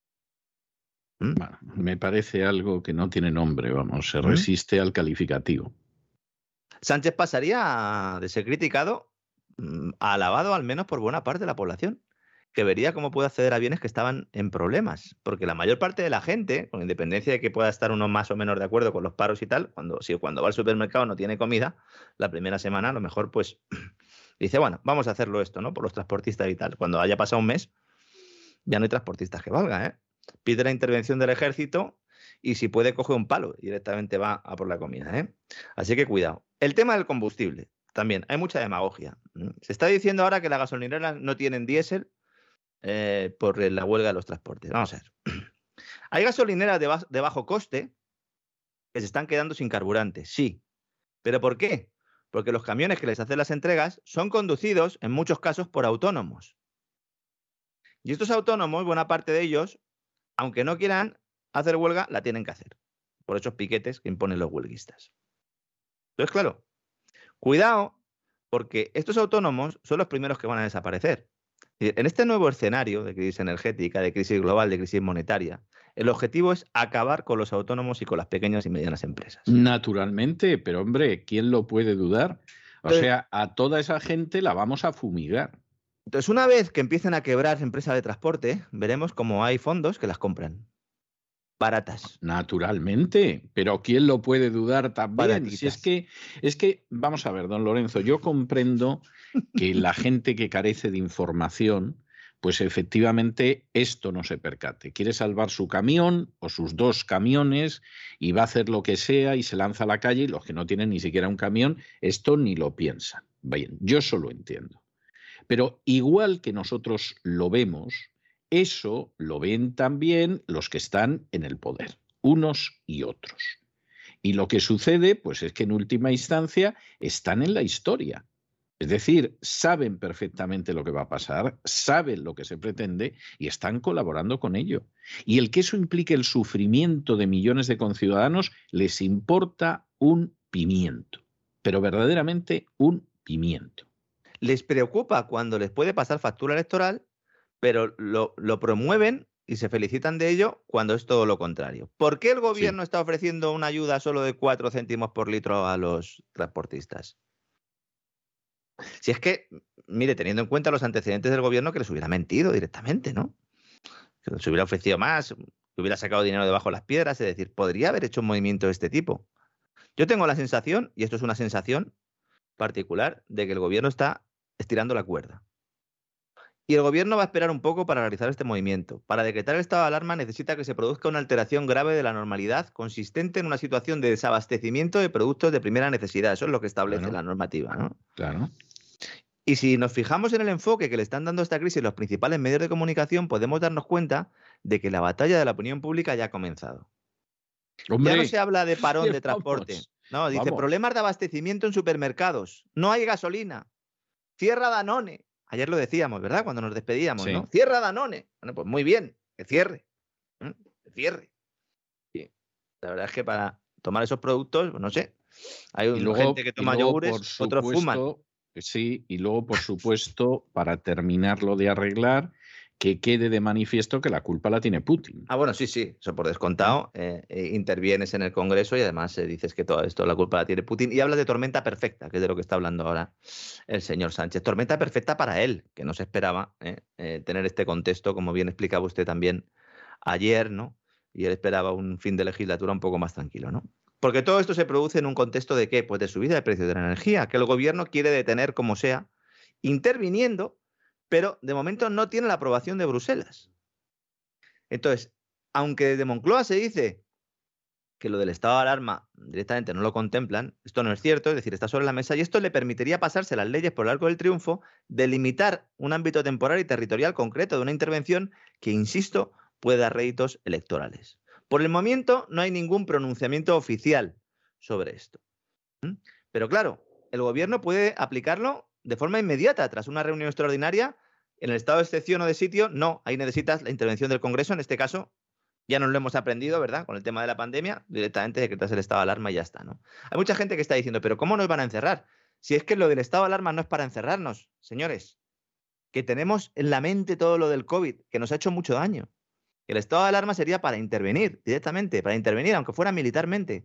Bueno, me parece algo que no tiene nombre, vamos, se resiste al calificativo. Sánchez pasaría de ser criticado a alabado al menos por buena parte de la población. que vería cómo puede acceder a bienes que estaban en problemas. Porque la mayor parte de la gente, con independencia de que pueda estar uno más o menos de acuerdo con los paros y tal, cuando va al supermercado no tiene comida, la primera semana a lo mejor pues dice, bueno, vamos a hacerlo esto, ¿no? Por los transportistas y tal. Cuando haya pasado un mes, ya no hay transportistas que valga, ¿eh? Pide la intervención del ejército y si puede coge un palo y directamente va a por la comida, ¿eh? Así que cuidado. El tema del combustible, también, hay mucha demagogia. Se está diciendo ahora que las gasolineras no tienen diésel por la huelga de los transportes. Vamos a ver. Hay gasolineras de bajo coste que se están quedando sin carburante, sí. ¿Pero por qué? Porque los camiones que les hacen las entregas son conducidos, en muchos casos, por autónomos. Y estos autónomos, buena parte de ellos, aunque no quieran hacer huelga, la tienen que hacer. Por esos piquetes que imponen los huelguistas. Entonces, claro, cuidado, porque estos autónomos son los primeros que van a desaparecer. En este nuevo escenario de crisis energética, de crisis global, de crisis monetaria, el objetivo es acabar con los autónomos y con las pequeñas y medianas empresas. Naturalmente, pero hombre, ¿quién lo puede dudar? O sea, a toda esa gente la vamos a fumigar. Entonces, una vez que empiecen a quebrar empresas de transporte, veremos cómo hay fondos que las compran. Baratas. Naturalmente, pero ¿quién lo puede dudar también? Baratitas. Si es que, vamos a ver, don Lorenzo, yo comprendo que la gente que carece de información, pues efectivamente esto no se percate. Quiere salvar su camión o sus 2 camiones y va a hacer lo que sea y se lanza a la calle y los que no tienen ni siquiera un camión, esto ni lo piensan. Bien, yo eso lo entiendo. Pero igual que nosotros lo vemos, eso lo ven también los que están en el poder, unos y otros. Y lo que sucede, pues es que en última instancia están en la historia. Es decir, saben perfectamente lo que va a pasar, saben lo que se pretende y están colaborando con ello. Y el que eso implique el sufrimiento de millones de conciudadanos les importa un pimiento, pero verdaderamente un pimiento. Les preocupa cuando les puede pasar factura electoral, pero lo promueven y se felicitan de ello cuando es todo lo contrario. ¿Por qué el gobierno está ofreciendo una ayuda solo de 4 céntimos por litro a los transportistas? Si es que, mire, teniendo en cuenta los antecedentes del gobierno, que les hubiera mentido directamente, ¿no? Que les hubiera ofrecido más, que hubiera sacado dinero debajo de las piedras, es decir, podría haber hecho un movimiento de este tipo. Yo tengo la sensación, y esto es una sensación particular, de que el gobierno está estirando la cuerda. Y el gobierno va a esperar un poco para realizar este movimiento. Para decretar el estado de alarma necesita que se produzca una alteración grave de la normalidad consistente en una situación de desabastecimiento de productos de primera necesidad. Eso es lo que establece la normativa, ¿no? Claro. Y si nos fijamos en el enfoque que le están dando a esta crisis los principales medios de comunicación, podemos darnos cuenta de que la batalla de la opinión pública ya ha comenzado. Hombre, ya no se habla de parón de transporte. No, dice problemas de abastecimiento en supermercados. No hay gasolina. Cierra Danone. Ayer lo decíamos, ¿verdad? Cuando nos despedíamos, sí. ¿no? Cierra Danone. Bueno, pues muy bien, que cierre. Que cierre. Sí. La verdad es que para tomar esos productos, pues no sé. Hay gente que toma yogures, otros fuman. Sí, y luego, por supuesto, para terminarlo de arreglar, que quede de manifiesto que la culpa la tiene Putin. Ah, bueno, sí, eso por descontado. Intervienes en el Congreso y además dices que todo esto la culpa la tiene Putin. Y hablas de tormenta perfecta, que es de lo que está hablando ahora el señor Sánchez. Tormenta perfecta para él, que no se esperaba tener este contexto, como bien explicaba usted también ayer, ¿no? Y él esperaba un fin de legislatura un poco más tranquilo, ¿no? Porque todo esto se produce en un contexto de ¿qué? Pues de subida de precios de la energía, que el gobierno quiere detener como sea, interviniendo, pero de momento no tiene la aprobación de Bruselas. Entonces, aunque desde Moncloa se dice que lo del estado de alarma directamente no lo contemplan, esto no es cierto, es decir, está sobre la mesa y esto le permitiría pasarse las leyes por el arco del triunfo, delimitar un ámbito temporal y territorial concreto de una intervención que, insisto, puede dar réditos electorales. Por el momento no hay ningún pronunciamiento oficial sobre esto. Pero claro, el gobierno puede aplicarlo de forma inmediata tras una reunión extraordinaria. En el estado de excepción o de sitio, no, ahí necesitas la intervención del Congreso. En este caso, ya nos lo hemos aprendido, ¿verdad? Con el tema de la pandemia, directamente decretas el estado de alarma y ya está, ¿no? Hay mucha gente que está diciendo, ¿pero cómo nos van a encerrar? Si es que lo del estado de alarma no es para encerrarnos, señores. Que tenemos en la mente todo lo del COVID, que nos ha hecho mucho daño. El estado de alarma sería para intervenir directamente, para intervenir, aunque fuera militarmente.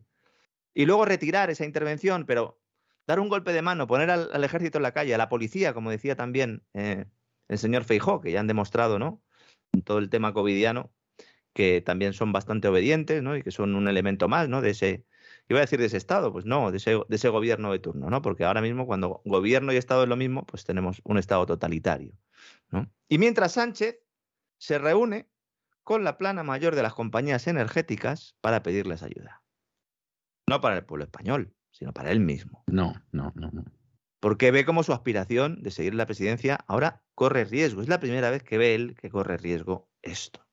Y luego retirar esa intervención, pero dar un golpe de mano, poner al ejército en la calle, a la policía, como decía también el señor Feijóo, que ya han demostrado, ¿no?, en todo el tema covidiano, que también son bastante obedientes, ¿no?, y que son un elemento más, ¿no?, de ese, iba a decir de ese Estado, pues no, de ese gobierno de turno, ¿no? Porque ahora mismo cuando gobierno y Estado es lo mismo, pues tenemos un Estado totalitario, ¿no? Y mientras Sánchez se reúne con la plana mayor de las compañías energéticas para pedirles ayuda. No para el pueblo español, sino para él mismo. No. Porque ve como su aspiración de seguir la presidencia ahora corre riesgo. Es la primera vez que ve él que corre riesgo esto.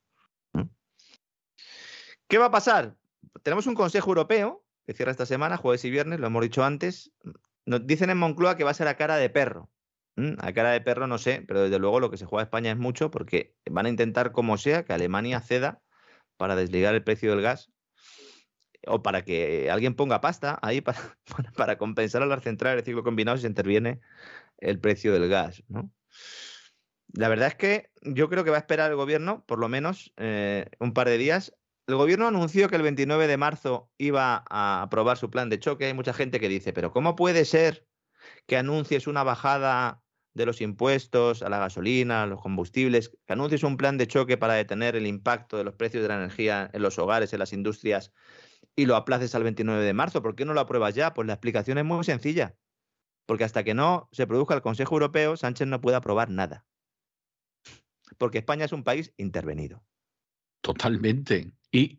¿Qué va a pasar? Tenemos un Consejo Europeo que cierra esta semana, jueves y viernes, lo hemos dicho antes. Nos dicen en Moncloa que va a ser a cara de perro. A cara de perro no sé, pero desde luego lo que se juega a España es mucho, porque van a intentar como sea que Alemania ceda para desligar el precio del gas, o para que alguien ponga pasta ahí para compensar a las centrales de ciclo combinado si se interviene el precio del gas, ¿no? La verdad es que yo creo que va a esperar el gobierno por lo menos un par de días. El gobierno anunció que el 29 de marzo iba a aprobar su plan de choque. Hay mucha gente que dice, pero ¿cómo puede ser que anuncies una bajada de los impuestos a la gasolina, a los combustibles, que anuncies un plan de choque para detener el impacto de los precios de la energía en los hogares, en las industrias, y lo aplaces al 29 de marzo? ¿Por qué no lo apruebas ya? Pues la explicación es muy sencilla. Porque hasta que no se produzca el Consejo Europeo, Sánchez no puede aprobar nada. Porque España es un país intervenido. Totalmente.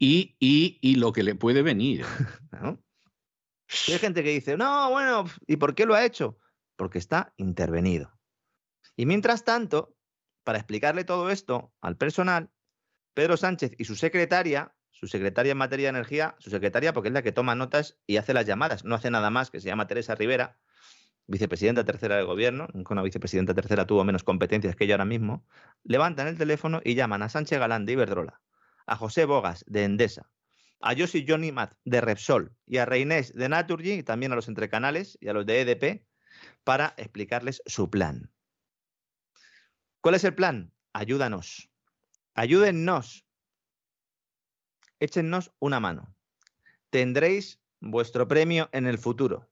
Y lo que le puede venir. ¿No? Y hay gente que dice, no, bueno, ¿y por qué lo ha hecho? Porque está intervenido. Y mientras tanto, para explicarle todo esto al personal, Pedro Sánchez y su secretaria en materia de energía, su secretaria porque es la que toma notas y hace las llamadas, no hace nada más, que se llama Teresa Rivera, vicepresidenta tercera del gobierno, nunca una vicepresidenta tercera tuvo menos competencias que ella ahora mismo, levantan el teléfono y llaman a Sánchez Galán de Iberdrola, a José Bogas de Endesa, a Josi Johnny Mat de Repsol y a Reinés de Naturgy, y también a los entrecanales y a los de EDP, para explicarles su plan. ¿Cuál es el plan? Ayúdanos. Ayúdennos. Échennos una mano. Tendréis vuestro premio en el futuro.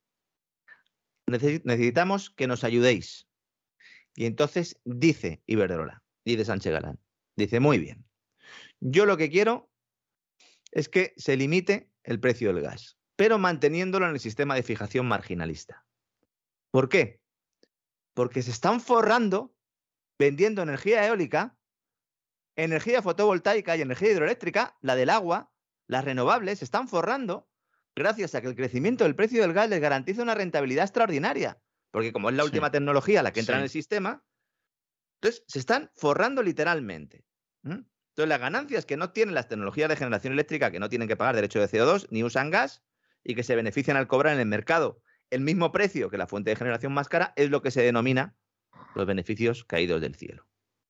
Necesitamos que nos ayudéis. Y entonces dice Iberdrola, dice Sánchez Galán, dice, muy bien, yo lo que quiero es que se limite el precio del gas, pero manteniéndolo en el sistema de fijación marginalista. ¿Por qué? Porque se están forrando vendiendo energía eólica, energía fotovoltaica y energía hidroeléctrica, la del agua, las renovables, se están forrando gracias a que el crecimiento del precio del gas les garantiza una rentabilidad extraordinaria. Porque como es la última tecnología la que entra en el sistema, entonces se están forrando literalmente. Entonces las ganancias que no tienen las tecnologías de generación eléctrica, que no tienen que pagar derecho de CO2, ni usan gas, y que se benefician al cobrar en el mercado el mismo precio que la fuente de generación más cara, es lo que se denomina los beneficios caídos del cielo.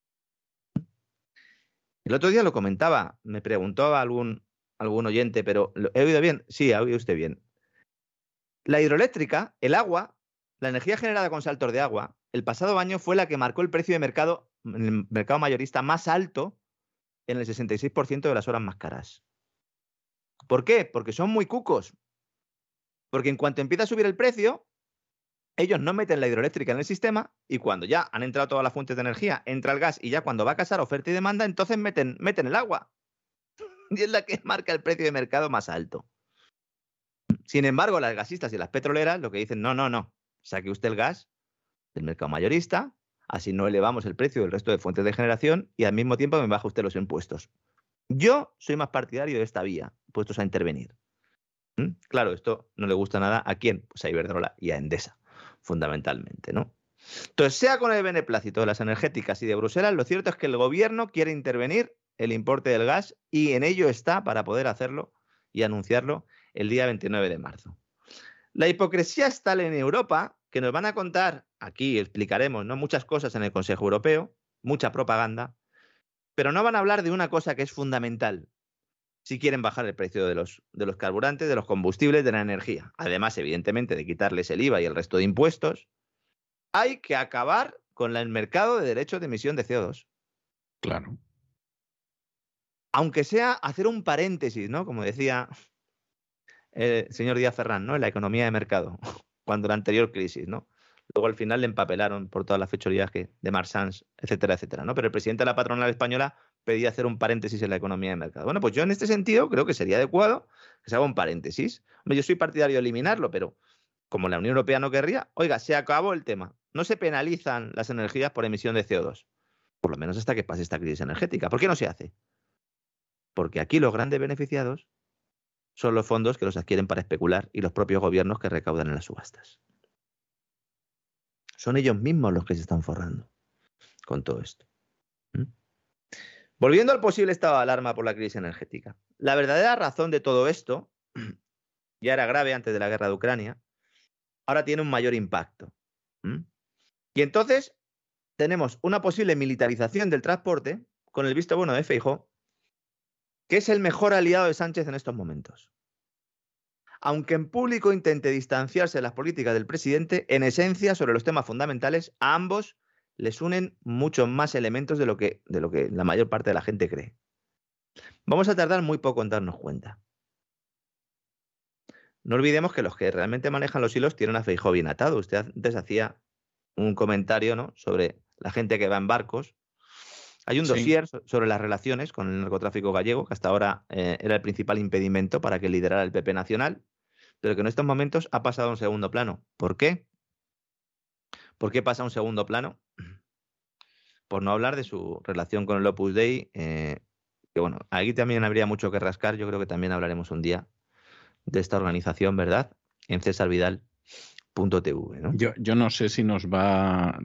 El otro día lo comentaba, me preguntó algún oyente, pero ¿he oído bien? Sí, ha oído usted bien. La hidroeléctrica, el agua, la energía generada con saltos de agua, el pasado año fue la que marcó el precio de mercado, en el mercado mayorista más alto en el 66% de las horas más caras. ¿Por qué? Porque son muy cucos. Porque en cuanto empieza a subir el precio, ellos no meten la hidroeléctrica en el sistema y cuando ya han entrado todas las fuentes de energía, entra el gas y ya cuando va a casar oferta y demanda, entonces meten el agua. Y es la que marca el precio de mercado más alto. Sin embargo, las gasistas y las petroleras lo que dicen, no, saque usted el gas del mercado mayorista, así no elevamos el precio del resto de fuentes de generación y al mismo tiempo me baja usted los impuestos. Yo soy más partidario de esta vía, puestos a intervenir. Claro, esto no le gusta nada ¿a quién? Pues a Iberdrola y a Endesa, fundamentalmente, ¿no? Entonces, sea con el beneplácito de las energéticas y de Bruselas, lo cierto es que el gobierno quiere intervenir el importe del gas y en ello está para poder hacerlo y anunciarlo el día 29 de marzo. La hipocresía es tal en Europa que nos van a contar, aquí explicaremos, ¿no?, muchas cosas en el Consejo Europeo, mucha propaganda, pero no van a hablar de una cosa que es fundamental si quieren bajar el precio de los carburantes, de los combustibles, de la energía. Además, evidentemente, de quitarles el IVA y el resto de impuestos, hay que acabar con el mercado de derechos de emisión de CO2. Claro. Aunque sea hacer un paréntesis, ¿no?, como decía el señor Díaz Ferrán, ¿no?, en la economía de mercado, cuando la anterior crisis, ¿no? Luego al final le empapelaron por todas las fechorías de Marsans, etcétera, etcétera, ¿no? Pero el presidente de la patronal española pedía hacer un paréntesis en la economía de mercado. Bueno, pues yo en este sentido creo que sería adecuado que se haga un paréntesis. Hombre, yo soy partidario de eliminarlo, pero como la Unión Europea no querría, oiga, se acabó el tema. No se penalizan las energías por emisión de CO2, por lo menos hasta que pase esta crisis energética. ¿Por qué no se hace? Porque aquí los grandes beneficiados son los fondos que los adquieren para especular y los propios gobiernos que recaudan en las subastas. Son ellos mismos los que se están forrando con todo esto. Volviendo al posible estado de alarma por la crisis energética. La verdadera razón de todo esto ya era grave antes de la guerra de Ucrania, ahora tiene un mayor impacto. Y entonces tenemos una posible militarización del transporte con el visto bueno de Feijóo, que es el mejor aliado de Sánchez en estos momentos. Aunque en público intente distanciarse de las políticas del presidente, en esencia, sobre los temas fundamentales, a ambos les unen muchos más elementos de lo que la mayor parte de la gente cree. Vamos a tardar muy poco en darnos cuenta. No olvidemos que los que realmente manejan los hilos tienen a Feijóo bien atado. Usted antes hacía un comentario, ¿no?, sobre la gente que va en barcos. Hay un dossier sobre las relaciones con el narcotráfico gallego, que hasta ahora era el principal impedimento para que liderara el PP nacional, pero que en estos momentos ha pasado a un segundo plano. ¿Por qué? ¿Por qué pasa a un segundo plano? Por no hablar de su relación con el Opus Dei, que bueno, aquí también habría mucho que rascar. Yo creo que también hablaremos un día de esta organización, ¿verdad? En cesarvidal.tv, ¿no? Yo no sé si nos va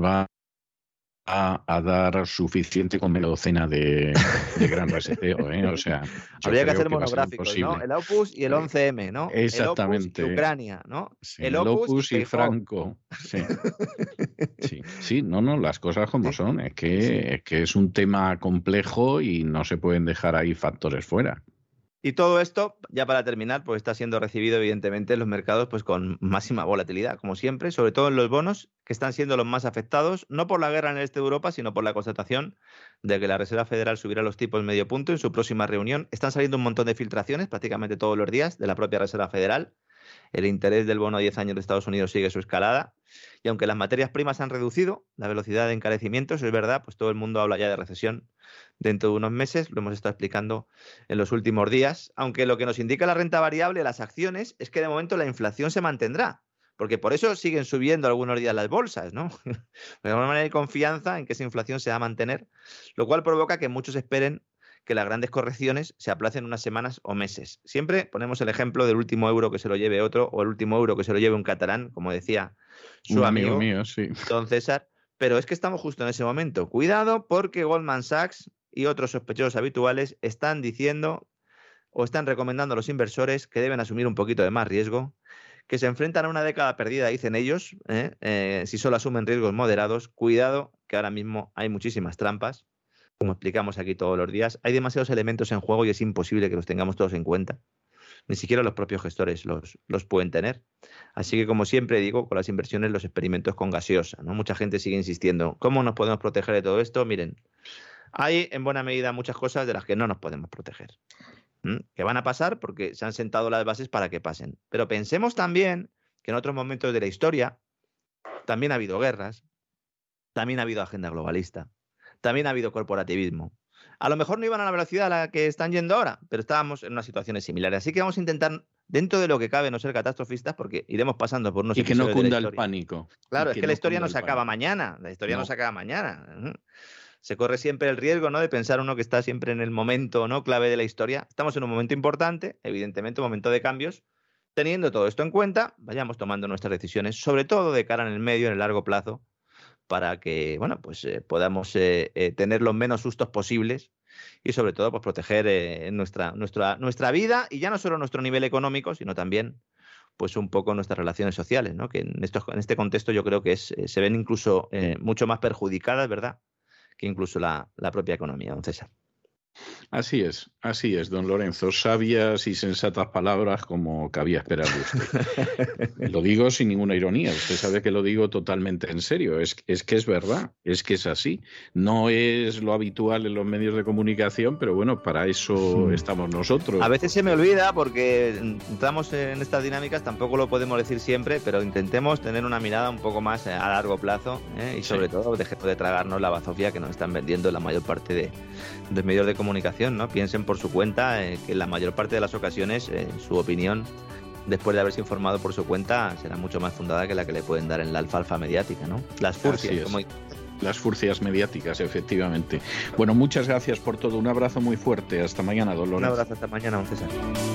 a dar suficiente con la docena de gran reseteo, ¿eh? O sea, habría que hacer monográficos, ¿no? El Opus y el 11M, ¿no? Exactamente. El Opus y Ucrania, ¿no? Sí, el Opus y Franco. Sí, no, las cosas como son. Es que es un tema complejo y no se pueden dejar ahí factores fuera. Y todo esto, ya para terminar, pues está siendo recibido evidentemente en los mercados pues con máxima volatilidad, como siempre, sobre todo en los bonos, que están siendo los más afectados, no por la guerra en el este de Europa, sino por la constatación de que la Reserva Federal subirá los tipos medio punto en su próxima reunión. Están saliendo un montón de filtraciones prácticamente todos los días de la propia Reserva Federal. El interés del bono a 10 años de Estados Unidos sigue su escalada. Y aunque las materias primas han reducido la velocidad de encarecimiento, eso es verdad, pues todo el mundo habla ya de recesión dentro de unos meses, lo hemos estado explicando en los últimos días, aunque lo que nos indica la renta variable, las acciones, es que de momento la inflación se mantendrá, porque por eso siguen subiendo algunos días las bolsas, ¿no? De alguna manera hay confianza en que esa inflación se va a mantener, lo cual provoca que muchos esperen que las grandes correcciones se aplacen unas semanas o meses. Siempre ponemos el ejemplo del último euro que se lo lleve otro o el último euro que se lo lleve un catalán, como decía su amigo mío, sí. Don César, pero es que estamos justo en ese momento. Cuidado, porque Goldman Sachs y otros sospechosos habituales están diciendo o están recomendando a los inversores que deben asumir un poquito de más riesgo, que se enfrentan a una década perdida, dicen ellos, si solo asumen riesgos moderados. Cuidado, que ahora mismo hay muchísimas trampas, como explicamos aquí todos los días. Hay demasiados elementos en juego y es imposible que los tengamos todos en cuenta. Ni siquiera los propios gestores los pueden tener. Así que, como siempre digo, con las inversiones, los experimentos con gaseosa, ¿no? Mucha gente sigue insistiendo. ¿Cómo nos podemos proteger de todo esto? Miren, hay en buena medida muchas cosas de las que no nos podemos proteger, que van a pasar porque se han sentado las bases para que pasen. Pero pensemos también que en otros momentos de la historia también ha habido guerras, también ha habido agenda globalista, también ha habido corporativismo. A lo mejor no iban a la velocidad a la que están yendo ahora, pero estábamos en unas situaciones similares. Así que vamos a intentar, dentro de lo que cabe, no ser catastrofistas, porque iremos pasando por unos episodios. Y que no cunda el pánico. Claro, es que la historia no se acaba mañana. La historia no se acaba mañana. Se corre siempre el riesgo, ¿no?, de pensar uno que está siempre en el momento, ¿no?, clave de la historia. Estamos en un momento importante, evidentemente un momento de cambios. Teniendo todo esto en cuenta, vayamos tomando nuestras decisiones, sobre todo de cara en el medio, en el largo plazo, para que, bueno, pues podamos tener los menos sustos posibles y sobre todo pues proteger nuestra vida, y ya no solo nuestro nivel económico, sino también pues un poco nuestras relaciones sociales, ¿no?, que en este contexto yo creo que se ven incluso mucho más perjudicadas, ¿verdad?, que incluso la propia economía, don César. Así es, don Lorenzo. Sabias y sensatas palabras como cabía esperar de usted. Lo digo sin ninguna ironía. Usted sabe que lo digo totalmente en serio. Es que es verdad, es que es así. No es lo habitual en los medios de comunicación, pero bueno, para eso estamos nosotros. A veces se me olvida porque entramos en estas dinámicas, tampoco lo podemos decir siempre, pero intentemos tener una mirada un poco más a largo plazo, y sobre todo dejemos de tragarnos la bazofia que nos están vendiendo la mayor parte de medios de comunicación, ¿no? Piensen por su cuenta que en la mayor parte de las ocasiones su opinión, después de haberse informado por su cuenta, será mucho más fundada que la que le pueden dar en la alfalfa mediática, ¿no? Las furcias, como... Las furcias mediáticas, efectivamente. Bueno, muchas gracias por todo. Un abrazo muy fuerte. Hasta mañana, don Lorenzo. Un abrazo, hasta mañana, don César.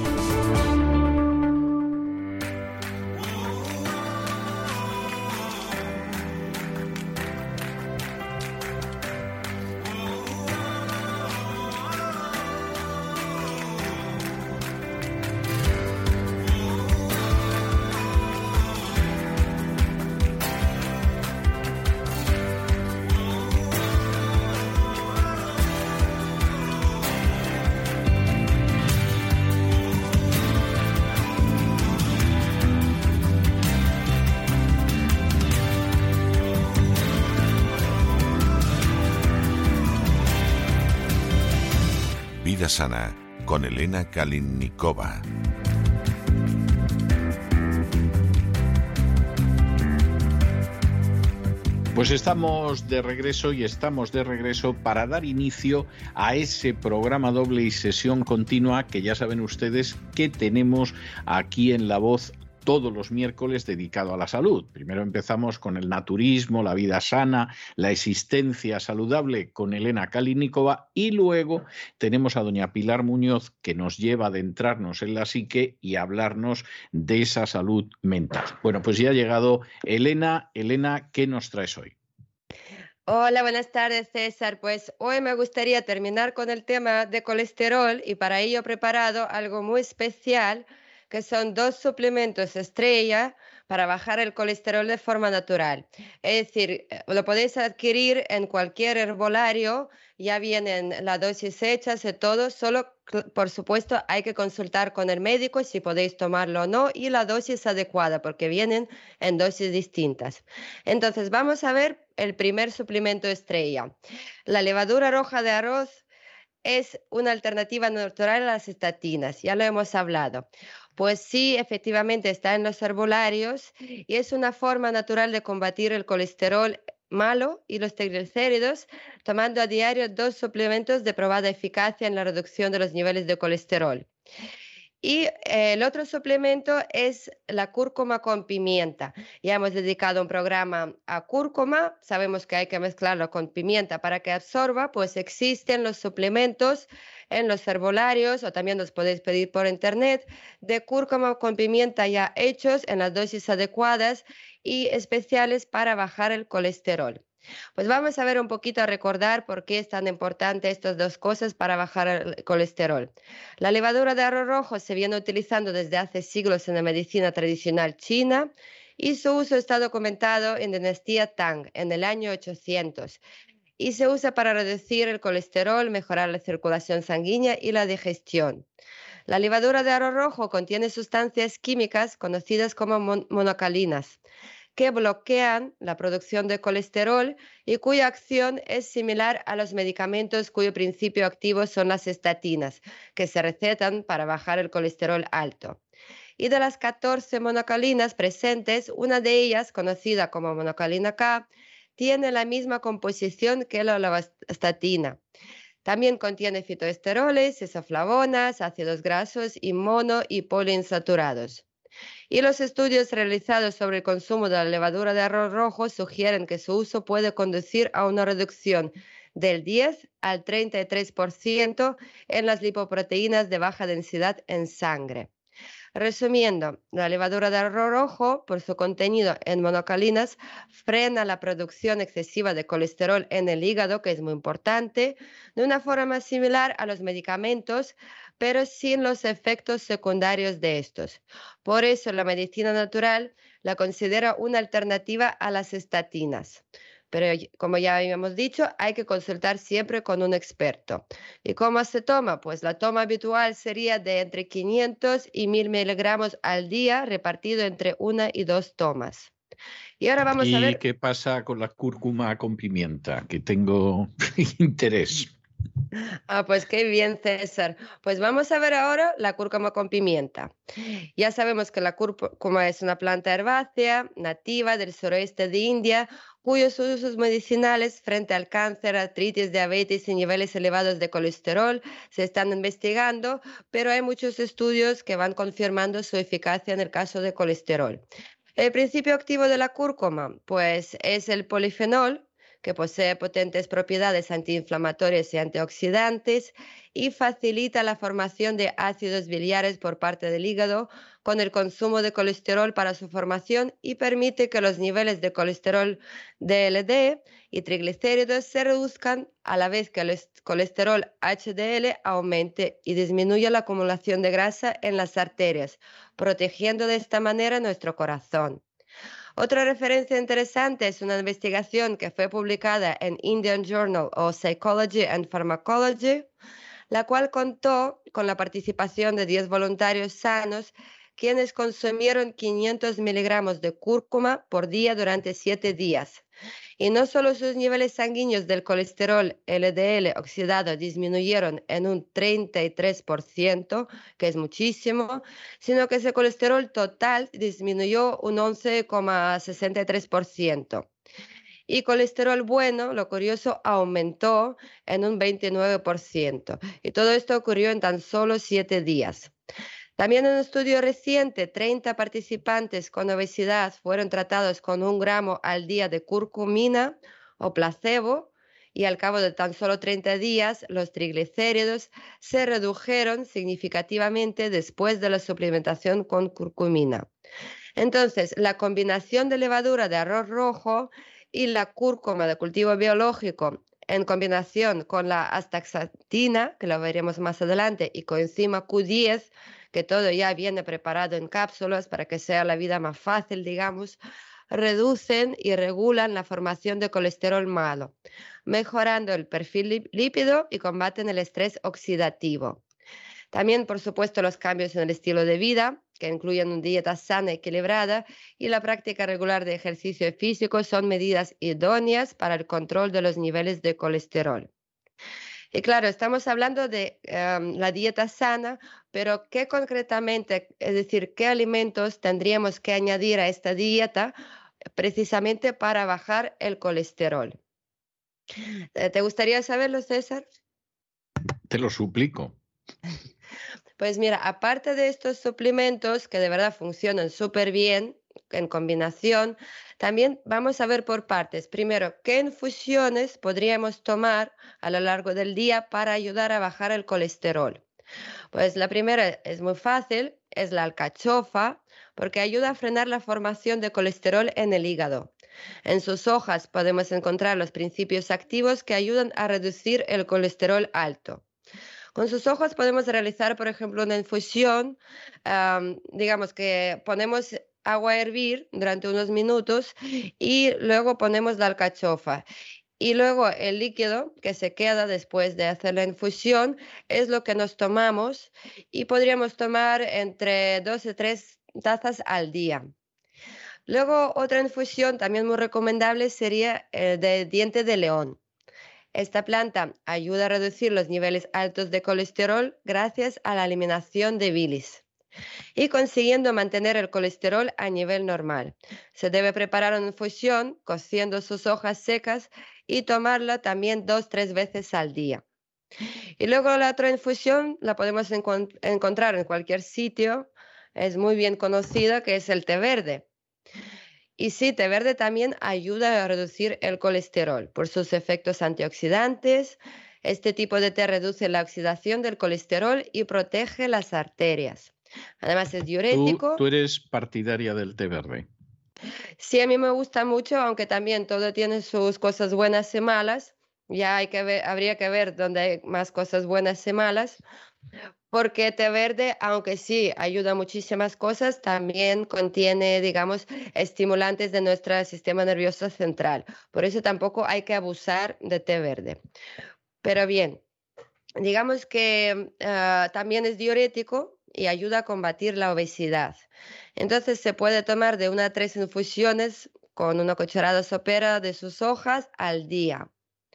Vida Sana con Elena Kalinnikova. Pues estamos de regreso para dar inicio a ese programa doble y sesión continua que ya saben ustedes que tenemos aquí en La Voz todos los miércoles dedicado a la salud. Primero empezamos con el naturismo, la vida sana, la existencia saludable con Elena Kalinnikova y luego tenemos a doña Pilar Muñoz que nos lleva a adentrarnos en la psique y a hablarnos de esa salud mental. Bueno, pues ya ha llegado Elena. Elena, ¿qué nos traes hoy? Hola, buenas tardes, César. Pues hoy me gustaría terminar con el tema de colesterol y para ello he preparado algo muy especial, que son 2 suplementos estrella para bajar el colesterol de forma natural. Es decir, lo podéis adquirir en cualquier herbolario, ya vienen las dosis hechas de todo, solo por supuesto hay que consultar con el médico si podéis tomarlo o no y la dosis adecuada, porque vienen en dosis distintas. Entonces vamos a ver el primer suplemento estrella. La levadura roja de arroz es una alternativa natural a las estatinas, ya lo hemos hablado. Pues sí, efectivamente está en los herbolarios y es una forma natural de combatir el colesterol malo y los triglicéridos, tomando a diario 2 suplementos de probada eficacia en la reducción de los niveles de colesterol. Y el otro suplemento es la cúrcuma con pimienta. Ya hemos dedicado un programa a cúrcuma, sabemos que hay que mezclarlo con pimienta para que absorba, pues existen los suplementos en los herbolarios o también los podéis pedir por internet de cúrcuma con pimienta ya hechos en las dosis adecuadas y especiales para bajar el colesterol. Pues vamos a ver un poquito, a recordar por qué es tan importante estas 2 cosas para bajar el colesterol. La levadura de arroz rojo se viene utilizando desde hace siglos en la medicina tradicional china y su uso está documentado en dinastía Tang en el año 800 y se usa para reducir el colesterol, mejorar la circulación sanguínea y la digestión. La levadura de arroz rojo contiene sustancias químicas conocidas como monocalinas, que bloquean la producción de colesterol y cuya acción es similar a los medicamentos cuyo principio activo son las estatinas, que se recetan para bajar el colesterol alto. Y de las 14 monocalinas presentes, una de ellas, conocida como monocalina K, tiene la misma composición que la estatina. También contiene fitoesteroles, isoflavonas, ácidos grasos y mono y poliinsaturados. Y los estudios realizados sobre el consumo de la levadura de arroz rojo sugieren que su uso puede conducir a una reducción del 10 al 33% en las lipoproteínas de baja densidad en sangre. Resumiendo, la levadura de arroz rojo, por su contenido en monocalinas, frena la producción excesiva de colesterol en el hígado, que es muy importante, de una forma similar a los medicamentos, pero sin los efectos secundarios de estos. Por eso la medicina natural la considera una alternativa a las estatinas. pero como ya habíamos dicho, hay que consultar siempre con un experto. ¿Y cómo se toma? Pues la toma habitual sería de entre 500 y 1000 miligramos al día, repartido entre 1 y 2 tomas. Y ahora vamos a ver... ¿Y qué pasa con la cúrcuma con pimienta? Que tengo interés. Pues qué bien, César. Pues vamos a ver ahora la cúrcuma con pimienta. Ya sabemos que la cúrcuma es una planta herbácea nativa del suroeste de India, cuyos usos medicinales frente al cáncer, artritis, diabetes y niveles elevados de colesterol se están investigando, pero hay muchos estudios que van confirmando su eficacia en el caso de colesterol. El principio activo de la cúrcuma, pues es el polifenol, que posee potentes propiedades antiinflamatorias y antioxidantes y facilita la formación de ácidos biliares por parte del hígado con el consumo de colesterol para su formación y permite que los niveles de colesterol LDL y triglicéridos se reduzcan a la vez que el colesterol HDL aumente y disminuya la acumulación de grasa en las arterias, protegiendo de esta manera nuestro corazón. Otra referencia interesante es una investigación que fue publicada en Indian Journal of Psychology and Pharmacology, la cual contó con la participación de 10 voluntarios sanos quienes consumieron 500 miligramos de cúrcuma por día durante 7 días. Y no solo sus niveles sanguíneos del colesterol LDL oxidado disminuyeron en un 33%, que es muchísimo, sino que ese colesterol total disminuyó un 11,63%. Y colesterol bueno, lo curioso, aumentó en un 29%. Y todo esto ocurrió en tan solo 7 días. También en un estudio reciente, 30 participantes con obesidad fueron tratados con 1 gramo al día de curcumina o placebo y al cabo de tan solo 30 días los triglicéridos se redujeron significativamente después de la suplementación con curcumina. Entonces, la combinación de levadura de arroz rojo y la cúrcuma de cultivo biológico en combinación con la astaxantina, que lo veremos más adelante, y coenzima Q10, que todo ya viene preparado en cápsulas para que sea la vida más fácil, digamos, reducen y regulan la formación de colesterol malo, mejorando el perfil lípido y combaten el estrés oxidativo. También, por supuesto, los cambios en el estilo de vida, que incluyen una dieta sana y equilibrada, y la práctica regular de ejercicio físico son medidas idóneas para el control de los niveles de colesterol. Y claro, estamos hablando de la dieta sana, pero ¿qué concretamente, es decir, qué alimentos tendríamos que añadir a esta dieta precisamente para bajar el colesterol? ¿Te gustaría saberlo, César? Te lo suplico. Pues mira, aparte de estos suplementos que de verdad funcionan súper bien en combinación, también vamos a ver por partes. Primero, ¿qué infusiones podríamos tomar a lo largo del día para ayudar a bajar el colesterol? Pues la primera es muy fácil, es la alcachofa, porque ayuda a frenar la formación de colesterol en el hígado. En sus hojas podemos encontrar los principios activos que ayudan a reducir el colesterol alto. Con sus hojas podemos realizar, por ejemplo, una infusión, digamos que ponemos agua a hervir durante unos minutos y luego ponemos la alcachofa. Y luego el líquido que se queda después de hacer la infusión es lo que nos tomamos y podríamos tomar entre 2 y 3 tazas al día. Luego otra infusión también muy recomendable sería de diente de león. Esta planta ayuda a reducir los niveles altos de colesterol gracias a la eliminación de bilis y consiguiendo mantener el colesterol a nivel normal. Se debe preparar una infusión cociendo sus hojas secas y tomarla también 2-3 veces al día. Y luego la otra infusión la podemos encontrar en cualquier sitio, es muy bien conocida, que es el té verde. Y sí, té verde también ayuda a reducir el colesterol por sus efectos antioxidantes. Este tipo de té reduce la oxidación del colesterol y protege las arterias. Además es diurético. ¿Tú eres partidaria del té verde? Sí, a mí me gusta mucho, aunque también todo tiene sus cosas buenas y malas. Ya habría que ver dónde hay más cosas buenas y malas. Porque té verde, aunque sí ayuda a muchísimas cosas, también contiene, digamos, estimulantes de nuestro sistema nervioso central. Por eso tampoco hay que abusar de té verde. Pero bien, digamos que también es diurético y ayuda a combatir la obesidad. Entonces se puede tomar de 1 a 3 infusiones con una cucharada sopera de sus hojas al día.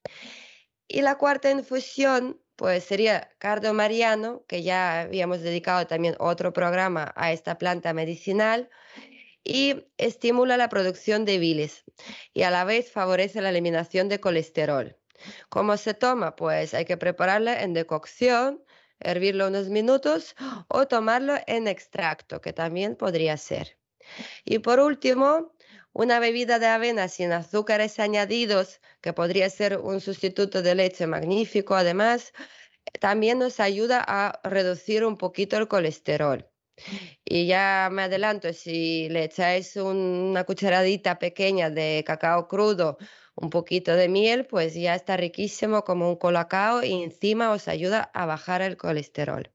Y la cuarta infusión, pues sería cardo mariano, que ya habíamos dedicado también otro programa a esta planta medicinal, y estimula la producción de bilis y a la vez favorece la eliminación de colesterol. ¿Cómo se toma? Pues hay que prepararla en decocción, hervirlo unos minutos o tomarlo en extracto, que también podría ser. Y por último, una bebida de avena sin azúcares añadidos, que podría ser un sustituto de leche magnífico, además, también nos ayuda a reducir un poquito el colesterol. Y ya me adelanto, si le echáis una cucharadita pequeña de cacao crudo, un poquito de miel, pues ya está riquísimo como un colacao y encima os ayuda a bajar el colesterol.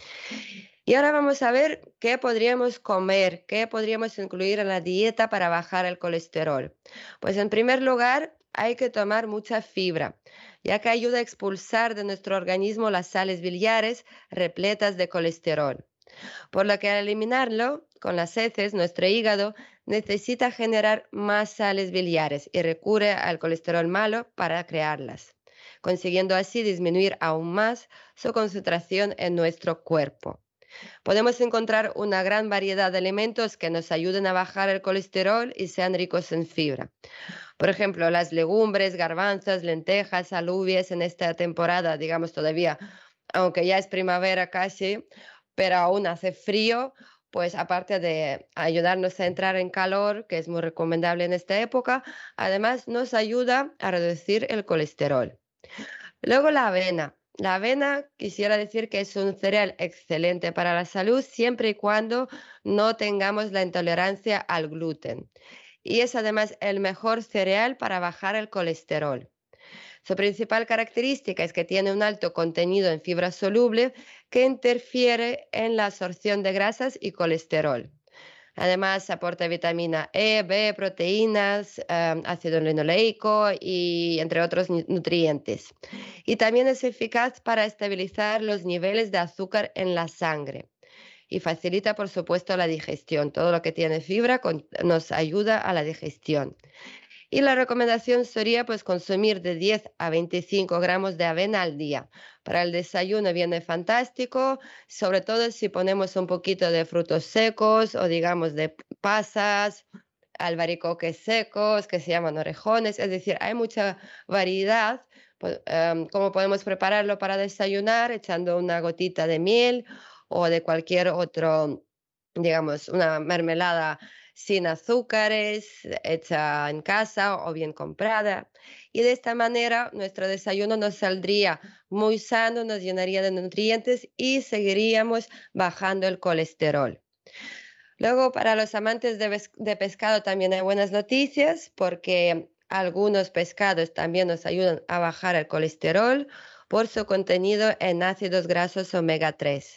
Y ahora vamos a ver qué podríamos comer, qué podríamos incluir en la dieta para bajar el colesterol. Pues en primer lugar, hay que tomar mucha fibra, ya que ayuda a expulsar de nuestro organismo las sales biliares repletas de colesterol. Por lo que al eliminarlo con las heces, nuestro hígado necesita generar más sales biliares y recurre al colesterol malo para crearlas, consiguiendo así disminuir aún más su concentración en nuestro cuerpo. Podemos encontrar una gran variedad de alimentos que nos ayuden a bajar el colesterol y sean ricos en fibra. Por ejemplo, las legumbres, garbanzos, lentejas, alubias en esta temporada, digamos todavía, aunque ya es primavera casi, pero aún hace frío, pues aparte de ayudarnos a entrar en calor, que es muy recomendable en esta época, además nos ayuda a reducir el colesterol. Luego la avena. La avena quisiera decir que es un cereal excelente para la salud siempre y cuando no tengamos la intolerancia al gluten. Y es además el mejor cereal para bajar el colesterol. Su principal característica es que tiene un alto contenido en fibra soluble que interfiere en la absorción de grasas y colesterol. Además, aporta vitamina E, B, proteínas, ácido linoleico y entre otros nutrientes. Y también es eficaz para estabilizar los niveles de azúcar en la sangre. Y facilita, por supuesto, la digestión. Todo lo que tiene fibra nos ayuda a la digestión. Y la recomendación sería pues consumir de 10 a 25 gramos de avena al día. Para el desayuno viene fantástico, sobre todo si ponemos un poquito de frutos secos o digamos de pasas, albaricoques secos que se llaman orejones. Es decir, hay mucha variedad. Pues, ¿cómo podemos prepararlo para desayunar? Echando una gotita de miel o de cualquier otro, digamos, una mermelada sin azúcares, hecha en casa o bien comprada. Y de esta manera nuestro desayuno nos saldría muy sano, nos llenaría de nutrientes y seguiríamos bajando el colesterol. Luego, para los amantes de pescado también hay buenas noticias porque algunos pescados también nos ayudan a bajar el colesterol por su contenido en ácidos grasos omega 3.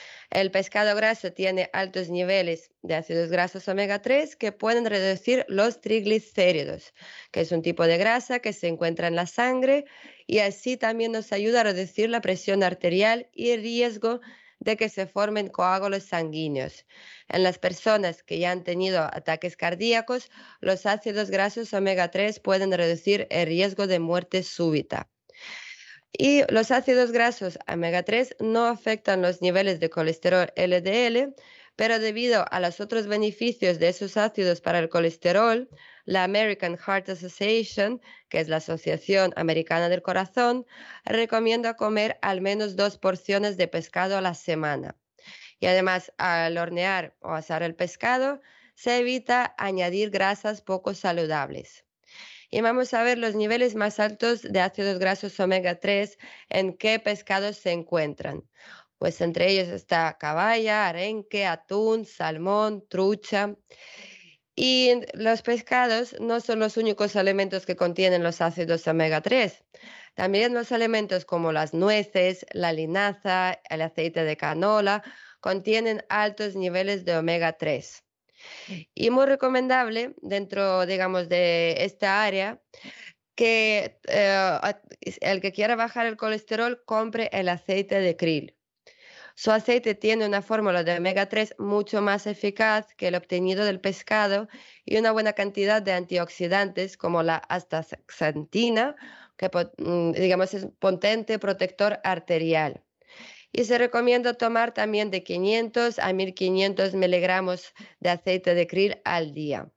El pescado graso tiene altos niveles de ácidos grasos omega 3 que pueden reducir los triglicéridos, que es un tipo de grasa que se encuentra en la sangre y así también nos ayuda a reducir la presión arterial y el riesgo de que se formen coágulos sanguíneos. En las personas que ya han tenido ataques cardíacos, los ácidos grasos omega 3 pueden reducir el riesgo de muerte súbita. Y los ácidos grasos omega 3 no afectan los niveles de colesterol LDL, pero debido a los otros beneficios de esos ácidos para el colesterol, la American Heart Association, que es la Asociación Americana del Corazón, recomienda comer al menos 2 porciones de pescado a la semana. Y además, al hornear o asar el pescado, se evita añadir grasas poco saludables. Y vamos a ver los niveles más altos de ácidos grasos omega 3 en qué pescados se encuentran. Pues entre ellos está caballa, arenque, atún, salmón, trucha. Y los pescados no son los únicos alimentos que contienen los ácidos omega 3. También los alimentos como las nueces, la linaza, el aceite de canola contienen altos niveles de omega 3. Y muy recomendable dentro, digamos, de esta área que el que quiera bajar el colesterol compre el aceite de krill. Su aceite tiene una fórmula de omega 3 mucho más eficaz que el obtenido del pescado y una buena cantidad de antioxidantes como la astaxantina, que digamos es potente protector arterial. Y se recomienda tomar también de 500 a 1500 miligramos de aceite de krill al día.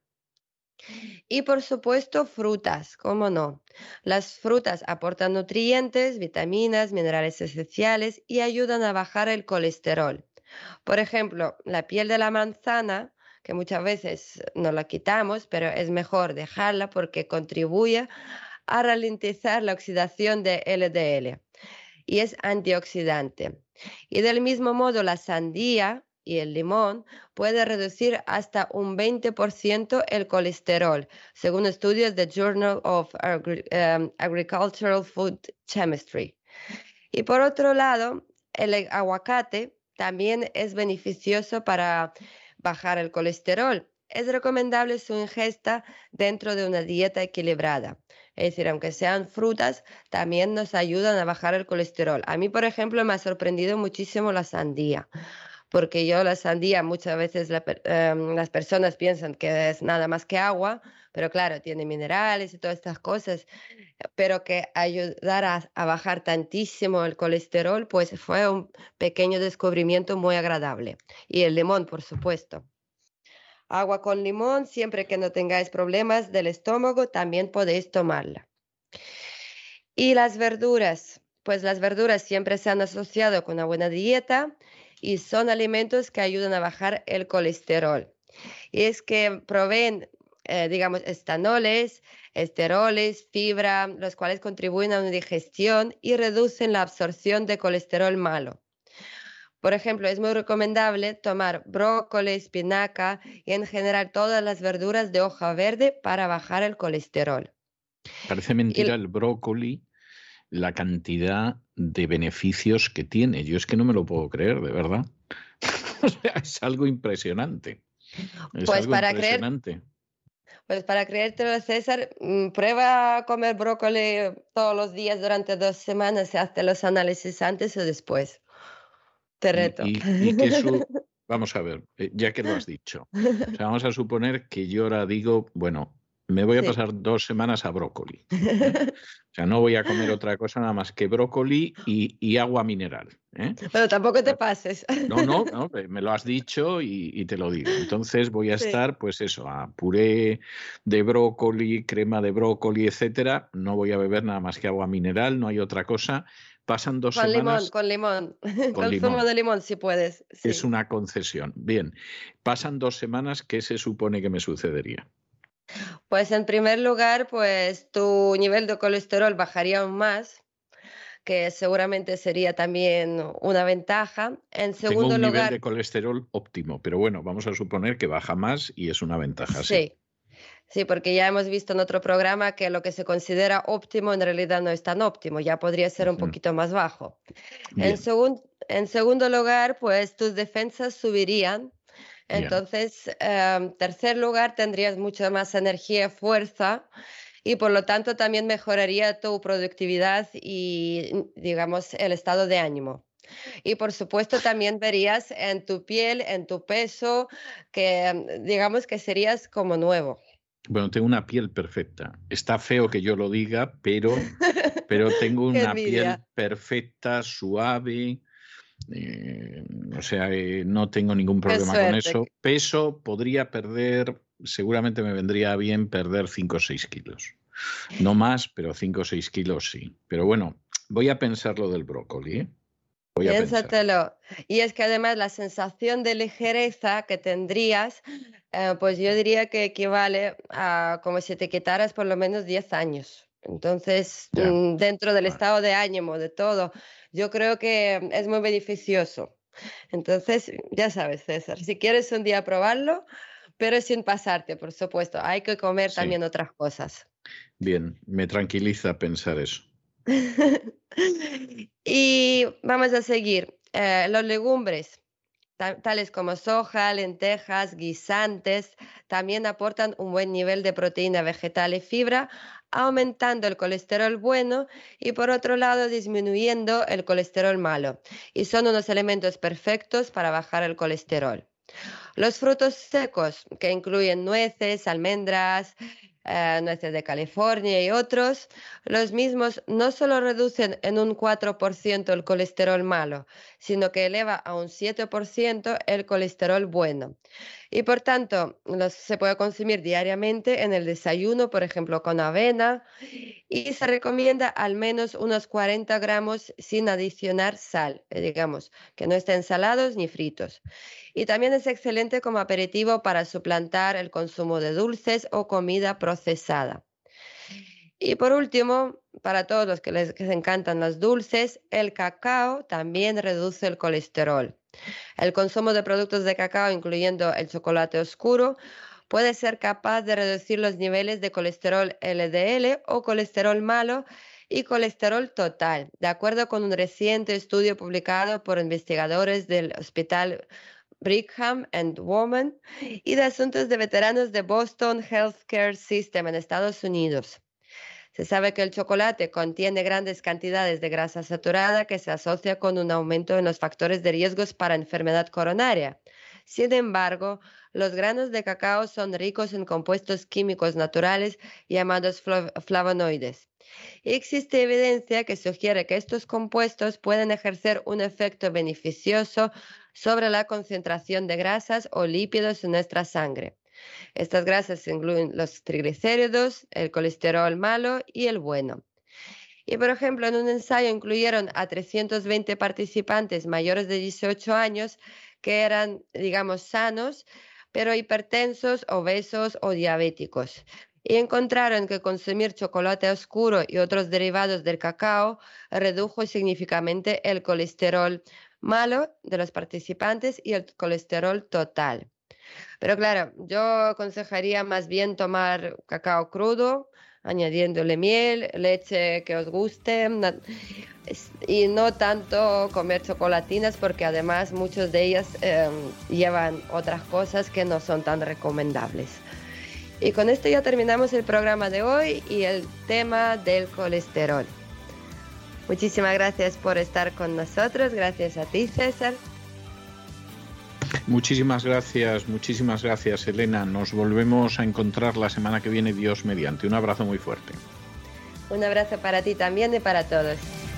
Y por supuesto, frutas, ¿cómo no? Las frutas aportan nutrientes, vitaminas, minerales esenciales y ayudan a bajar el colesterol. Por ejemplo, la piel de la manzana, que muchas veces no la quitamos, pero es mejor dejarla porque contribuye a ralentizar la oxidación de LDL y es antioxidante. Y del mismo modo, la sandía y el limón puede reducir hasta un 20% el colesterol, según estudios de Journal of Agricultural Food Chemistry. Y por otro lado, el aguacate también es beneficioso para bajar el colesterol. Es recomendable su ingesta dentro de una dieta equilibrada. Es decir, aunque sean frutas, también nos ayudan a bajar el colesterol. A mí, por ejemplo, me ha sorprendido muchísimo la sandía. Porque la sandía muchas veces las personas piensan que es nada más que agua, pero claro, tiene minerales y todas estas cosas, pero que ayudar a bajar tantísimo el colesterol, pues fue un pequeño descubrimiento muy agradable. Y el limón, por supuesto. Agua con limón, siempre que no tengáis problemas del estómago, también podéis tomarla. Y las verduras, pues las verduras siempre se han asociado con una buena dieta, y son alimentos que ayudan a bajar el colesterol. Y es que proveen, digamos, estanoles, esteroles, fibra, los cuales contribuyen a una digestión y reducen la absorción de colesterol malo. Por ejemplo, es muy recomendable tomar brócoli, espinaca y en general todas las verduras de hoja verde para bajar el colesterol. Parece mentira el brócoli, la cantidad de beneficios que tiene. Yo es que no me lo puedo creer, de verdad. O sea, es algo impresionante. Pues para creértelo, César, prueba a comer brócoli todos los días durante 2 semanas y hazte los análisis antes o después. Te reto. Y que eso, vamos a ver, ya que lo has dicho. O sea, vamos a suponer que yo ahora digo, bueno, me voy a pasar 2 semanas a brócoli. O sea, no voy a comer otra cosa nada más que brócoli y agua mineral. Pero tampoco te pases. No, me lo has dicho y te lo digo. Entonces voy a estar, pues eso, a puré de brócoli, crema de brócoli, etcétera. No voy a beber nada más que agua mineral, no hay otra cosa. Pasan 2 semanas. Con limón. Con zumo de limón, si puedes. Sí. Es una concesión. Bien, pasan 2 semanas, ¿qué se supone que me sucedería? Pues en primer lugar, pues tu nivel de colesterol bajaría aún más, que seguramente sería también una ventaja. En segundo Tengo un lugar, nivel de colesterol óptimo, pero bueno, vamos a suponer que baja más y es una ventaja. Sí, porque ya hemos visto en otro programa que lo que se considera óptimo en realidad no es tan óptimo, ya podría ser un poquito más bajo. En segundo lugar, pues tus defensas subirían. Entonces, tercer lugar, tendrías mucha más energía y fuerza y por lo tanto también mejoraría tu productividad y, digamos, el estado de ánimo. Y por supuesto también verías en tu piel, en tu peso, que digamos que serías como nuevo. Bueno, tengo una piel perfecta. Está feo que yo lo diga, pero tengo una piel perfecta, suave. O sea, no tengo ningún problema con eso. Peso, podría perder, seguramente me vendría bien perder 5 o 6 kilos. No más, pero 5 o 6 kilos sí. Pero bueno, voy a pensar lo del brócoli, ¿eh? Piénsatelo. Y es que además la sensación de ligereza que tendrías, pues yo diría que equivale a como si te quitaras por lo menos 10 años. Entonces, dentro del estado de ánimo, de todo, yo creo que es muy beneficioso. Entonces, ya sabes, César, si quieres un día probarlo, pero sin pasarte, por supuesto. Hay que comer también otras cosas. Bien, me tranquiliza pensar eso. Y vamos a seguir. Los legumbres, tales como soja, lentejas, guisantes, también aportan un buen nivel de proteína vegetal y fibra, aumentando el colesterol bueno y por otro lado disminuyendo el colesterol malo. Y son unos elementos perfectos para bajar el colesterol. Los frutos secos, que incluyen nueces, almendras, nueces de California y otros, los mismos no solo reducen en un 4% el colesterol malo, sino que eleva a un 7% el colesterol bueno. Y por tanto, se puede consumir diariamente en el desayuno, por ejemplo, con avena, y se recomienda al menos unos 40 gramos sin adicionar sal, digamos, que no estén salados ni fritos. Y también es excelente como aperitivo para suplantar el consumo de dulces o comida procesada. Y por último, para todos los que les encantan los dulces, el cacao también reduce el colesterol. El consumo de productos de cacao, incluyendo el chocolate oscuro, puede ser capaz de reducir los niveles de colesterol LDL o colesterol malo y colesterol total, de acuerdo con un reciente estudio publicado por investigadores del Hospital Brigham and Women y de asuntos de veteranos de Boston Healthcare System en Estados Unidos. Se sabe que el chocolate contiene grandes cantidades de grasa saturada que se asocia con un aumento en los factores de riesgos para enfermedad coronaria. Sin embargo, los granos de cacao son ricos en compuestos químicos naturales llamados flavonoides. Y existe evidencia que sugiere que estos compuestos pueden ejercer un efecto beneficioso sobre la concentración de grasas o lípidos en nuestra sangre. Estas grasas incluyen los triglicéridos, el colesterol malo y el bueno. Y por ejemplo, en un ensayo incluyeron a 320 participantes mayores de 18 años que eran, digamos, sanos, pero hipertensos, obesos o diabéticos. Y encontraron que consumir chocolate oscuro y otros derivados del cacao redujo significativamente el colesterol malo de los participantes y el colesterol total. Pero claro, yo aconsejaría más bien tomar cacao crudo, añadiéndole miel, leche que os guste, y no tanto comer chocolatinas porque además muchas de ellas llevan otras cosas que no son tan recomendables. Y con esto ya terminamos el programa de hoy y el tema del colesterol. Muchísimas gracias por estar con nosotros. Gracias a ti, César. Muchísimas gracias, Elena. Nos volvemos a encontrar la semana que viene, Dios mediante. Un abrazo muy fuerte. Un abrazo para ti también y para todos.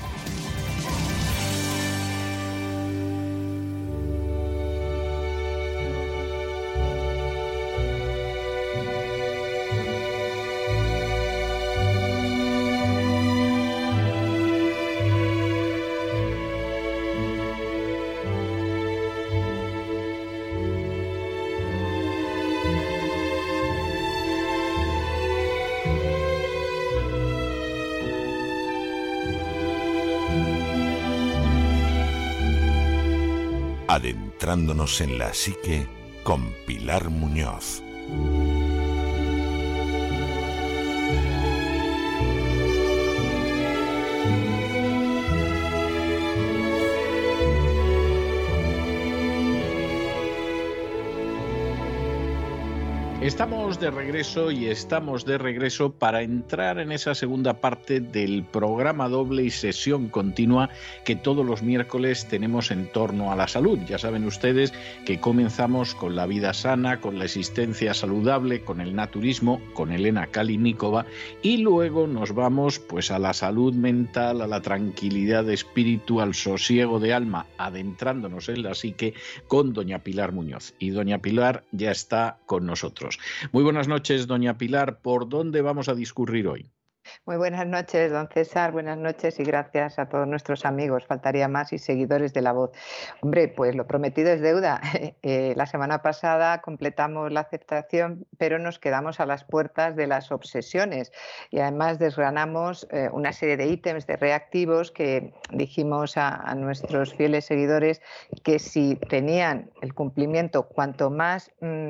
Adentrándonos en la psique con Pilar Muñoz. Estamos de regreso para entrar en esa segunda parte del programa doble y sesión continua que todos los miércoles tenemos en torno a la salud. Ya saben ustedes que comenzamos con la vida sana, con la existencia saludable, con el naturismo, con Elena Kaliníkova, y luego nos vamos pues a la salud mental, a la tranquilidad de espíritu, al sosiego de alma, adentrándonos en la psique con doña Pilar Muñoz. Y doña Pilar ya está con nosotros. Muy buenas noches, doña Pilar. ¿Por dónde vamos a discurrir hoy? Muy buenas noches, don César. Buenas noches y gracias a todos nuestros amigos, faltaría más, y seguidores de La Voz. Hombre, pues lo prometido es deuda. La semana pasada completamos la aceptación, pero nos quedamos a las puertas de las obsesiones y además desgranamos una serie de ítems de reactivos que dijimos a nuestros fieles seguidores que si tenían el cumplimiento cuanto más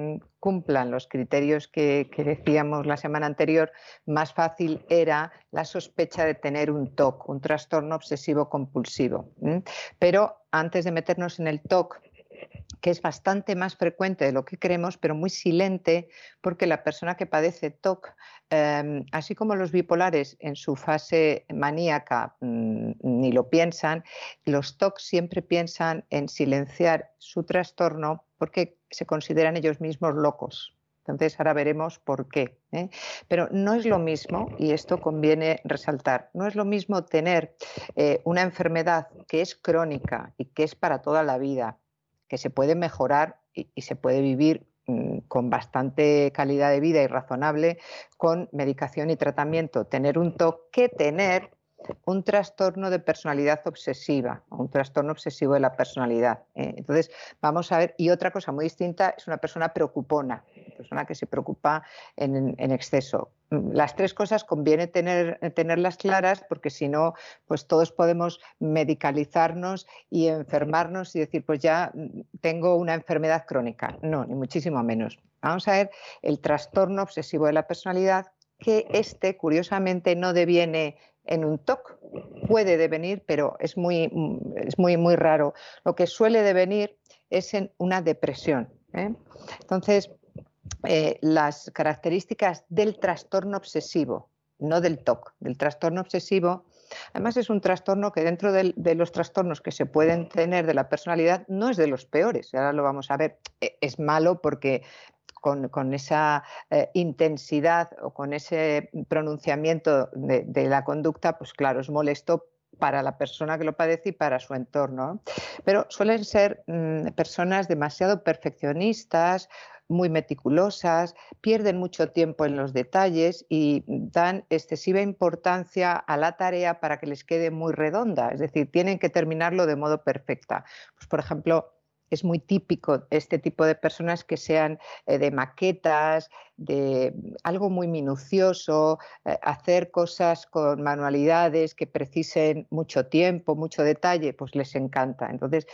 cumplan los criterios que decíamos la semana anterior, más fácil era la sospecha de tener un TOC, un trastorno obsesivo compulsivo. Pero antes de meternos en el TOC, que es bastante más frecuente de lo que creemos, pero muy silente, porque la persona que padece TOC, así como los bipolares en su fase maníaca ni lo piensan, los TOC siempre piensan en silenciar su trastorno porque se consideran ellos mismos locos. Entonces ahora veremos por qué. Pero no es lo mismo, y esto conviene resaltar, no es lo mismo tener una enfermedad que es crónica y que es para toda la vida, que se puede mejorar y se puede vivir con bastante calidad de vida y razonable con medicación y tratamiento, tener un TOC, que tener un trastorno de personalidad obsesiva, un trastorno obsesivo de la personalidad. Entonces, vamos a ver, y otra cosa muy distinta es una persona preocupona, una persona que se preocupa en exceso. Las tres cosas conviene tenerlas claras, porque si no, pues todos podemos medicalizarnos y enfermarnos y decir, pues ya tengo una enfermedad crónica. No, ni muchísimo menos. Vamos a ver el trastorno obsesivo de la personalidad, que curiosamente, no deviene en un TOC. Puede devenir, pero es muy raro. Lo que suele devenir es en una depresión. Entonces, las características del trastorno obsesivo, no del TOC, del trastorno obsesivo, además es un trastorno que dentro de los trastornos que se pueden tener de la personalidad no es de los peores. Ahora lo vamos a ver. Es malo porque con esa intensidad o con ese pronunciamiento de la conducta, pues claro, es molesto para la persona que lo padece y para su entorno. Pero suelen ser personas demasiado perfeccionistas, muy meticulosas, pierden mucho tiempo en los detalles y dan excesiva importancia a la tarea para que les quede muy redonda, es decir, tienen que terminarlo de modo perfecta. Pues, por ejemplo, es muy típico este tipo de personas que sean de maquetas, de algo muy minucioso, hacer cosas con manualidades que precisen mucho tiempo, mucho detalle, pues les encanta. Entonces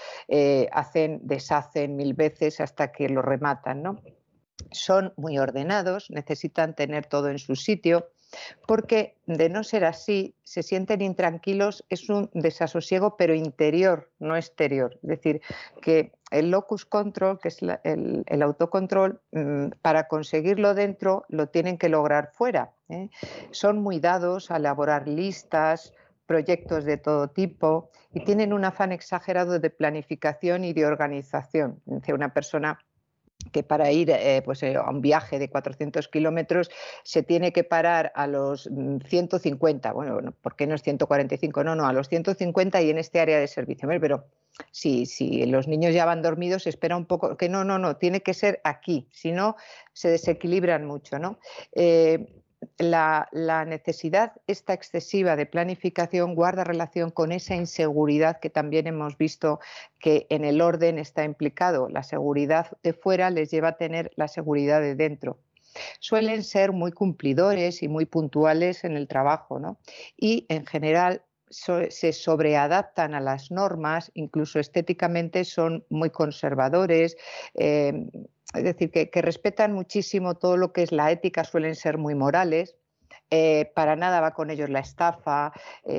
deshacen 1000 veces hasta que lo rematan, ¿no? Son muy ordenados, necesitan tener todo en su sitio, porque de no ser así se sienten intranquilos. Es un desasosiego pero interior, no exterior. Es decir, que el locus control, que es el autocontrol, para conseguirlo dentro lo tienen que lograr fuera. Son muy dados a elaborar listas, proyectos de todo tipo, y tienen un afán exagerado de planificación y de organización. Es decir, una persona que para ir a un viaje de 400 kilómetros se tiene que parar a los 150, bueno, ¿por qué no es 145? No, a los 150 y en este área de servicio. Pero si los niños ya van dormidos, espera un poco, que no, tiene que ser aquí, si no se desequilibran mucho, ¿no? La necesidad esta excesiva de planificación guarda relación con esa inseguridad que también hemos visto que en el orden está implicado. La seguridad de fuera les lleva a tener la seguridad de dentro. Suelen ser muy cumplidores y muy puntuales en el trabajo, ¿no? Y en general se sobreadaptan a las normas, incluso estéticamente son muy conservadores, es decir, que respetan muchísimo todo lo que es la ética, suelen ser muy morales. Para nada va con ellos la estafa,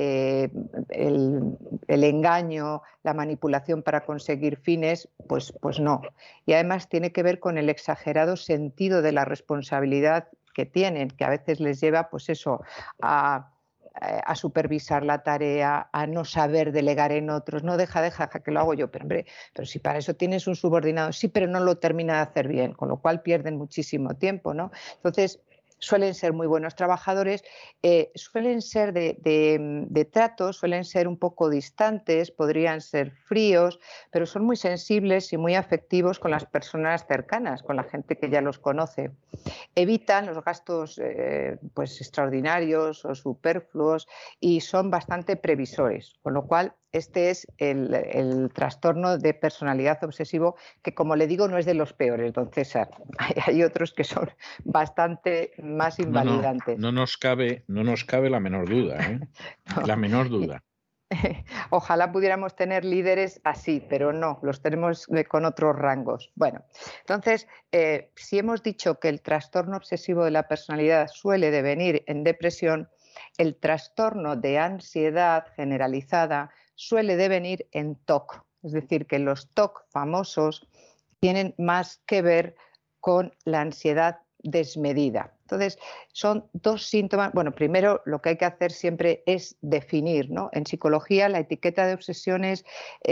el engaño, la manipulación para conseguir fines, pues no. Y además tiene que ver con el exagerado sentido de la responsabilidad que tienen, que a veces les lleva pues eso, a supervisar la tarea, a no saber delegar en otros. No, deja que lo hago yo. Pero hombre, pero si para eso tienes un subordinado, sí, pero no lo termina de hacer bien, con lo cual pierden muchísimo tiempo, ¿no? Entonces, suelen ser muy buenos trabajadores, suelen ser de trato, suelen ser un poco distantes, podrían ser fríos, pero son muy sensibles y muy afectivos con las personas cercanas, con la gente que ya los conoce. Evitan los gastos pues extraordinarios o superfluos y son bastante previsores, con lo cual este es el trastorno de personalidad obsesivo, que como le digo no es de los peores, don César. Hay otros que son bastante más invalidantes. No nos cabe la menor duda, ¿eh? La menor duda. Ojalá pudiéramos tener líderes así, pero no, los tenemos con otros rangos. Bueno, entonces, si hemos dicho que el trastorno obsesivo de la personalidad suele devenir en depresión, el trastorno de ansiedad generalizada suele devenir en TOC. Es decir, que los TOC famosos tienen más que ver con la ansiedad desmedida. Entonces, son dos síntomas. Bueno, primero lo que hay que hacer siempre es definir, ¿no? En psicología la etiqueta de obsesiones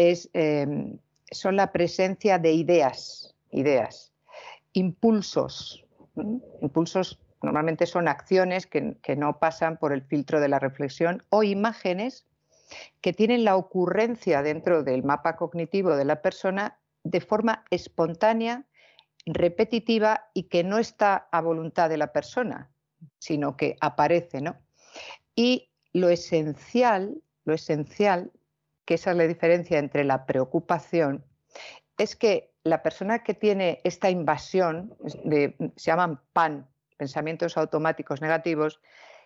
son la presencia de ideas, impulsos. Impulsos normalmente son acciones que no pasan por el filtro de la reflexión, o imágenes que tienen la ocurrencia dentro del mapa cognitivo de la persona de forma espontánea, repetitiva y que no está a voluntad de la persona, sino que aparece, ¿no? Y lo esencial, que esa es la diferencia entre la preocupación, es que la persona que tiene esta invasión, se llaman PAN, pensamientos automáticos negativos,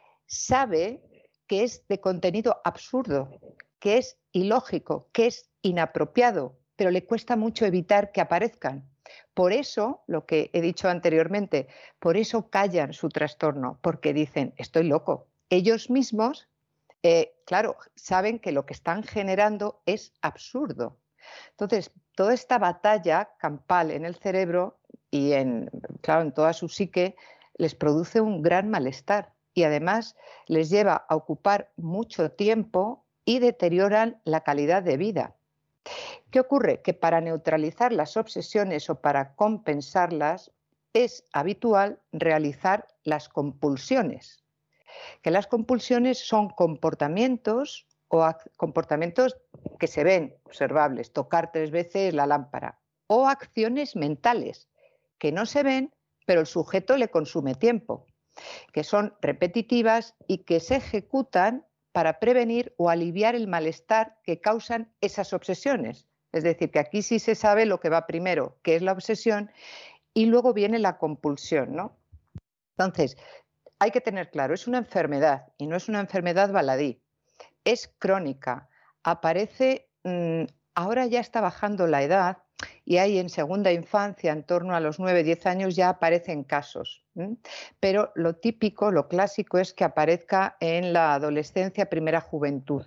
sabe que es de contenido absurdo, que es ilógico, que es inapropiado, pero le cuesta mucho evitar que aparezcan. Por eso, lo que he dicho anteriormente, por eso callan su trastorno, porque dicen, estoy loco. Ellos mismos, claro, saben que lo que están generando es absurdo. Entonces, toda esta batalla campal en el cerebro y en toda su psique les produce un gran malestar y además les lleva a ocupar mucho tiempo y deterioran la calidad de vida. ¿Qué ocurre? Que para neutralizar las obsesiones o para compensarlas es habitual realizar las compulsiones. Que las compulsiones son comportamientos comportamientos que se ven, observables, tocar 3 veces la lámpara, o acciones mentales que no se ven, pero el sujeto le consume tiempo, que son repetitivas y que se ejecutan para prevenir o aliviar el malestar que causan esas obsesiones. Es decir, que aquí sí se sabe lo que va primero, que es la obsesión, y luego viene la compulsión, ¿no? Entonces, hay que tener claro, es una enfermedad y no es una enfermedad baladí, es crónica, aparece, ahora ya está bajando la edad y hay en segunda infancia, en torno a los 9-10 años, ya aparecen casos. Pero lo típico, lo clásico es que aparezca en la adolescencia, primera juventud.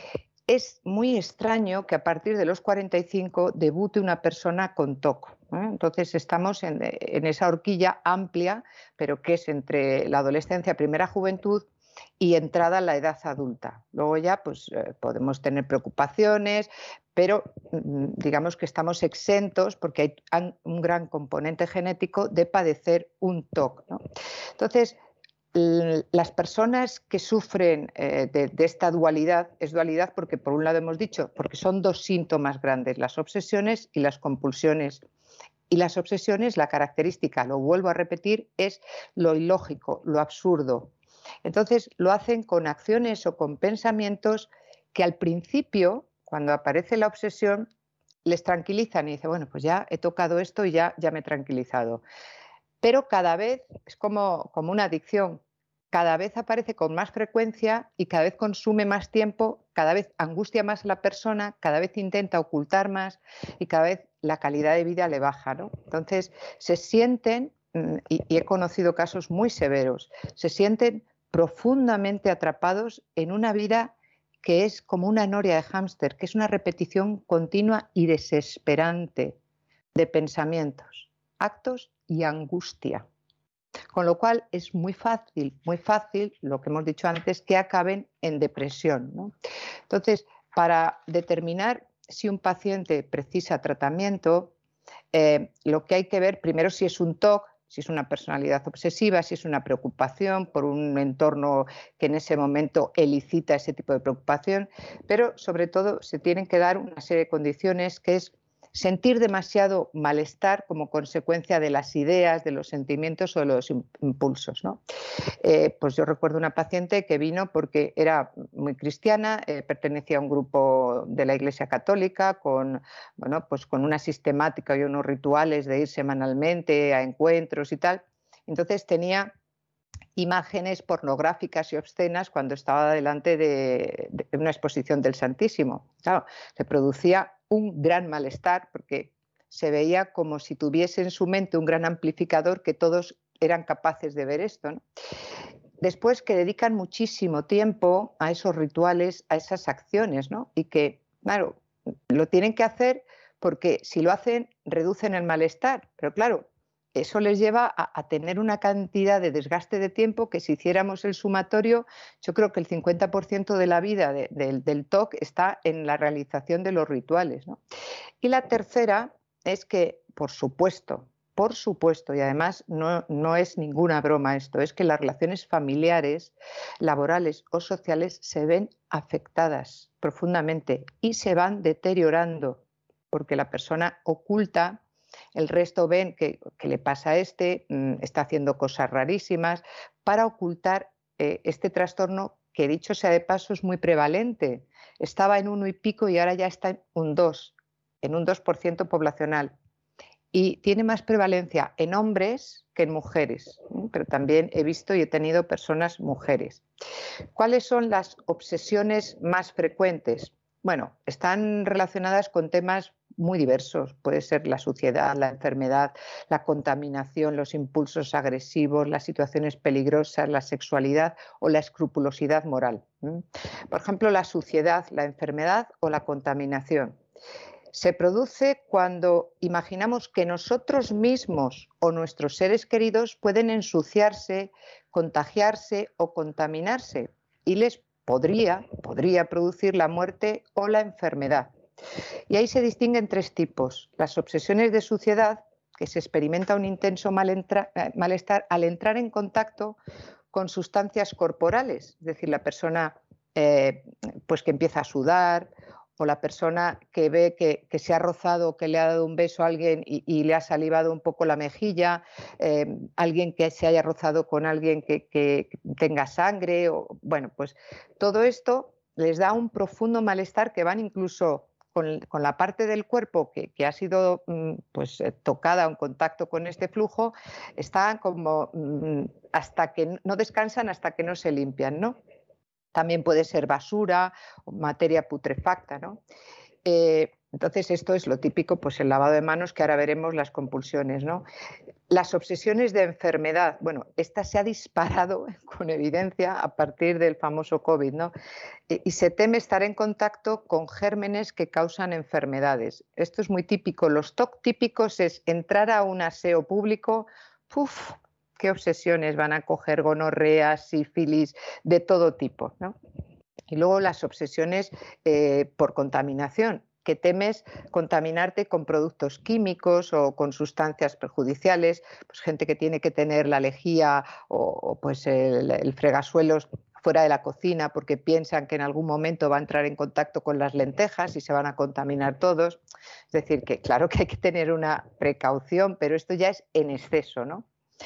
Es muy extraño que a partir de los 45 debute una persona con TOC. Entonces estamos en esa horquilla amplia, pero que es entre la adolescencia, primera juventud y entrada a la edad adulta. Luego ya pues, podemos tener preocupaciones, pero digamos que estamos exentos porque hay un gran componente genético de padecer un TOC, ¿no? Entonces, las personas que sufren de esta dualidad, es dualidad porque por un lado hemos dicho, porque son 2 síntomas grandes, las obsesiones y las compulsiones. Y las obsesiones, la característica, lo vuelvo a repetir, es lo ilógico, lo absurdo. Entonces lo hacen con acciones o con pensamientos que al principio, cuando aparece la obsesión, les tranquilizan y dicen, bueno, pues ya he tocado esto y ya me he tranquilizado. Pero cada vez es como una adicción, cada vez aparece con más frecuencia y cada vez consume más tiempo, cada vez angustia más a la persona, cada vez intenta ocultar más y cada vez la calidad de vida le baja, ¿no? Entonces se sienten, y he conocido casos muy severos, se sienten profundamente atrapados en una vida que es como una noria de hámster, que es una repetición continua y desesperante de pensamientos, actos y angustia. Con lo cual es muy fácil, lo que hemos dicho antes, que acaben en depresión, ¿no? Entonces, para determinar si un paciente precisa tratamiento, lo que hay que ver primero si es un TOC, si es una personalidad obsesiva, si es una preocupación por un entorno que en ese momento elicita ese tipo de preocupación, pero sobre todo se tienen que dar una serie de condiciones que es sentir demasiado malestar como consecuencia de las ideas, de los sentimientos o de los impulsos, ¿no? Pues yo recuerdo una paciente que vino porque era muy cristiana, pertenecía a un grupo de la Iglesia Católica con una sistemática y unos rituales de ir semanalmente a encuentros y tal. Entonces tenía imágenes pornográficas y obscenas cuando estaba delante de una exposición del Santísimo. Claro, se producía un gran malestar porque se veía como si tuviese en su mente un gran amplificador que todos eran capaces de ver esto, ¿no? Después que dedican muchísimo tiempo a esos rituales, a esas acciones, ¿no? Y que, claro, lo tienen que hacer porque si lo hacen reducen el malestar, pero claro, eso les lleva a tener una cantidad de desgaste de tiempo que si hiciéramos el sumatorio, yo creo que el 50% de la vida del TOC está en la realización de los rituales, ¿no? Y la tercera es que, por supuesto, y además no es ninguna broma esto, es que las relaciones familiares, laborales o sociales se ven afectadas profundamente y se van deteriorando porque la persona oculta, el resto ven que le pasa a está haciendo cosas rarísimas para ocultar este trastorno que, dicho sea de paso, es muy prevalente. Estaba en 1 y pico y ahora ya está en un 2% poblacional. Y tiene más prevalencia en hombres que en mujeres, pero también he visto y he tenido personas mujeres. ¿Cuáles son las obsesiones más frecuentes? Bueno, están relacionadas con temas muy diversos. Puede ser la suciedad, la enfermedad, la contaminación, los impulsos agresivos, las situaciones peligrosas, la sexualidad o la escrupulosidad moral. Por ejemplo, la suciedad, la enfermedad o la contaminación. Se produce cuando imaginamos que nosotros mismos o nuestros seres queridos pueden ensuciarse, contagiarse o contaminarse y les podría producir la muerte o la enfermedad. Y ahí se distinguen 3 tipos. Las obsesiones de suciedad, que se experimenta un intenso malestar al entrar en contacto con sustancias corporales, es decir, la persona pues que empieza a sudar, o la persona que ve que se ha rozado, que le ha dado un beso a alguien y le ha salivado un poco la mejilla, alguien que se haya rozado con alguien que tenga sangre, bueno, pues todo esto les da un profundo malestar que van incluso con la parte del cuerpo que ha sido pues, tocada o en contacto con este flujo, están como hasta que no descansan hasta que no se limpian, ¿no? También puede ser basura o materia putrefacta, ¿no? Entonces esto es lo típico, pues el lavado de manos, que ahora veremos las compulsiones, ¿no? Las obsesiones de enfermedad, bueno, esta se ha disparado con evidencia a partir del famoso COVID, ¿no? Y se teme estar en contacto con gérmenes que causan enfermedades. Esto es muy típico. Los TOC típicos es entrar a un aseo público, qué obsesiones, van a coger gonorrea, sífilis, de todo tipo, ¿no? Y luego las obsesiones por contaminación, que temes contaminarte con productos químicos o con sustancias perjudiciales, pues gente que tiene que tener la lejía o pues el fregasuelos fuera de la cocina porque piensan que en algún momento va a entrar en contacto con las lentejas y se van a contaminar todos. Es decir, que claro que hay que tener una precaución, pero esto ya es en exceso, ¿no?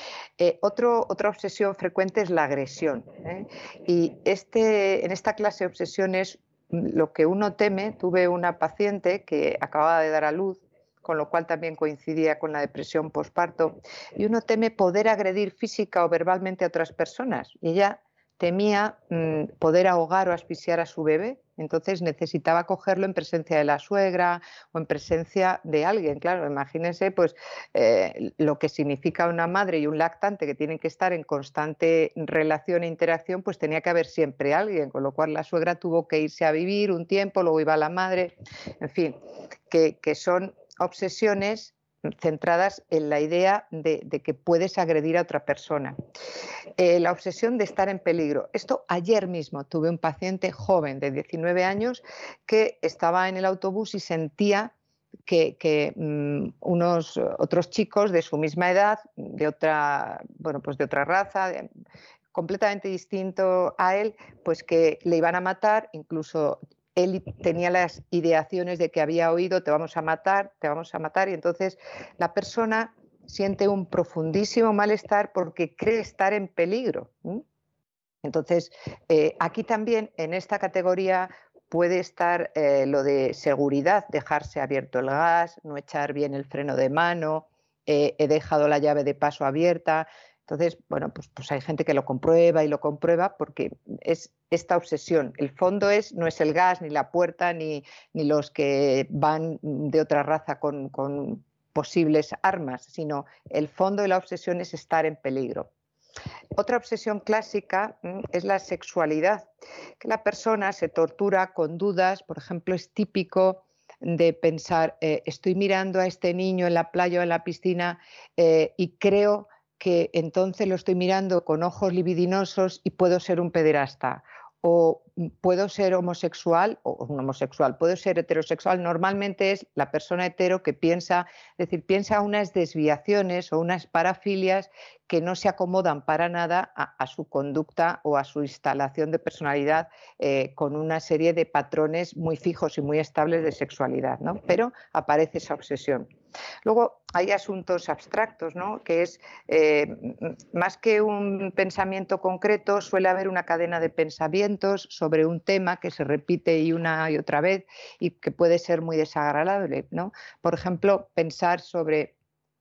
Otra obsesión frecuente es la agresión, ¿eh? Y en esta clase de obsesiones lo que uno teme, tuve una paciente que acababa de dar a luz, con lo cual también coincidía con la depresión posparto, y uno teme poder agredir física o verbalmente a otras personas, y ella temía poder ahogar o asfixiar a su bebé, entonces necesitaba cogerlo en presencia de la suegra o en presencia de alguien. Claro, imagínense pues, lo que significa una madre y un lactante que tienen que estar en constante relación e interacción, pues tenía que haber siempre alguien, con lo cual la suegra tuvo que irse a vivir un tiempo, luego iba la madre, en fin, que son obsesiones centradas en la idea de que puedes agredir a otra persona. La obsesión de estar en peligro. Esto ayer mismo tuve un paciente joven de 19 años que estaba en el autobús y sentía que unos otros chicos de su misma edad, de otra raza, completamente distinto a él, pues que le iban a matar, incluso él tenía las ideaciones de que había oído te vamos a matar, y entonces la persona siente un profundísimo malestar porque cree estar en peligro. Entonces, aquí también en esta categoría puede estar lo de seguridad, dejarse abierto el gas, no echar bien el freno de mano, he dejado la llave de paso abierta. Entonces, bueno, pues hay gente que lo comprueba y lo comprueba porque es esta obsesión. El fondo no es el gas, ni la puerta, ni los que van de otra raza con posibles armas, sino el fondo de la obsesión es estar en peligro. Otra obsesión clásica es la sexualidad, que la persona se tortura con dudas. Por ejemplo, es típico de pensar, estoy mirando a este niño en la playa o en la piscina y creo que entonces lo estoy mirando con ojos libidinosos y puedo ser un pederasta. O puedo ser homosexual, o un homosexual, puedo ser heterosexual. Normalmente es la persona hetero que piensa unas desviaciones o unas parafilias que no se acomodan para nada a su conducta o a su instalación de personalidad con una serie de patrones muy fijos y muy estables de sexualidad, ¿no? Pero aparece esa obsesión. Luego hay asuntos abstractos, ¿no? Que es más que un pensamiento concreto, suele haber una cadena de pensamientos sobre un tema que se repite una y otra vez y que puede ser muy desagradable, ¿no? Por ejemplo, pensar sobre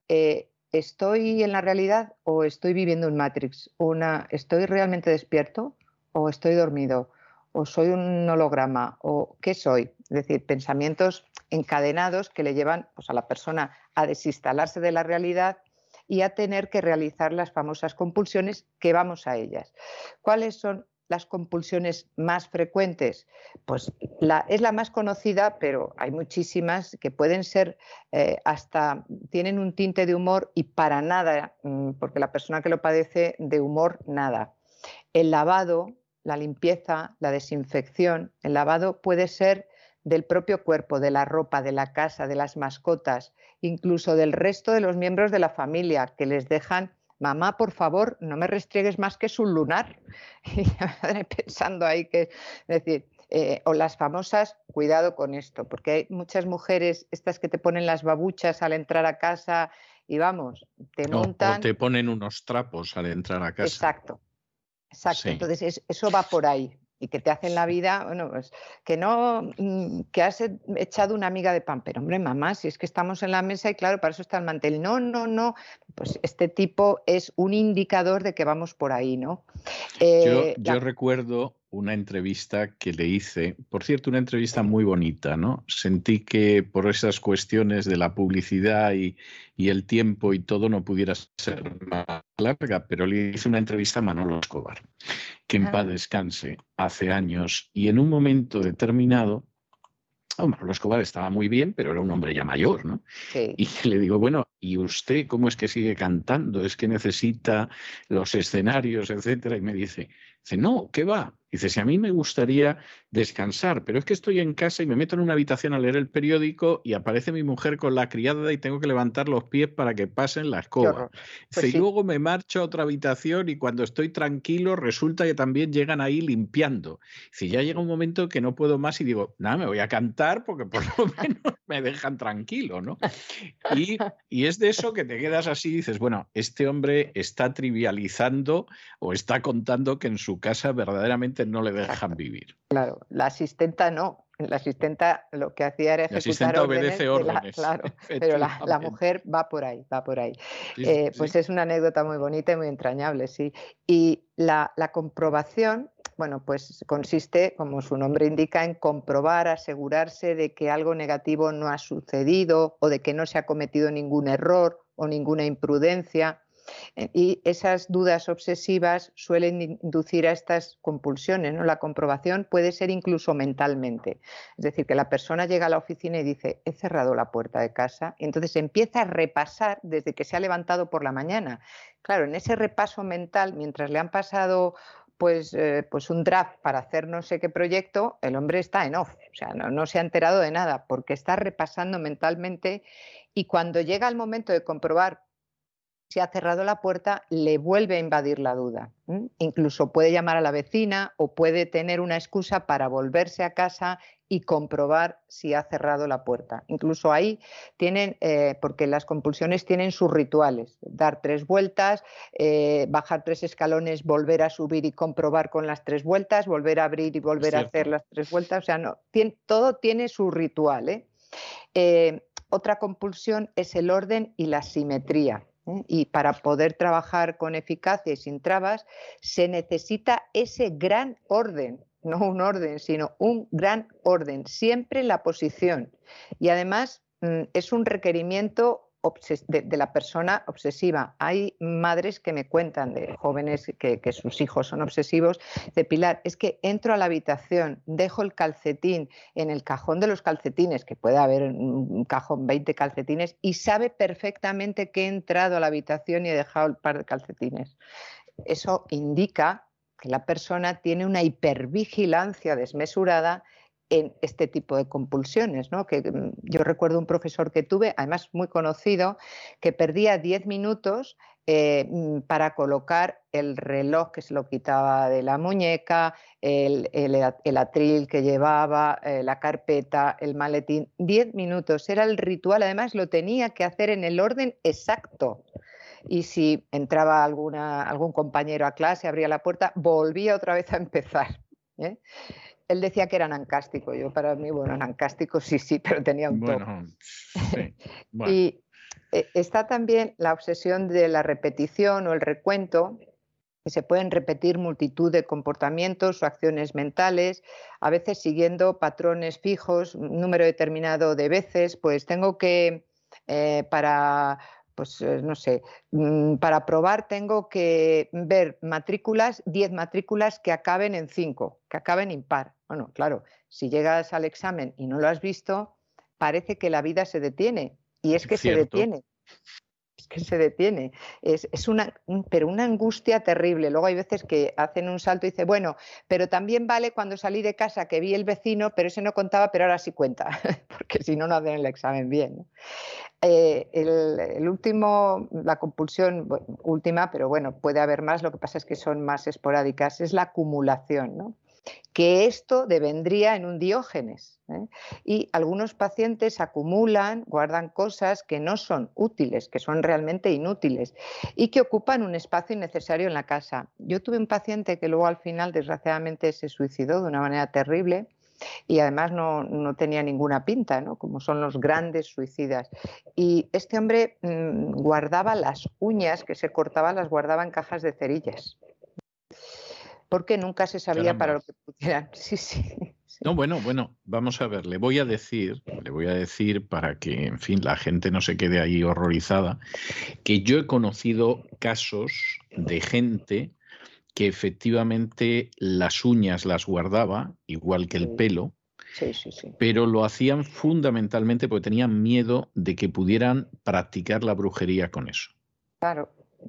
¿estoy en la realidad o estoy viviendo un Matrix? ¿Estoy realmente despierto o estoy dormido? ¿O soy un holograma? ¿O qué soy? Es decir, pensamientos encadenados que le llevan pues, a la persona a desinstalarse de la realidad y a tener que realizar las famosas compulsiones, que vamos a ellas. ¿Cuáles son las compulsiones más frecuentes? Pues es la más conocida, pero hay muchísimas que pueden ser hasta tienen un tinte de humor y para nada, porque la persona que lo padece de humor nada. El lavado, la limpieza, la desinfección. El lavado puede ser del propio cuerpo, de la ropa, de la casa, de las mascotas, incluso del resto de los miembros de la familia que les dejan: mamá, por favor, no me restriegues más que su lunar. Y la madre pensando ahí que, es decir, o las famosas, cuidado con esto, porque hay muchas mujeres, estas que te ponen las babuchas al entrar a casa y vamos, te montan... O te ponen unos trapos al entrar a casa. Exacto. Sí. Entonces eso va por ahí. Y que te hacen la vida, bueno, pues que has echado una miga de pan, pero hombre, mamá, si es que estamos en la mesa y claro, para eso está el mantel. No, pues este tipo es un indicador de que vamos por ahí, ¿no? Yo recuerdo una entrevista que le hice, por cierto, una entrevista muy bonita, ¿no? Sentí que por esas cuestiones de la publicidad y el tiempo y todo no pudiera ser más larga, pero le hice una entrevista a Manolo Escobar, que en paz descanse, hace años, y en un momento determinado, Manolo Escobar estaba muy bien, pero era un hombre ya mayor, ¿no? Sí. Y le digo, bueno, ¿y usted cómo es que sigue cantando? ¿Es que necesita los escenarios, etcétera? Y me dice, no, ¿qué va? Dice, si a mí me gustaría descansar, pero es que estoy en casa y me meto en una habitación a leer el periódico y aparece mi mujer con la criada y tengo que levantar los pies para que pasen la escoba. Dice, y luego me marcho a otra habitación y cuando estoy tranquilo resulta que también llegan ahí limpiando. Dice, ya llega un momento que no puedo más y digo, nada, me voy a cantar porque por lo menos me dejan tranquilo, ¿no? Y es de eso que te quedas así y dices, bueno, este hombre está trivializando o está contando que en su casa verdaderamente no le dejan vivir. Claro, la asistenta no. La asistenta lo que hacía era ejecutar obedece órdenes. Claro, pero la mujer va por ahí. Sí, pues sí. Es una anécdota muy bonita y muy entrañable, sí. Y la comprobación, bueno, pues consiste, como su nombre indica, en comprobar, asegurarse de que algo negativo no ha sucedido o de que no se ha cometido ningún error o ninguna imprudencia. Y esas dudas obsesivas suelen inducir a estas compulsiones, ¿no? La comprobación puede ser incluso mentalmente. Es decir, que la persona llega a la oficina y dice, he cerrado la puerta de casa, y entonces empieza a repasar desde que se ha levantado por la mañana. Claro, en ese repaso mental, mientras le han pasado pues un draft para hacer no sé qué proyecto, el hombre está en off, o sea, no se ha enterado de nada, porque está repasando mentalmente, y cuando llega el momento de comprobar si ha cerrado la puerta, le vuelve a invadir la duda. Incluso puede llamar a la vecina o puede tener una excusa para volverse a casa y comprobar si ha cerrado la puerta. Incluso ahí tienen, porque las compulsiones tienen sus rituales, dar 3 vueltas, bajar 3 escalones, volver a subir y comprobar con las 3 vueltas, volver a abrir y volver a hacer las 3 vueltas. O sea, todo tiene su ritual, Otra compulsión es el orden y la simetría. Y para poder trabajar con eficacia y sin trabas, se necesita ese gran orden, no un orden, sino un gran orden, siempre la posición. Y además es un requerimiento de la persona obsesiva. Hay madres que me cuentan de jóvenes que sus hijos son obsesivos, de Pilar, es que entro a la habitación, dejo el calcetín en el cajón de los calcetines, que puede haber un cajón 20 calcetines, y sabe perfectamente que he entrado a la habitación y he dejado el par de calcetines. Eso indica que la persona tiene una hipervigilancia desmesurada en este tipo de compulsiones, ¿no? Que yo recuerdo un profesor que tuve, además muy conocido, que perdía 10 minutos para colocar el reloj que se lo quitaba de la muñeca, el atril que llevaba, la carpeta, el maletín. 10 minutos, era el ritual, además lo tenía que hacer en el orden exacto. Y si entraba algún compañero a clase, abría la puerta, volvía otra vez a empezar, ¿eh? Él decía que era nancástico. Yo, para mí, bueno, nancástico sí, pero tenía un toque. Sí. Bueno. Y está también la obsesión de la repetición o el recuento, que se pueden repetir multitud de comportamientos o acciones mentales, a veces siguiendo patrones fijos, un número determinado de veces. Pues tengo que, para probar tengo que ver matrículas, 10 matrículas que acaben en 5, que acaben impar. Bueno, claro, si llegas al examen y no lo has visto, parece que la vida se detiene. Y es que Cierto. se detiene. Es que se detiene. Pero una angustia terrible. Luego hay veces que hacen un salto y dicen, bueno, pero también vale cuando salí de casa que vi el vecino, pero ese no contaba, pero ahora sí cuenta, porque si no, no hacen el examen bien, ¿no? La compulsión última, pero bueno, puede haber más, lo que pasa es que son más esporádicas, es la acumulación, ¿no? Que esto devendría en un Diógenes, ¿eh? Y algunos pacientes acumulan, guardan cosas que no son útiles, que son realmente inútiles y que ocupan un espacio innecesario en la casa. Yo tuve un paciente que luego al final desgraciadamente se suicidó de una manera terrible y además no tenía ninguna pinta, ¿no? Como son los grandes suicidas. Y este hombre guardaba las uñas que se cortaba, las guardaba en cajas de cerillas, porque nunca se sabía Caramba. para lo que pudieran. Sí. No, bueno, vamos a ver, le voy a decir para que, en fin, la gente no se quede ahí horrorizada, que yo he conocido casos de gente que efectivamente las uñas las guardaba, igual que el pelo, Sí. pero lo hacían fundamentalmente porque tenían miedo de que pudieran practicar la brujería con eso. Claro.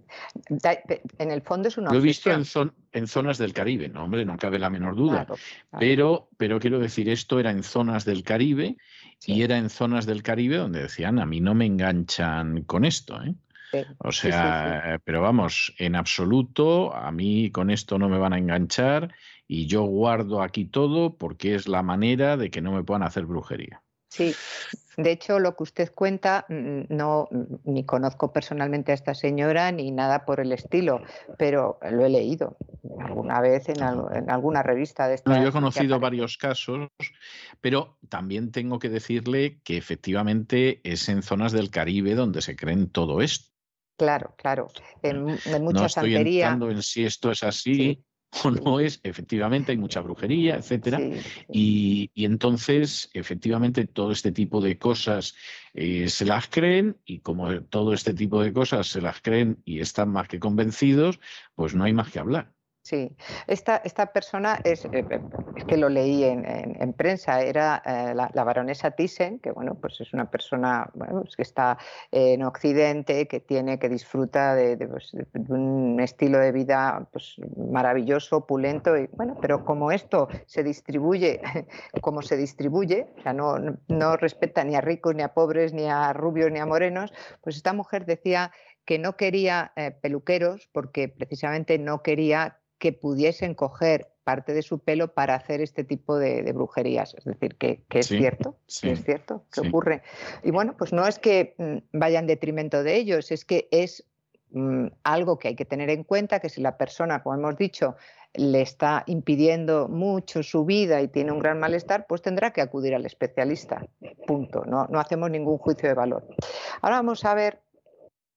En el fondo es una Lo he visto obsesión. en zonas del Caribe, no, hombre, no cabe la menor duda. Claro. Pero quiero decir, esto era en zonas del Caribe y era en zonas del Caribe donde decían, a mí no me enganchan con esto, ¿eh? Sí. O sea, pero vamos, en absoluto, a mí con esto no me van a enganchar y yo guardo aquí todo porque es la manera de que no me puedan hacer brujería. Sí, de hecho lo que usted cuenta, no, ni conozco personalmente a esta señora ni nada por el estilo, pero lo he leído alguna vez en alguna revista de estas. No, yo he conocido varios casos, pero también tengo que decirle que efectivamente es en zonas del Caribe donde se creen todo esto. Claro, en mucha no estoy santería. entrando en si esto es así o no es, efectivamente hay mucha brujería, etcétera, y entonces efectivamente todo este tipo de cosas se las creen, y como todo este tipo de cosas se las creen y están más que convencidos, pues no hay más que hablar. Sí, esta persona es que lo leí en prensa, era la baronesa Thyssen, que bueno, pues es una persona que está en Occidente, que disfruta de un estilo de vida pues maravilloso, opulento, y bueno, pero como esto se distribuye como se distribuye, o sea, no respeta ni a ricos, ni a pobres, ni a rubios, ni a morenos, pues esta mujer decía que no quería peluqueros porque precisamente no quería que pudiesen coger parte de su pelo para hacer este tipo de brujerías. Es decir, que es cierto, que ocurre. Y bueno, pues no es que vaya en detrimento de ellos, es que es algo que hay que tener en cuenta, que si la persona, como hemos dicho, le está impidiendo mucho su vida y tiene un gran malestar, pues tendrá que acudir al especialista. Punto. No hacemos ningún juicio de valor. Ahora vamos a ver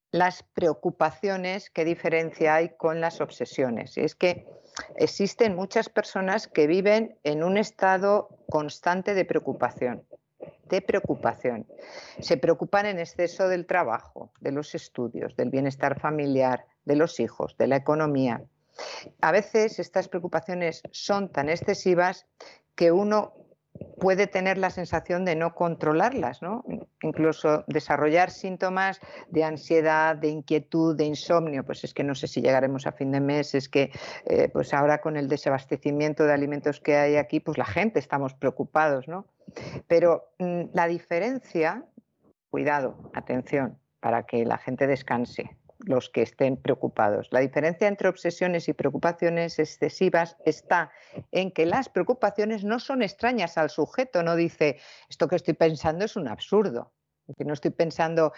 las preocupaciones, qué diferencia hay con las obsesiones. Y es que existen muchas personas que viven en un estado constante de preocupación. Se preocupan en exceso del trabajo, de los estudios, del bienestar familiar, de los hijos, de la economía. A veces estas preocupaciones son tan excesivas que uno puede tener la sensación de no controlarlas, ¿no? Incluso desarrollar síntomas de ansiedad, de inquietud, de insomnio. Pues es que no sé si llegaremos a fin de mes, es que pues ahora con el desabastecimiento de alimentos que hay aquí, pues la gente estamos preocupados, ¿no? Pero la diferencia, cuidado, atención, para que la gente descanse, los que estén preocupados. La diferencia entre obsesiones y preocupaciones excesivas está en que las preocupaciones no son extrañas al sujeto, no dice, esto que estoy pensando es un absurdo, que no estoy pensando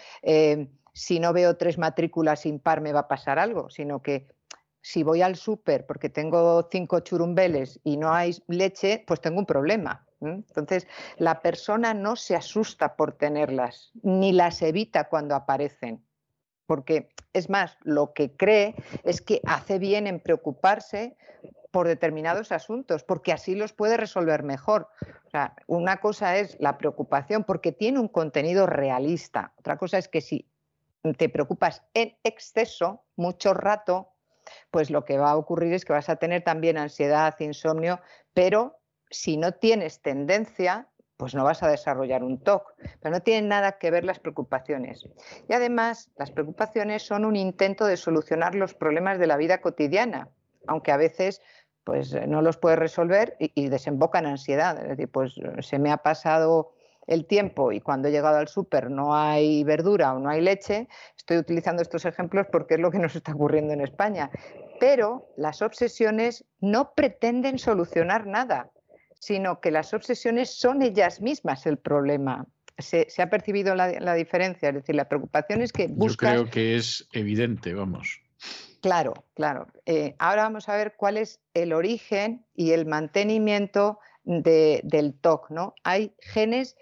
si no veo 3 matrículas impar me va a pasar algo, sino que si voy al súper porque tengo 5 churumbeles y no hay leche, pues tengo un problema. Entonces, la persona no se asusta por tenerlas, ni las evita cuando aparecen. Porque, es más, lo que cree es que hace bien en preocuparse por determinados asuntos, porque así los puede resolver mejor. O sea, una cosa es la preocupación porque tiene un contenido realista. Otra cosa es que si te preocupas en exceso, mucho rato, pues lo que va a ocurrir es que vas a tener también ansiedad, insomnio, pero si no tienes tendencia, pues no vas a desarrollar un TOC. Pero no tienen nada que ver las preocupaciones. Y además, las preocupaciones son un intento de solucionar los problemas de la vida cotidiana, aunque a veces pues, no los puedes resolver y desembocan en ansiedad. Es decir, pues se me ha pasado el tiempo y cuando he llegado al súper no hay verdura o no hay leche. Estoy utilizando estos ejemplos porque es lo que nos está ocurriendo en España. Pero las obsesiones no pretenden solucionar nada, sino que las obsesiones son ellas mismas el problema. Se ha percibido la diferencia, es decir, la preocupación es que buscas... Yo creo que es evidente, vamos. Claro. Ahora vamos a ver cuál es el origen y el mantenimiento del TOC, ¿no? Hay genes,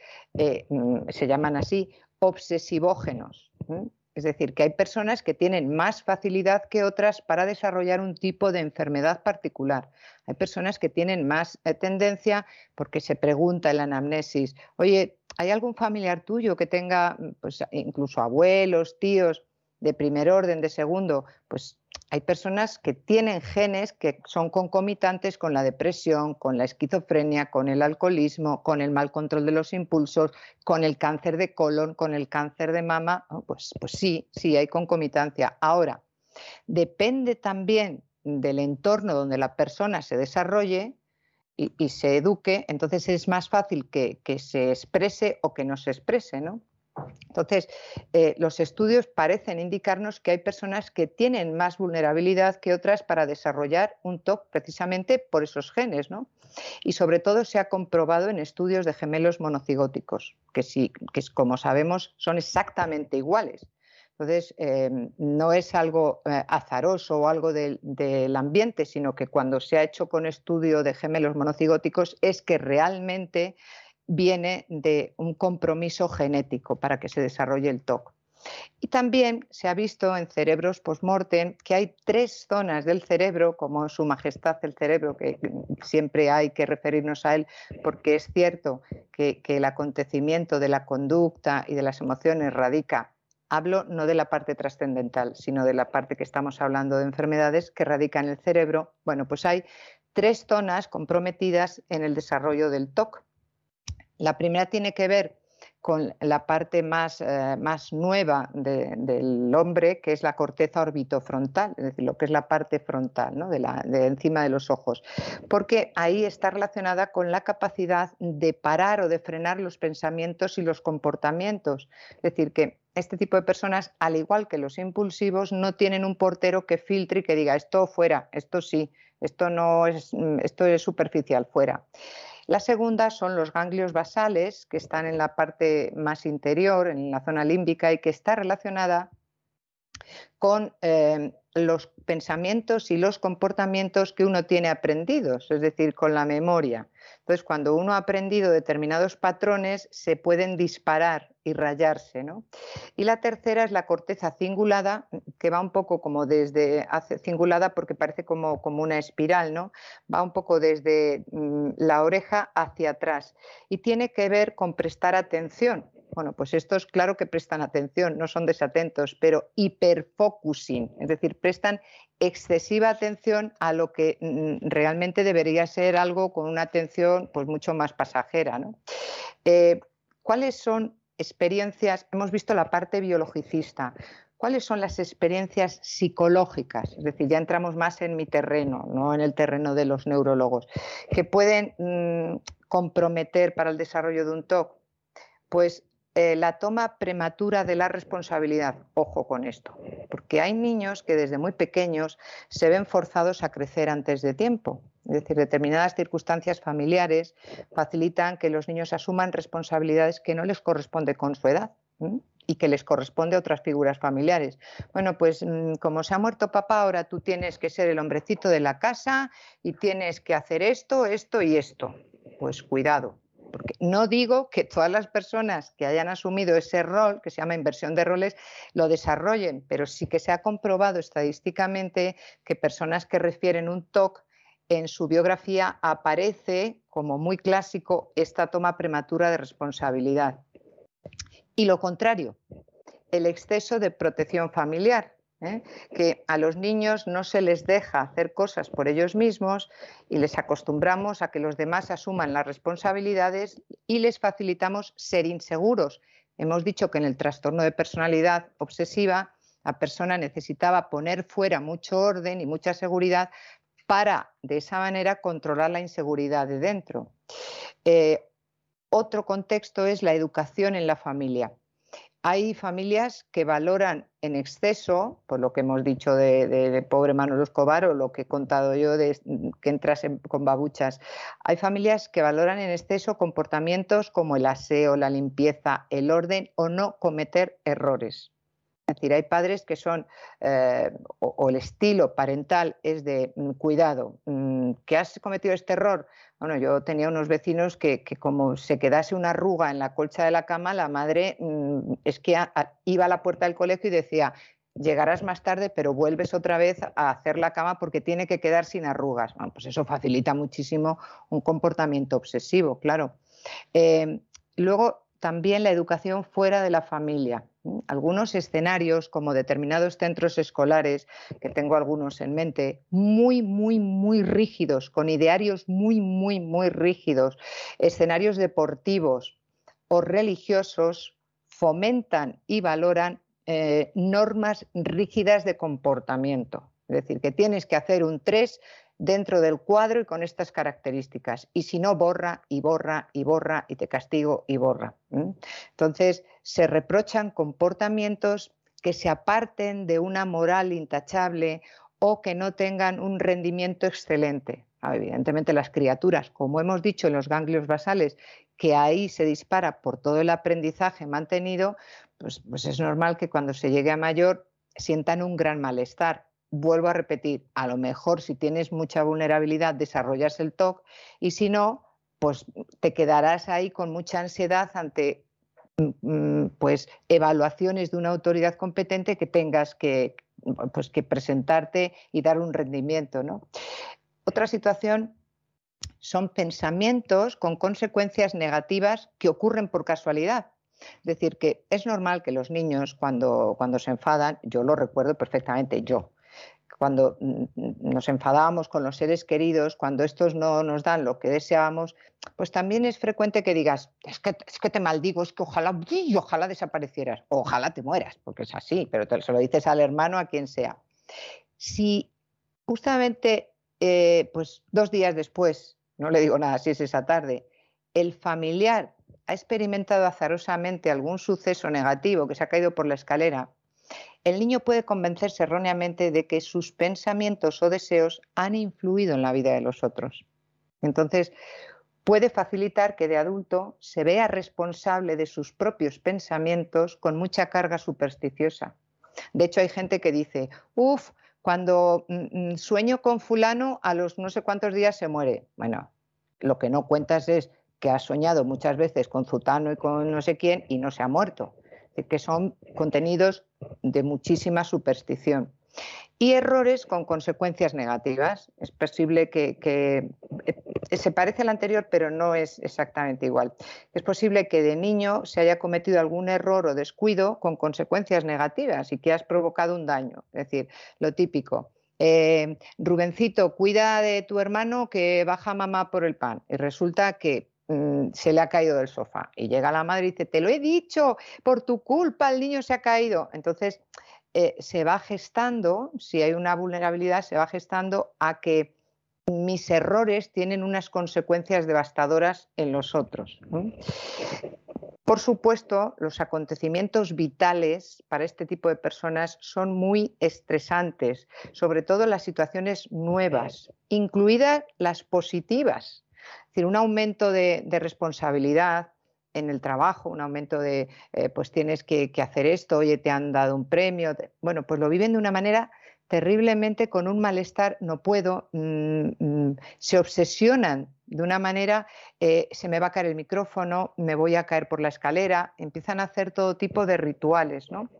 se llaman así, obsesivógenos. Es decir, que hay personas que tienen más facilidad que otras para desarrollar un tipo de enfermedad particular. Hay personas que tienen más tendencia porque se pregunta en la anamnesis, oye, ¿hay algún familiar tuyo que tenga, pues, incluso abuelos, tíos de primer orden, de segundo? Pues hay personas que tienen genes que son concomitantes con la depresión, con la esquizofrenia, con el alcoholismo, con el mal control de los impulsos, con el cáncer de colon, con el cáncer de mama. Pues sí, hay concomitancia. Ahora, depende también del entorno donde la persona se desarrolle y se eduque, entonces es más fácil que se exprese o que no se exprese, ¿no? Entonces, los estudios parecen indicarnos que hay personas que tienen más vulnerabilidad que otras para desarrollar un TOC precisamente por esos genes, ¿no? Y sobre todo se ha comprobado en estudios de gemelos monocigóticos, que como sabemos son exactamente iguales. Entonces, no es algo azaroso o algo del ambiente, sino que cuando se ha hecho con estudio de gemelos monocigóticos es que realmente viene de un compromiso genético para que se desarrolle el TOC. Y también se ha visto en cerebros post-mortem que hay 3 zonas del cerebro, como Su Majestad el cerebro, que siempre hay que referirnos a él, porque es cierto que el acontecimiento de la conducta y de las emociones radica, hablo no de la parte trascendental, sino de la parte que estamos hablando de enfermedades, que radica en el cerebro. Bueno, pues hay 3 zonas comprometidas en el desarrollo del TOC. La primera tiene que ver con la parte más nueva del hombre, que es la corteza orbitofrontal, es decir, lo que es la parte frontal, ¿no? de encima de los ojos, porque ahí está relacionada con la capacidad de parar o de frenar los pensamientos y los comportamientos. Es decir, que este tipo de personas, al igual que los impulsivos, no tienen un portero que filtre y que diga esto fuera, esto sí, esto no es, esto es superficial, fuera. La segunda son los ganglios basales, que están en la parte más interior, en la zona límbica, y que está relacionada con los pensamientos y los comportamientos que uno tiene aprendidos, es decir, con la memoria. Entonces, cuando uno ha aprendido determinados patrones, se pueden disparar y rayarse, ¿no? Y la tercera es la corteza cingulada, que va un poco como cingulada porque parece como una espiral, ¿no? Va un poco desde la oreja hacia atrás y tiene que ver con prestar atención. Bueno, pues estos claro que prestan atención, no son desatentos, pero hiperfocusing, es decir, prestan excesiva atención a lo que realmente debería ser algo con una atención pues mucho más pasajera, ¿no? ¿Cuáles son experiencias? Hemos visto la parte biologicista. ¿Cuáles son las experiencias psicológicas? Es decir, ya entramos más en mi terreno, no en el terreno de los neurólogos, que pueden comprometer para el desarrollo de un TOC. Pues la toma prematura de la responsabilidad. Ojo con esto, porque hay niños que desde muy pequeños se ven forzados a crecer antes de tiempo. Es decir, determinadas circunstancias familiares facilitan que los niños asuman responsabilidades que no les corresponde con su edad y que les corresponde a otras figuras familiares. Bueno, pues como se ha muerto papá, ahora tú tienes que ser el hombrecito de la casa y tienes que hacer esto, esto y esto. Pues cuidado. Porque no digo que todas las personas que hayan asumido ese rol, que se llama inversión de roles, lo desarrollen, pero sí que se ha comprobado estadísticamente que personas que refieren un TOC, en su biografía aparece como muy clásico esta toma prematura de responsabilidad. Y lo contrario, el exceso de protección familiar. Que a los niños no se les deja hacer cosas por ellos mismos y les acostumbramos a que los demás asuman las responsabilidades y les facilitamos ser inseguros. Hemos dicho que en el trastorno de personalidad obsesiva la persona necesitaba poner fuera mucho orden y mucha seguridad para de esa manera controlar la inseguridad de dentro. Otro contexto es la educación en la familia. Hay familias que valoran en exceso, por lo que hemos dicho de pobre Manolo Escobar o lo que he contado yo de que entras con babuchas. Hay familias que valoran en exceso comportamientos como el aseo, la limpieza, el orden o no cometer errores. Es decir, hay padres que son, o el estilo parental es de cuidado, ¿que has cometido este error? Bueno, yo tenía unos vecinos que como se quedase una arruga en la colcha de la cama, la madre es que iba a la puerta del colegio y decía, llegarás más tarde, pero vuelves otra vez a hacer la cama porque tiene que quedar sin arrugas. Bueno, pues eso facilita muchísimo un comportamiento obsesivo, claro. Luego, también la educación fuera de la familia. Algunos escenarios, como determinados centros escolares, que tengo algunos en mente, muy, muy, muy rígidos, con idearios muy, muy, muy rígidos, escenarios deportivos o religiosos, fomentan y valoran normas rígidas de comportamiento. Es decir, que tienes que hacer un 3 dentro del cuadro y con estas características. Y si no, borra y borra y borra y te castigo y borra. Entonces, se reprochan comportamientos que se aparten de una moral intachable o que no tengan un rendimiento excelente. Evidentemente, las criaturas, como hemos dicho en los ganglios basales, que ahí se dispara por todo el aprendizaje mantenido, pues es normal que cuando se llegue a mayor sientan un gran malestar. Vuelvo a repetir, a lo mejor si tienes mucha vulnerabilidad desarrollas el TOC y si no, pues te quedarás ahí con mucha ansiedad ante pues evaluaciones de una autoridad competente que tengas que presentarte y dar un rendimiento, ¿no? Otra situación son pensamientos con consecuencias negativas que ocurren por casualidad. Es decir, que es normal que los niños cuando se enfadan, yo lo recuerdo perfectamente, cuando nos enfadábamos con los seres queridos, cuando estos no nos dan lo que deseábamos, pues también es frecuente que digas, es que te maldigo, es que ojalá desaparecieras, ojalá te mueras, porque es así, pero se lo dices al hermano, a quien sea. Si justamente pues 2 días después, no le digo nada si es esa tarde, el familiar ha experimentado azarosamente algún suceso negativo que se ha caído por la escalera, el niño puede convencerse erróneamente de que sus pensamientos o deseos han influido en la vida de los otros. Entonces, puede facilitar que de adulto se vea responsable de sus propios pensamientos con mucha carga supersticiosa. De hecho, hay gente que dice, cuando sueño con fulano, a los no sé cuántos días se muere. Bueno, lo que no cuentas es, que ha soñado muchas veces con Zutano y con no sé quién y no se ha muerto. Es decir, que son contenidos de muchísima superstición. Y errores con consecuencias negativas. Es posible que se parece al anterior, pero no es exactamente igual. Es posible que de niño se haya cometido algún error o descuido con consecuencias negativas y que has provocado un daño. Es decir, lo típico. Rubencito, cuida de tu hermano que baja mamá por el pan. Y resulta que se le ha caído del sofá. Y llega la madre y dice, te lo he dicho, por tu culpa el niño se ha caído. Entonces, se va gestando, si hay una vulnerabilidad, se va gestando a que mis errores tienen unas consecuencias devastadoras en los otros, ¿no? Por supuesto, los acontecimientos vitales para este tipo de personas son muy estresantes, sobre todo las situaciones nuevas, incluidas las positivas. Es decir, un aumento de responsabilidad en el trabajo, un aumento de, pues tienes que hacer esto, oye, te han dado un premio. Bueno, pues lo viven de una manera terriblemente con un malestar, no puedo, se obsesionan de una manera, se me va a caer el micrófono, me voy a caer por la escalera, empiezan a hacer todo tipo de rituales, ¿no?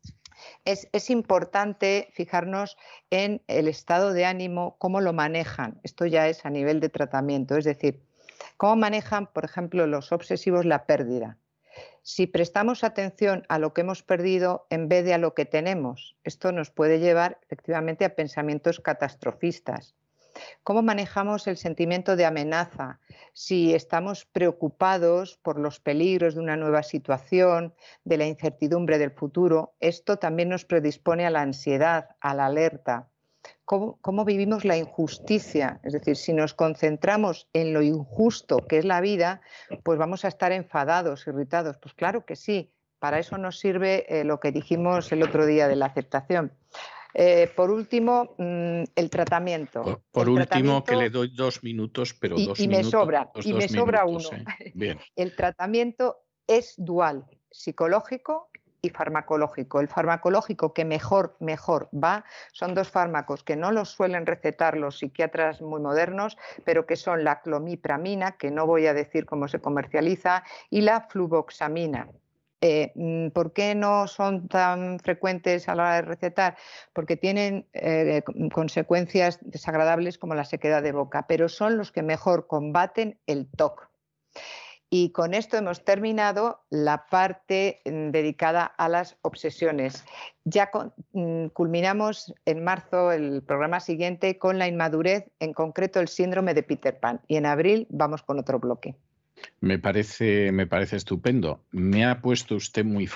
Es importante fijarnos en el estado de ánimo, cómo lo manejan. Esto ya es a nivel de tratamiento, es decir, cómo manejan, por ejemplo, los obsesivos la pérdida. Si prestamos atención a lo que hemos perdido en vez de a lo que tenemos, esto nos puede llevar efectivamente a pensamientos catastrofistas. ¿Cómo manejamos el sentimiento de amenaza? Si estamos preocupados por los peligros de una nueva situación, de la incertidumbre del futuro, esto también nos predispone a la ansiedad, a la alerta. ¿Cómo vivimos la injusticia? Es decir, si nos concentramos en lo injusto que es la vida, pues vamos a estar enfadados, irritados. Pues claro que sí, para eso nos sirve lo que dijimos el otro día de la aceptación. Por último, el tratamiento. Por último, que le doy 2 minutos, pero 2 minutos. Y me sobra uno. Bien. El tratamiento es dual, psicológico y farmacológico. El farmacológico que mejor va son 2 fármacos que no los suelen recetar los psiquiatras muy modernos, pero que son la clomipramina, que no voy a decir cómo se comercializa, y la fluvoxamina. ¿Por qué no son tan frecuentes a la hora de recetar? Porque tienen consecuencias desagradables como la sequedad de boca, pero son los que mejor combaten el TOC. Y con esto hemos terminado la parte dedicada a las obsesiones. Ya culminamos en marzo el programa siguiente con la inmadurez, en concreto el síndrome de Peter Pan. Y en abril vamos con otro bloque. Me parece estupendo. Me ha puesto usted muy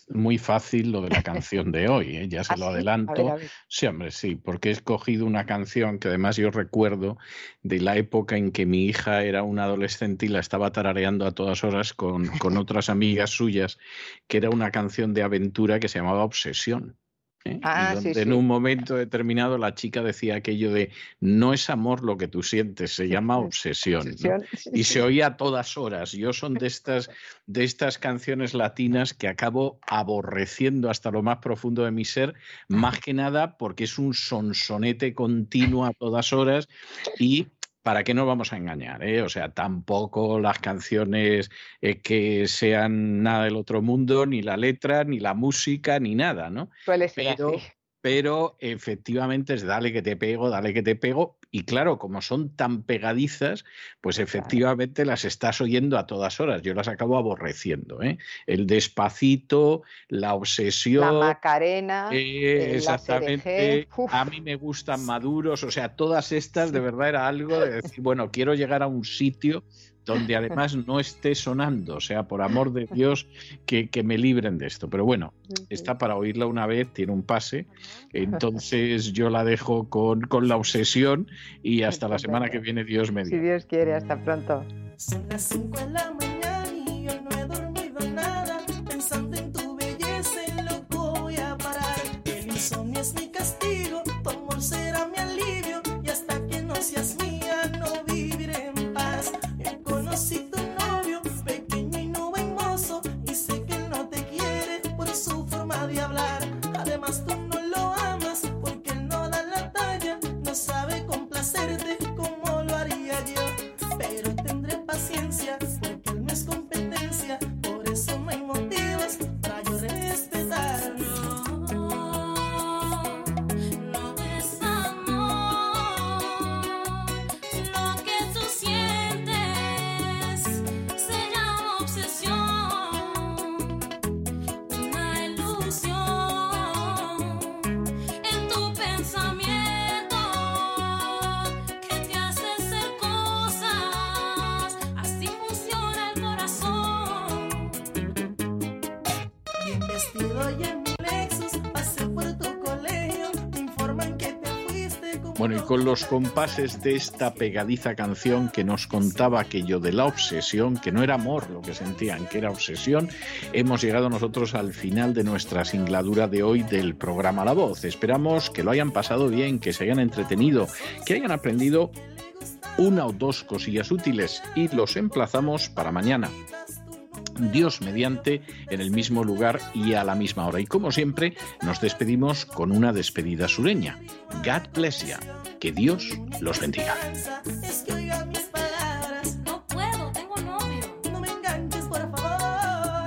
fácil lo de la canción de hoy, ¿eh? Ya se lo adelanto. A ver. Sí, hombre, sí, porque he escogido una canción que además yo recuerdo de la época en que mi hija era una adolescente y la estaba tarareando a todas horas con otras amigas suyas, que era una canción de aventura que se llamaba Obsesión. Y donde en un momento determinado la chica decía aquello de no es amor lo que tú sientes, se llama obsesión, ¿no? Y se oía a todas horas. Yo son de estas canciones latinas que acabo aborreciendo hasta lo más profundo de mi ser, más que nada porque es un sonsonete continuo a todas horas y ¿para qué nos vamos a engañar? O sea, tampoco las canciones que sean nada del otro mundo, ni la letra, ni la música, ni nada, ¿no? Suele ser así. Pero efectivamente es dale que te pego. Y claro, como son tan pegadizas, pues efectivamente las estás oyendo a todas horas. Yo las acabo aborreciendo, ¿eh? El Despacito, la Obsesión. La Macarena. Exactamente. La a mí me gustan Maduros. O sea, todas estas de verdad era algo de decir, bueno, quiero llegar a un sitio donde además no esté sonando, o sea, por amor de Dios, que me libren de esto. Pero bueno, está para oírla una vez, tiene un pase, entonces yo la dejo con la Obsesión y hasta la semana que viene, Dios mediante. Si Dios quiere, hasta pronto. Son las 5 de la mañana y yo no he dormido nada, pensando en tu belleza, en lo que voy a parar. El insomnio es mi castigo, tu amor será mi alivio, y hasta que no seas mía no viviré en paz. Conocí tu novio, pequeño y no buen mozo, y sé que él no te quiere por su forma de hablar. Además tú no lo amas porque él no da la talla, no sabe complacerte como lo haría yo. Pero tendré paciencia. Bueno, y con los compases de esta pegadiza canción que nos contaba aquello de la obsesión, que no era amor lo que sentían, que era obsesión, hemos llegado nosotros al final de nuestra singladura de hoy del programa La Voz. Esperamos que lo hayan pasado bien, que se hayan entretenido, que hayan aprendido una o dos cosillas útiles y los emplazamos para mañana. Dios mediante, en el mismo lugar y a la misma hora. Y como siempre, nos despedimos con una despedida sureña. God bless you. Que Dios los bendiga. Es que oiga mis palabras. No puedo, tengo novio. No me enganches, por favor.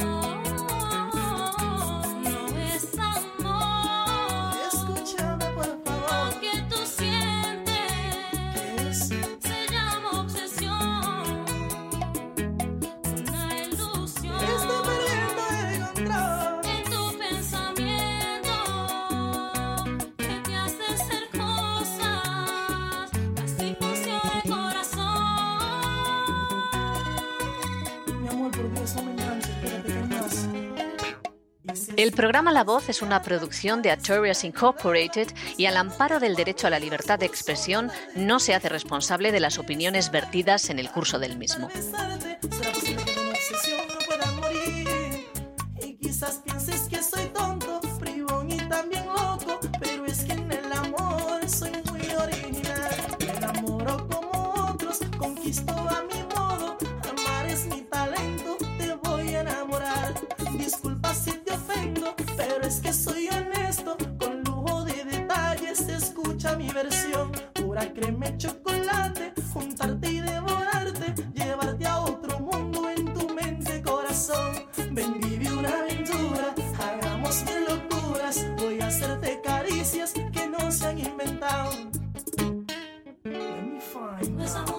No es amor. Escúchame, por favor. Lo que tú sientes ¿Qué es? se llama obsesión. Una ilusión Estoy perdiendo el control. en tu pensamiento que te hace ser cosas. Así funciona el corazón. Mi amor, por Dios, no me enganches. Espérate, ¿qué más? Y si El programa La Voz es una producción de Artorias Incorporated y al amparo del derecho a la libertad de expresión no se hace responsable de las opiniones vertidas en el curso del mismo. besarte, será posible que de una obsesión no pueda morir. Y quizás pienses que soy tonto, bribón y también loco, pero es que en el amor soy muy original. Me enamoro como otros, conquisto a mi modo. Amar es mi talento, te voy a enamorar. Disculpa si te ofendo, pero es que soy honesto. Con lujo de detalles, escucha mi versión. Pura crema y chocolate, juntarte y devorarte, llevarte a otro mundo en tu mente, corazón. Ven, vive una aventura, hagamos de locuras. Voy a hacerte caricias que no se han inventado. Let me find No es out.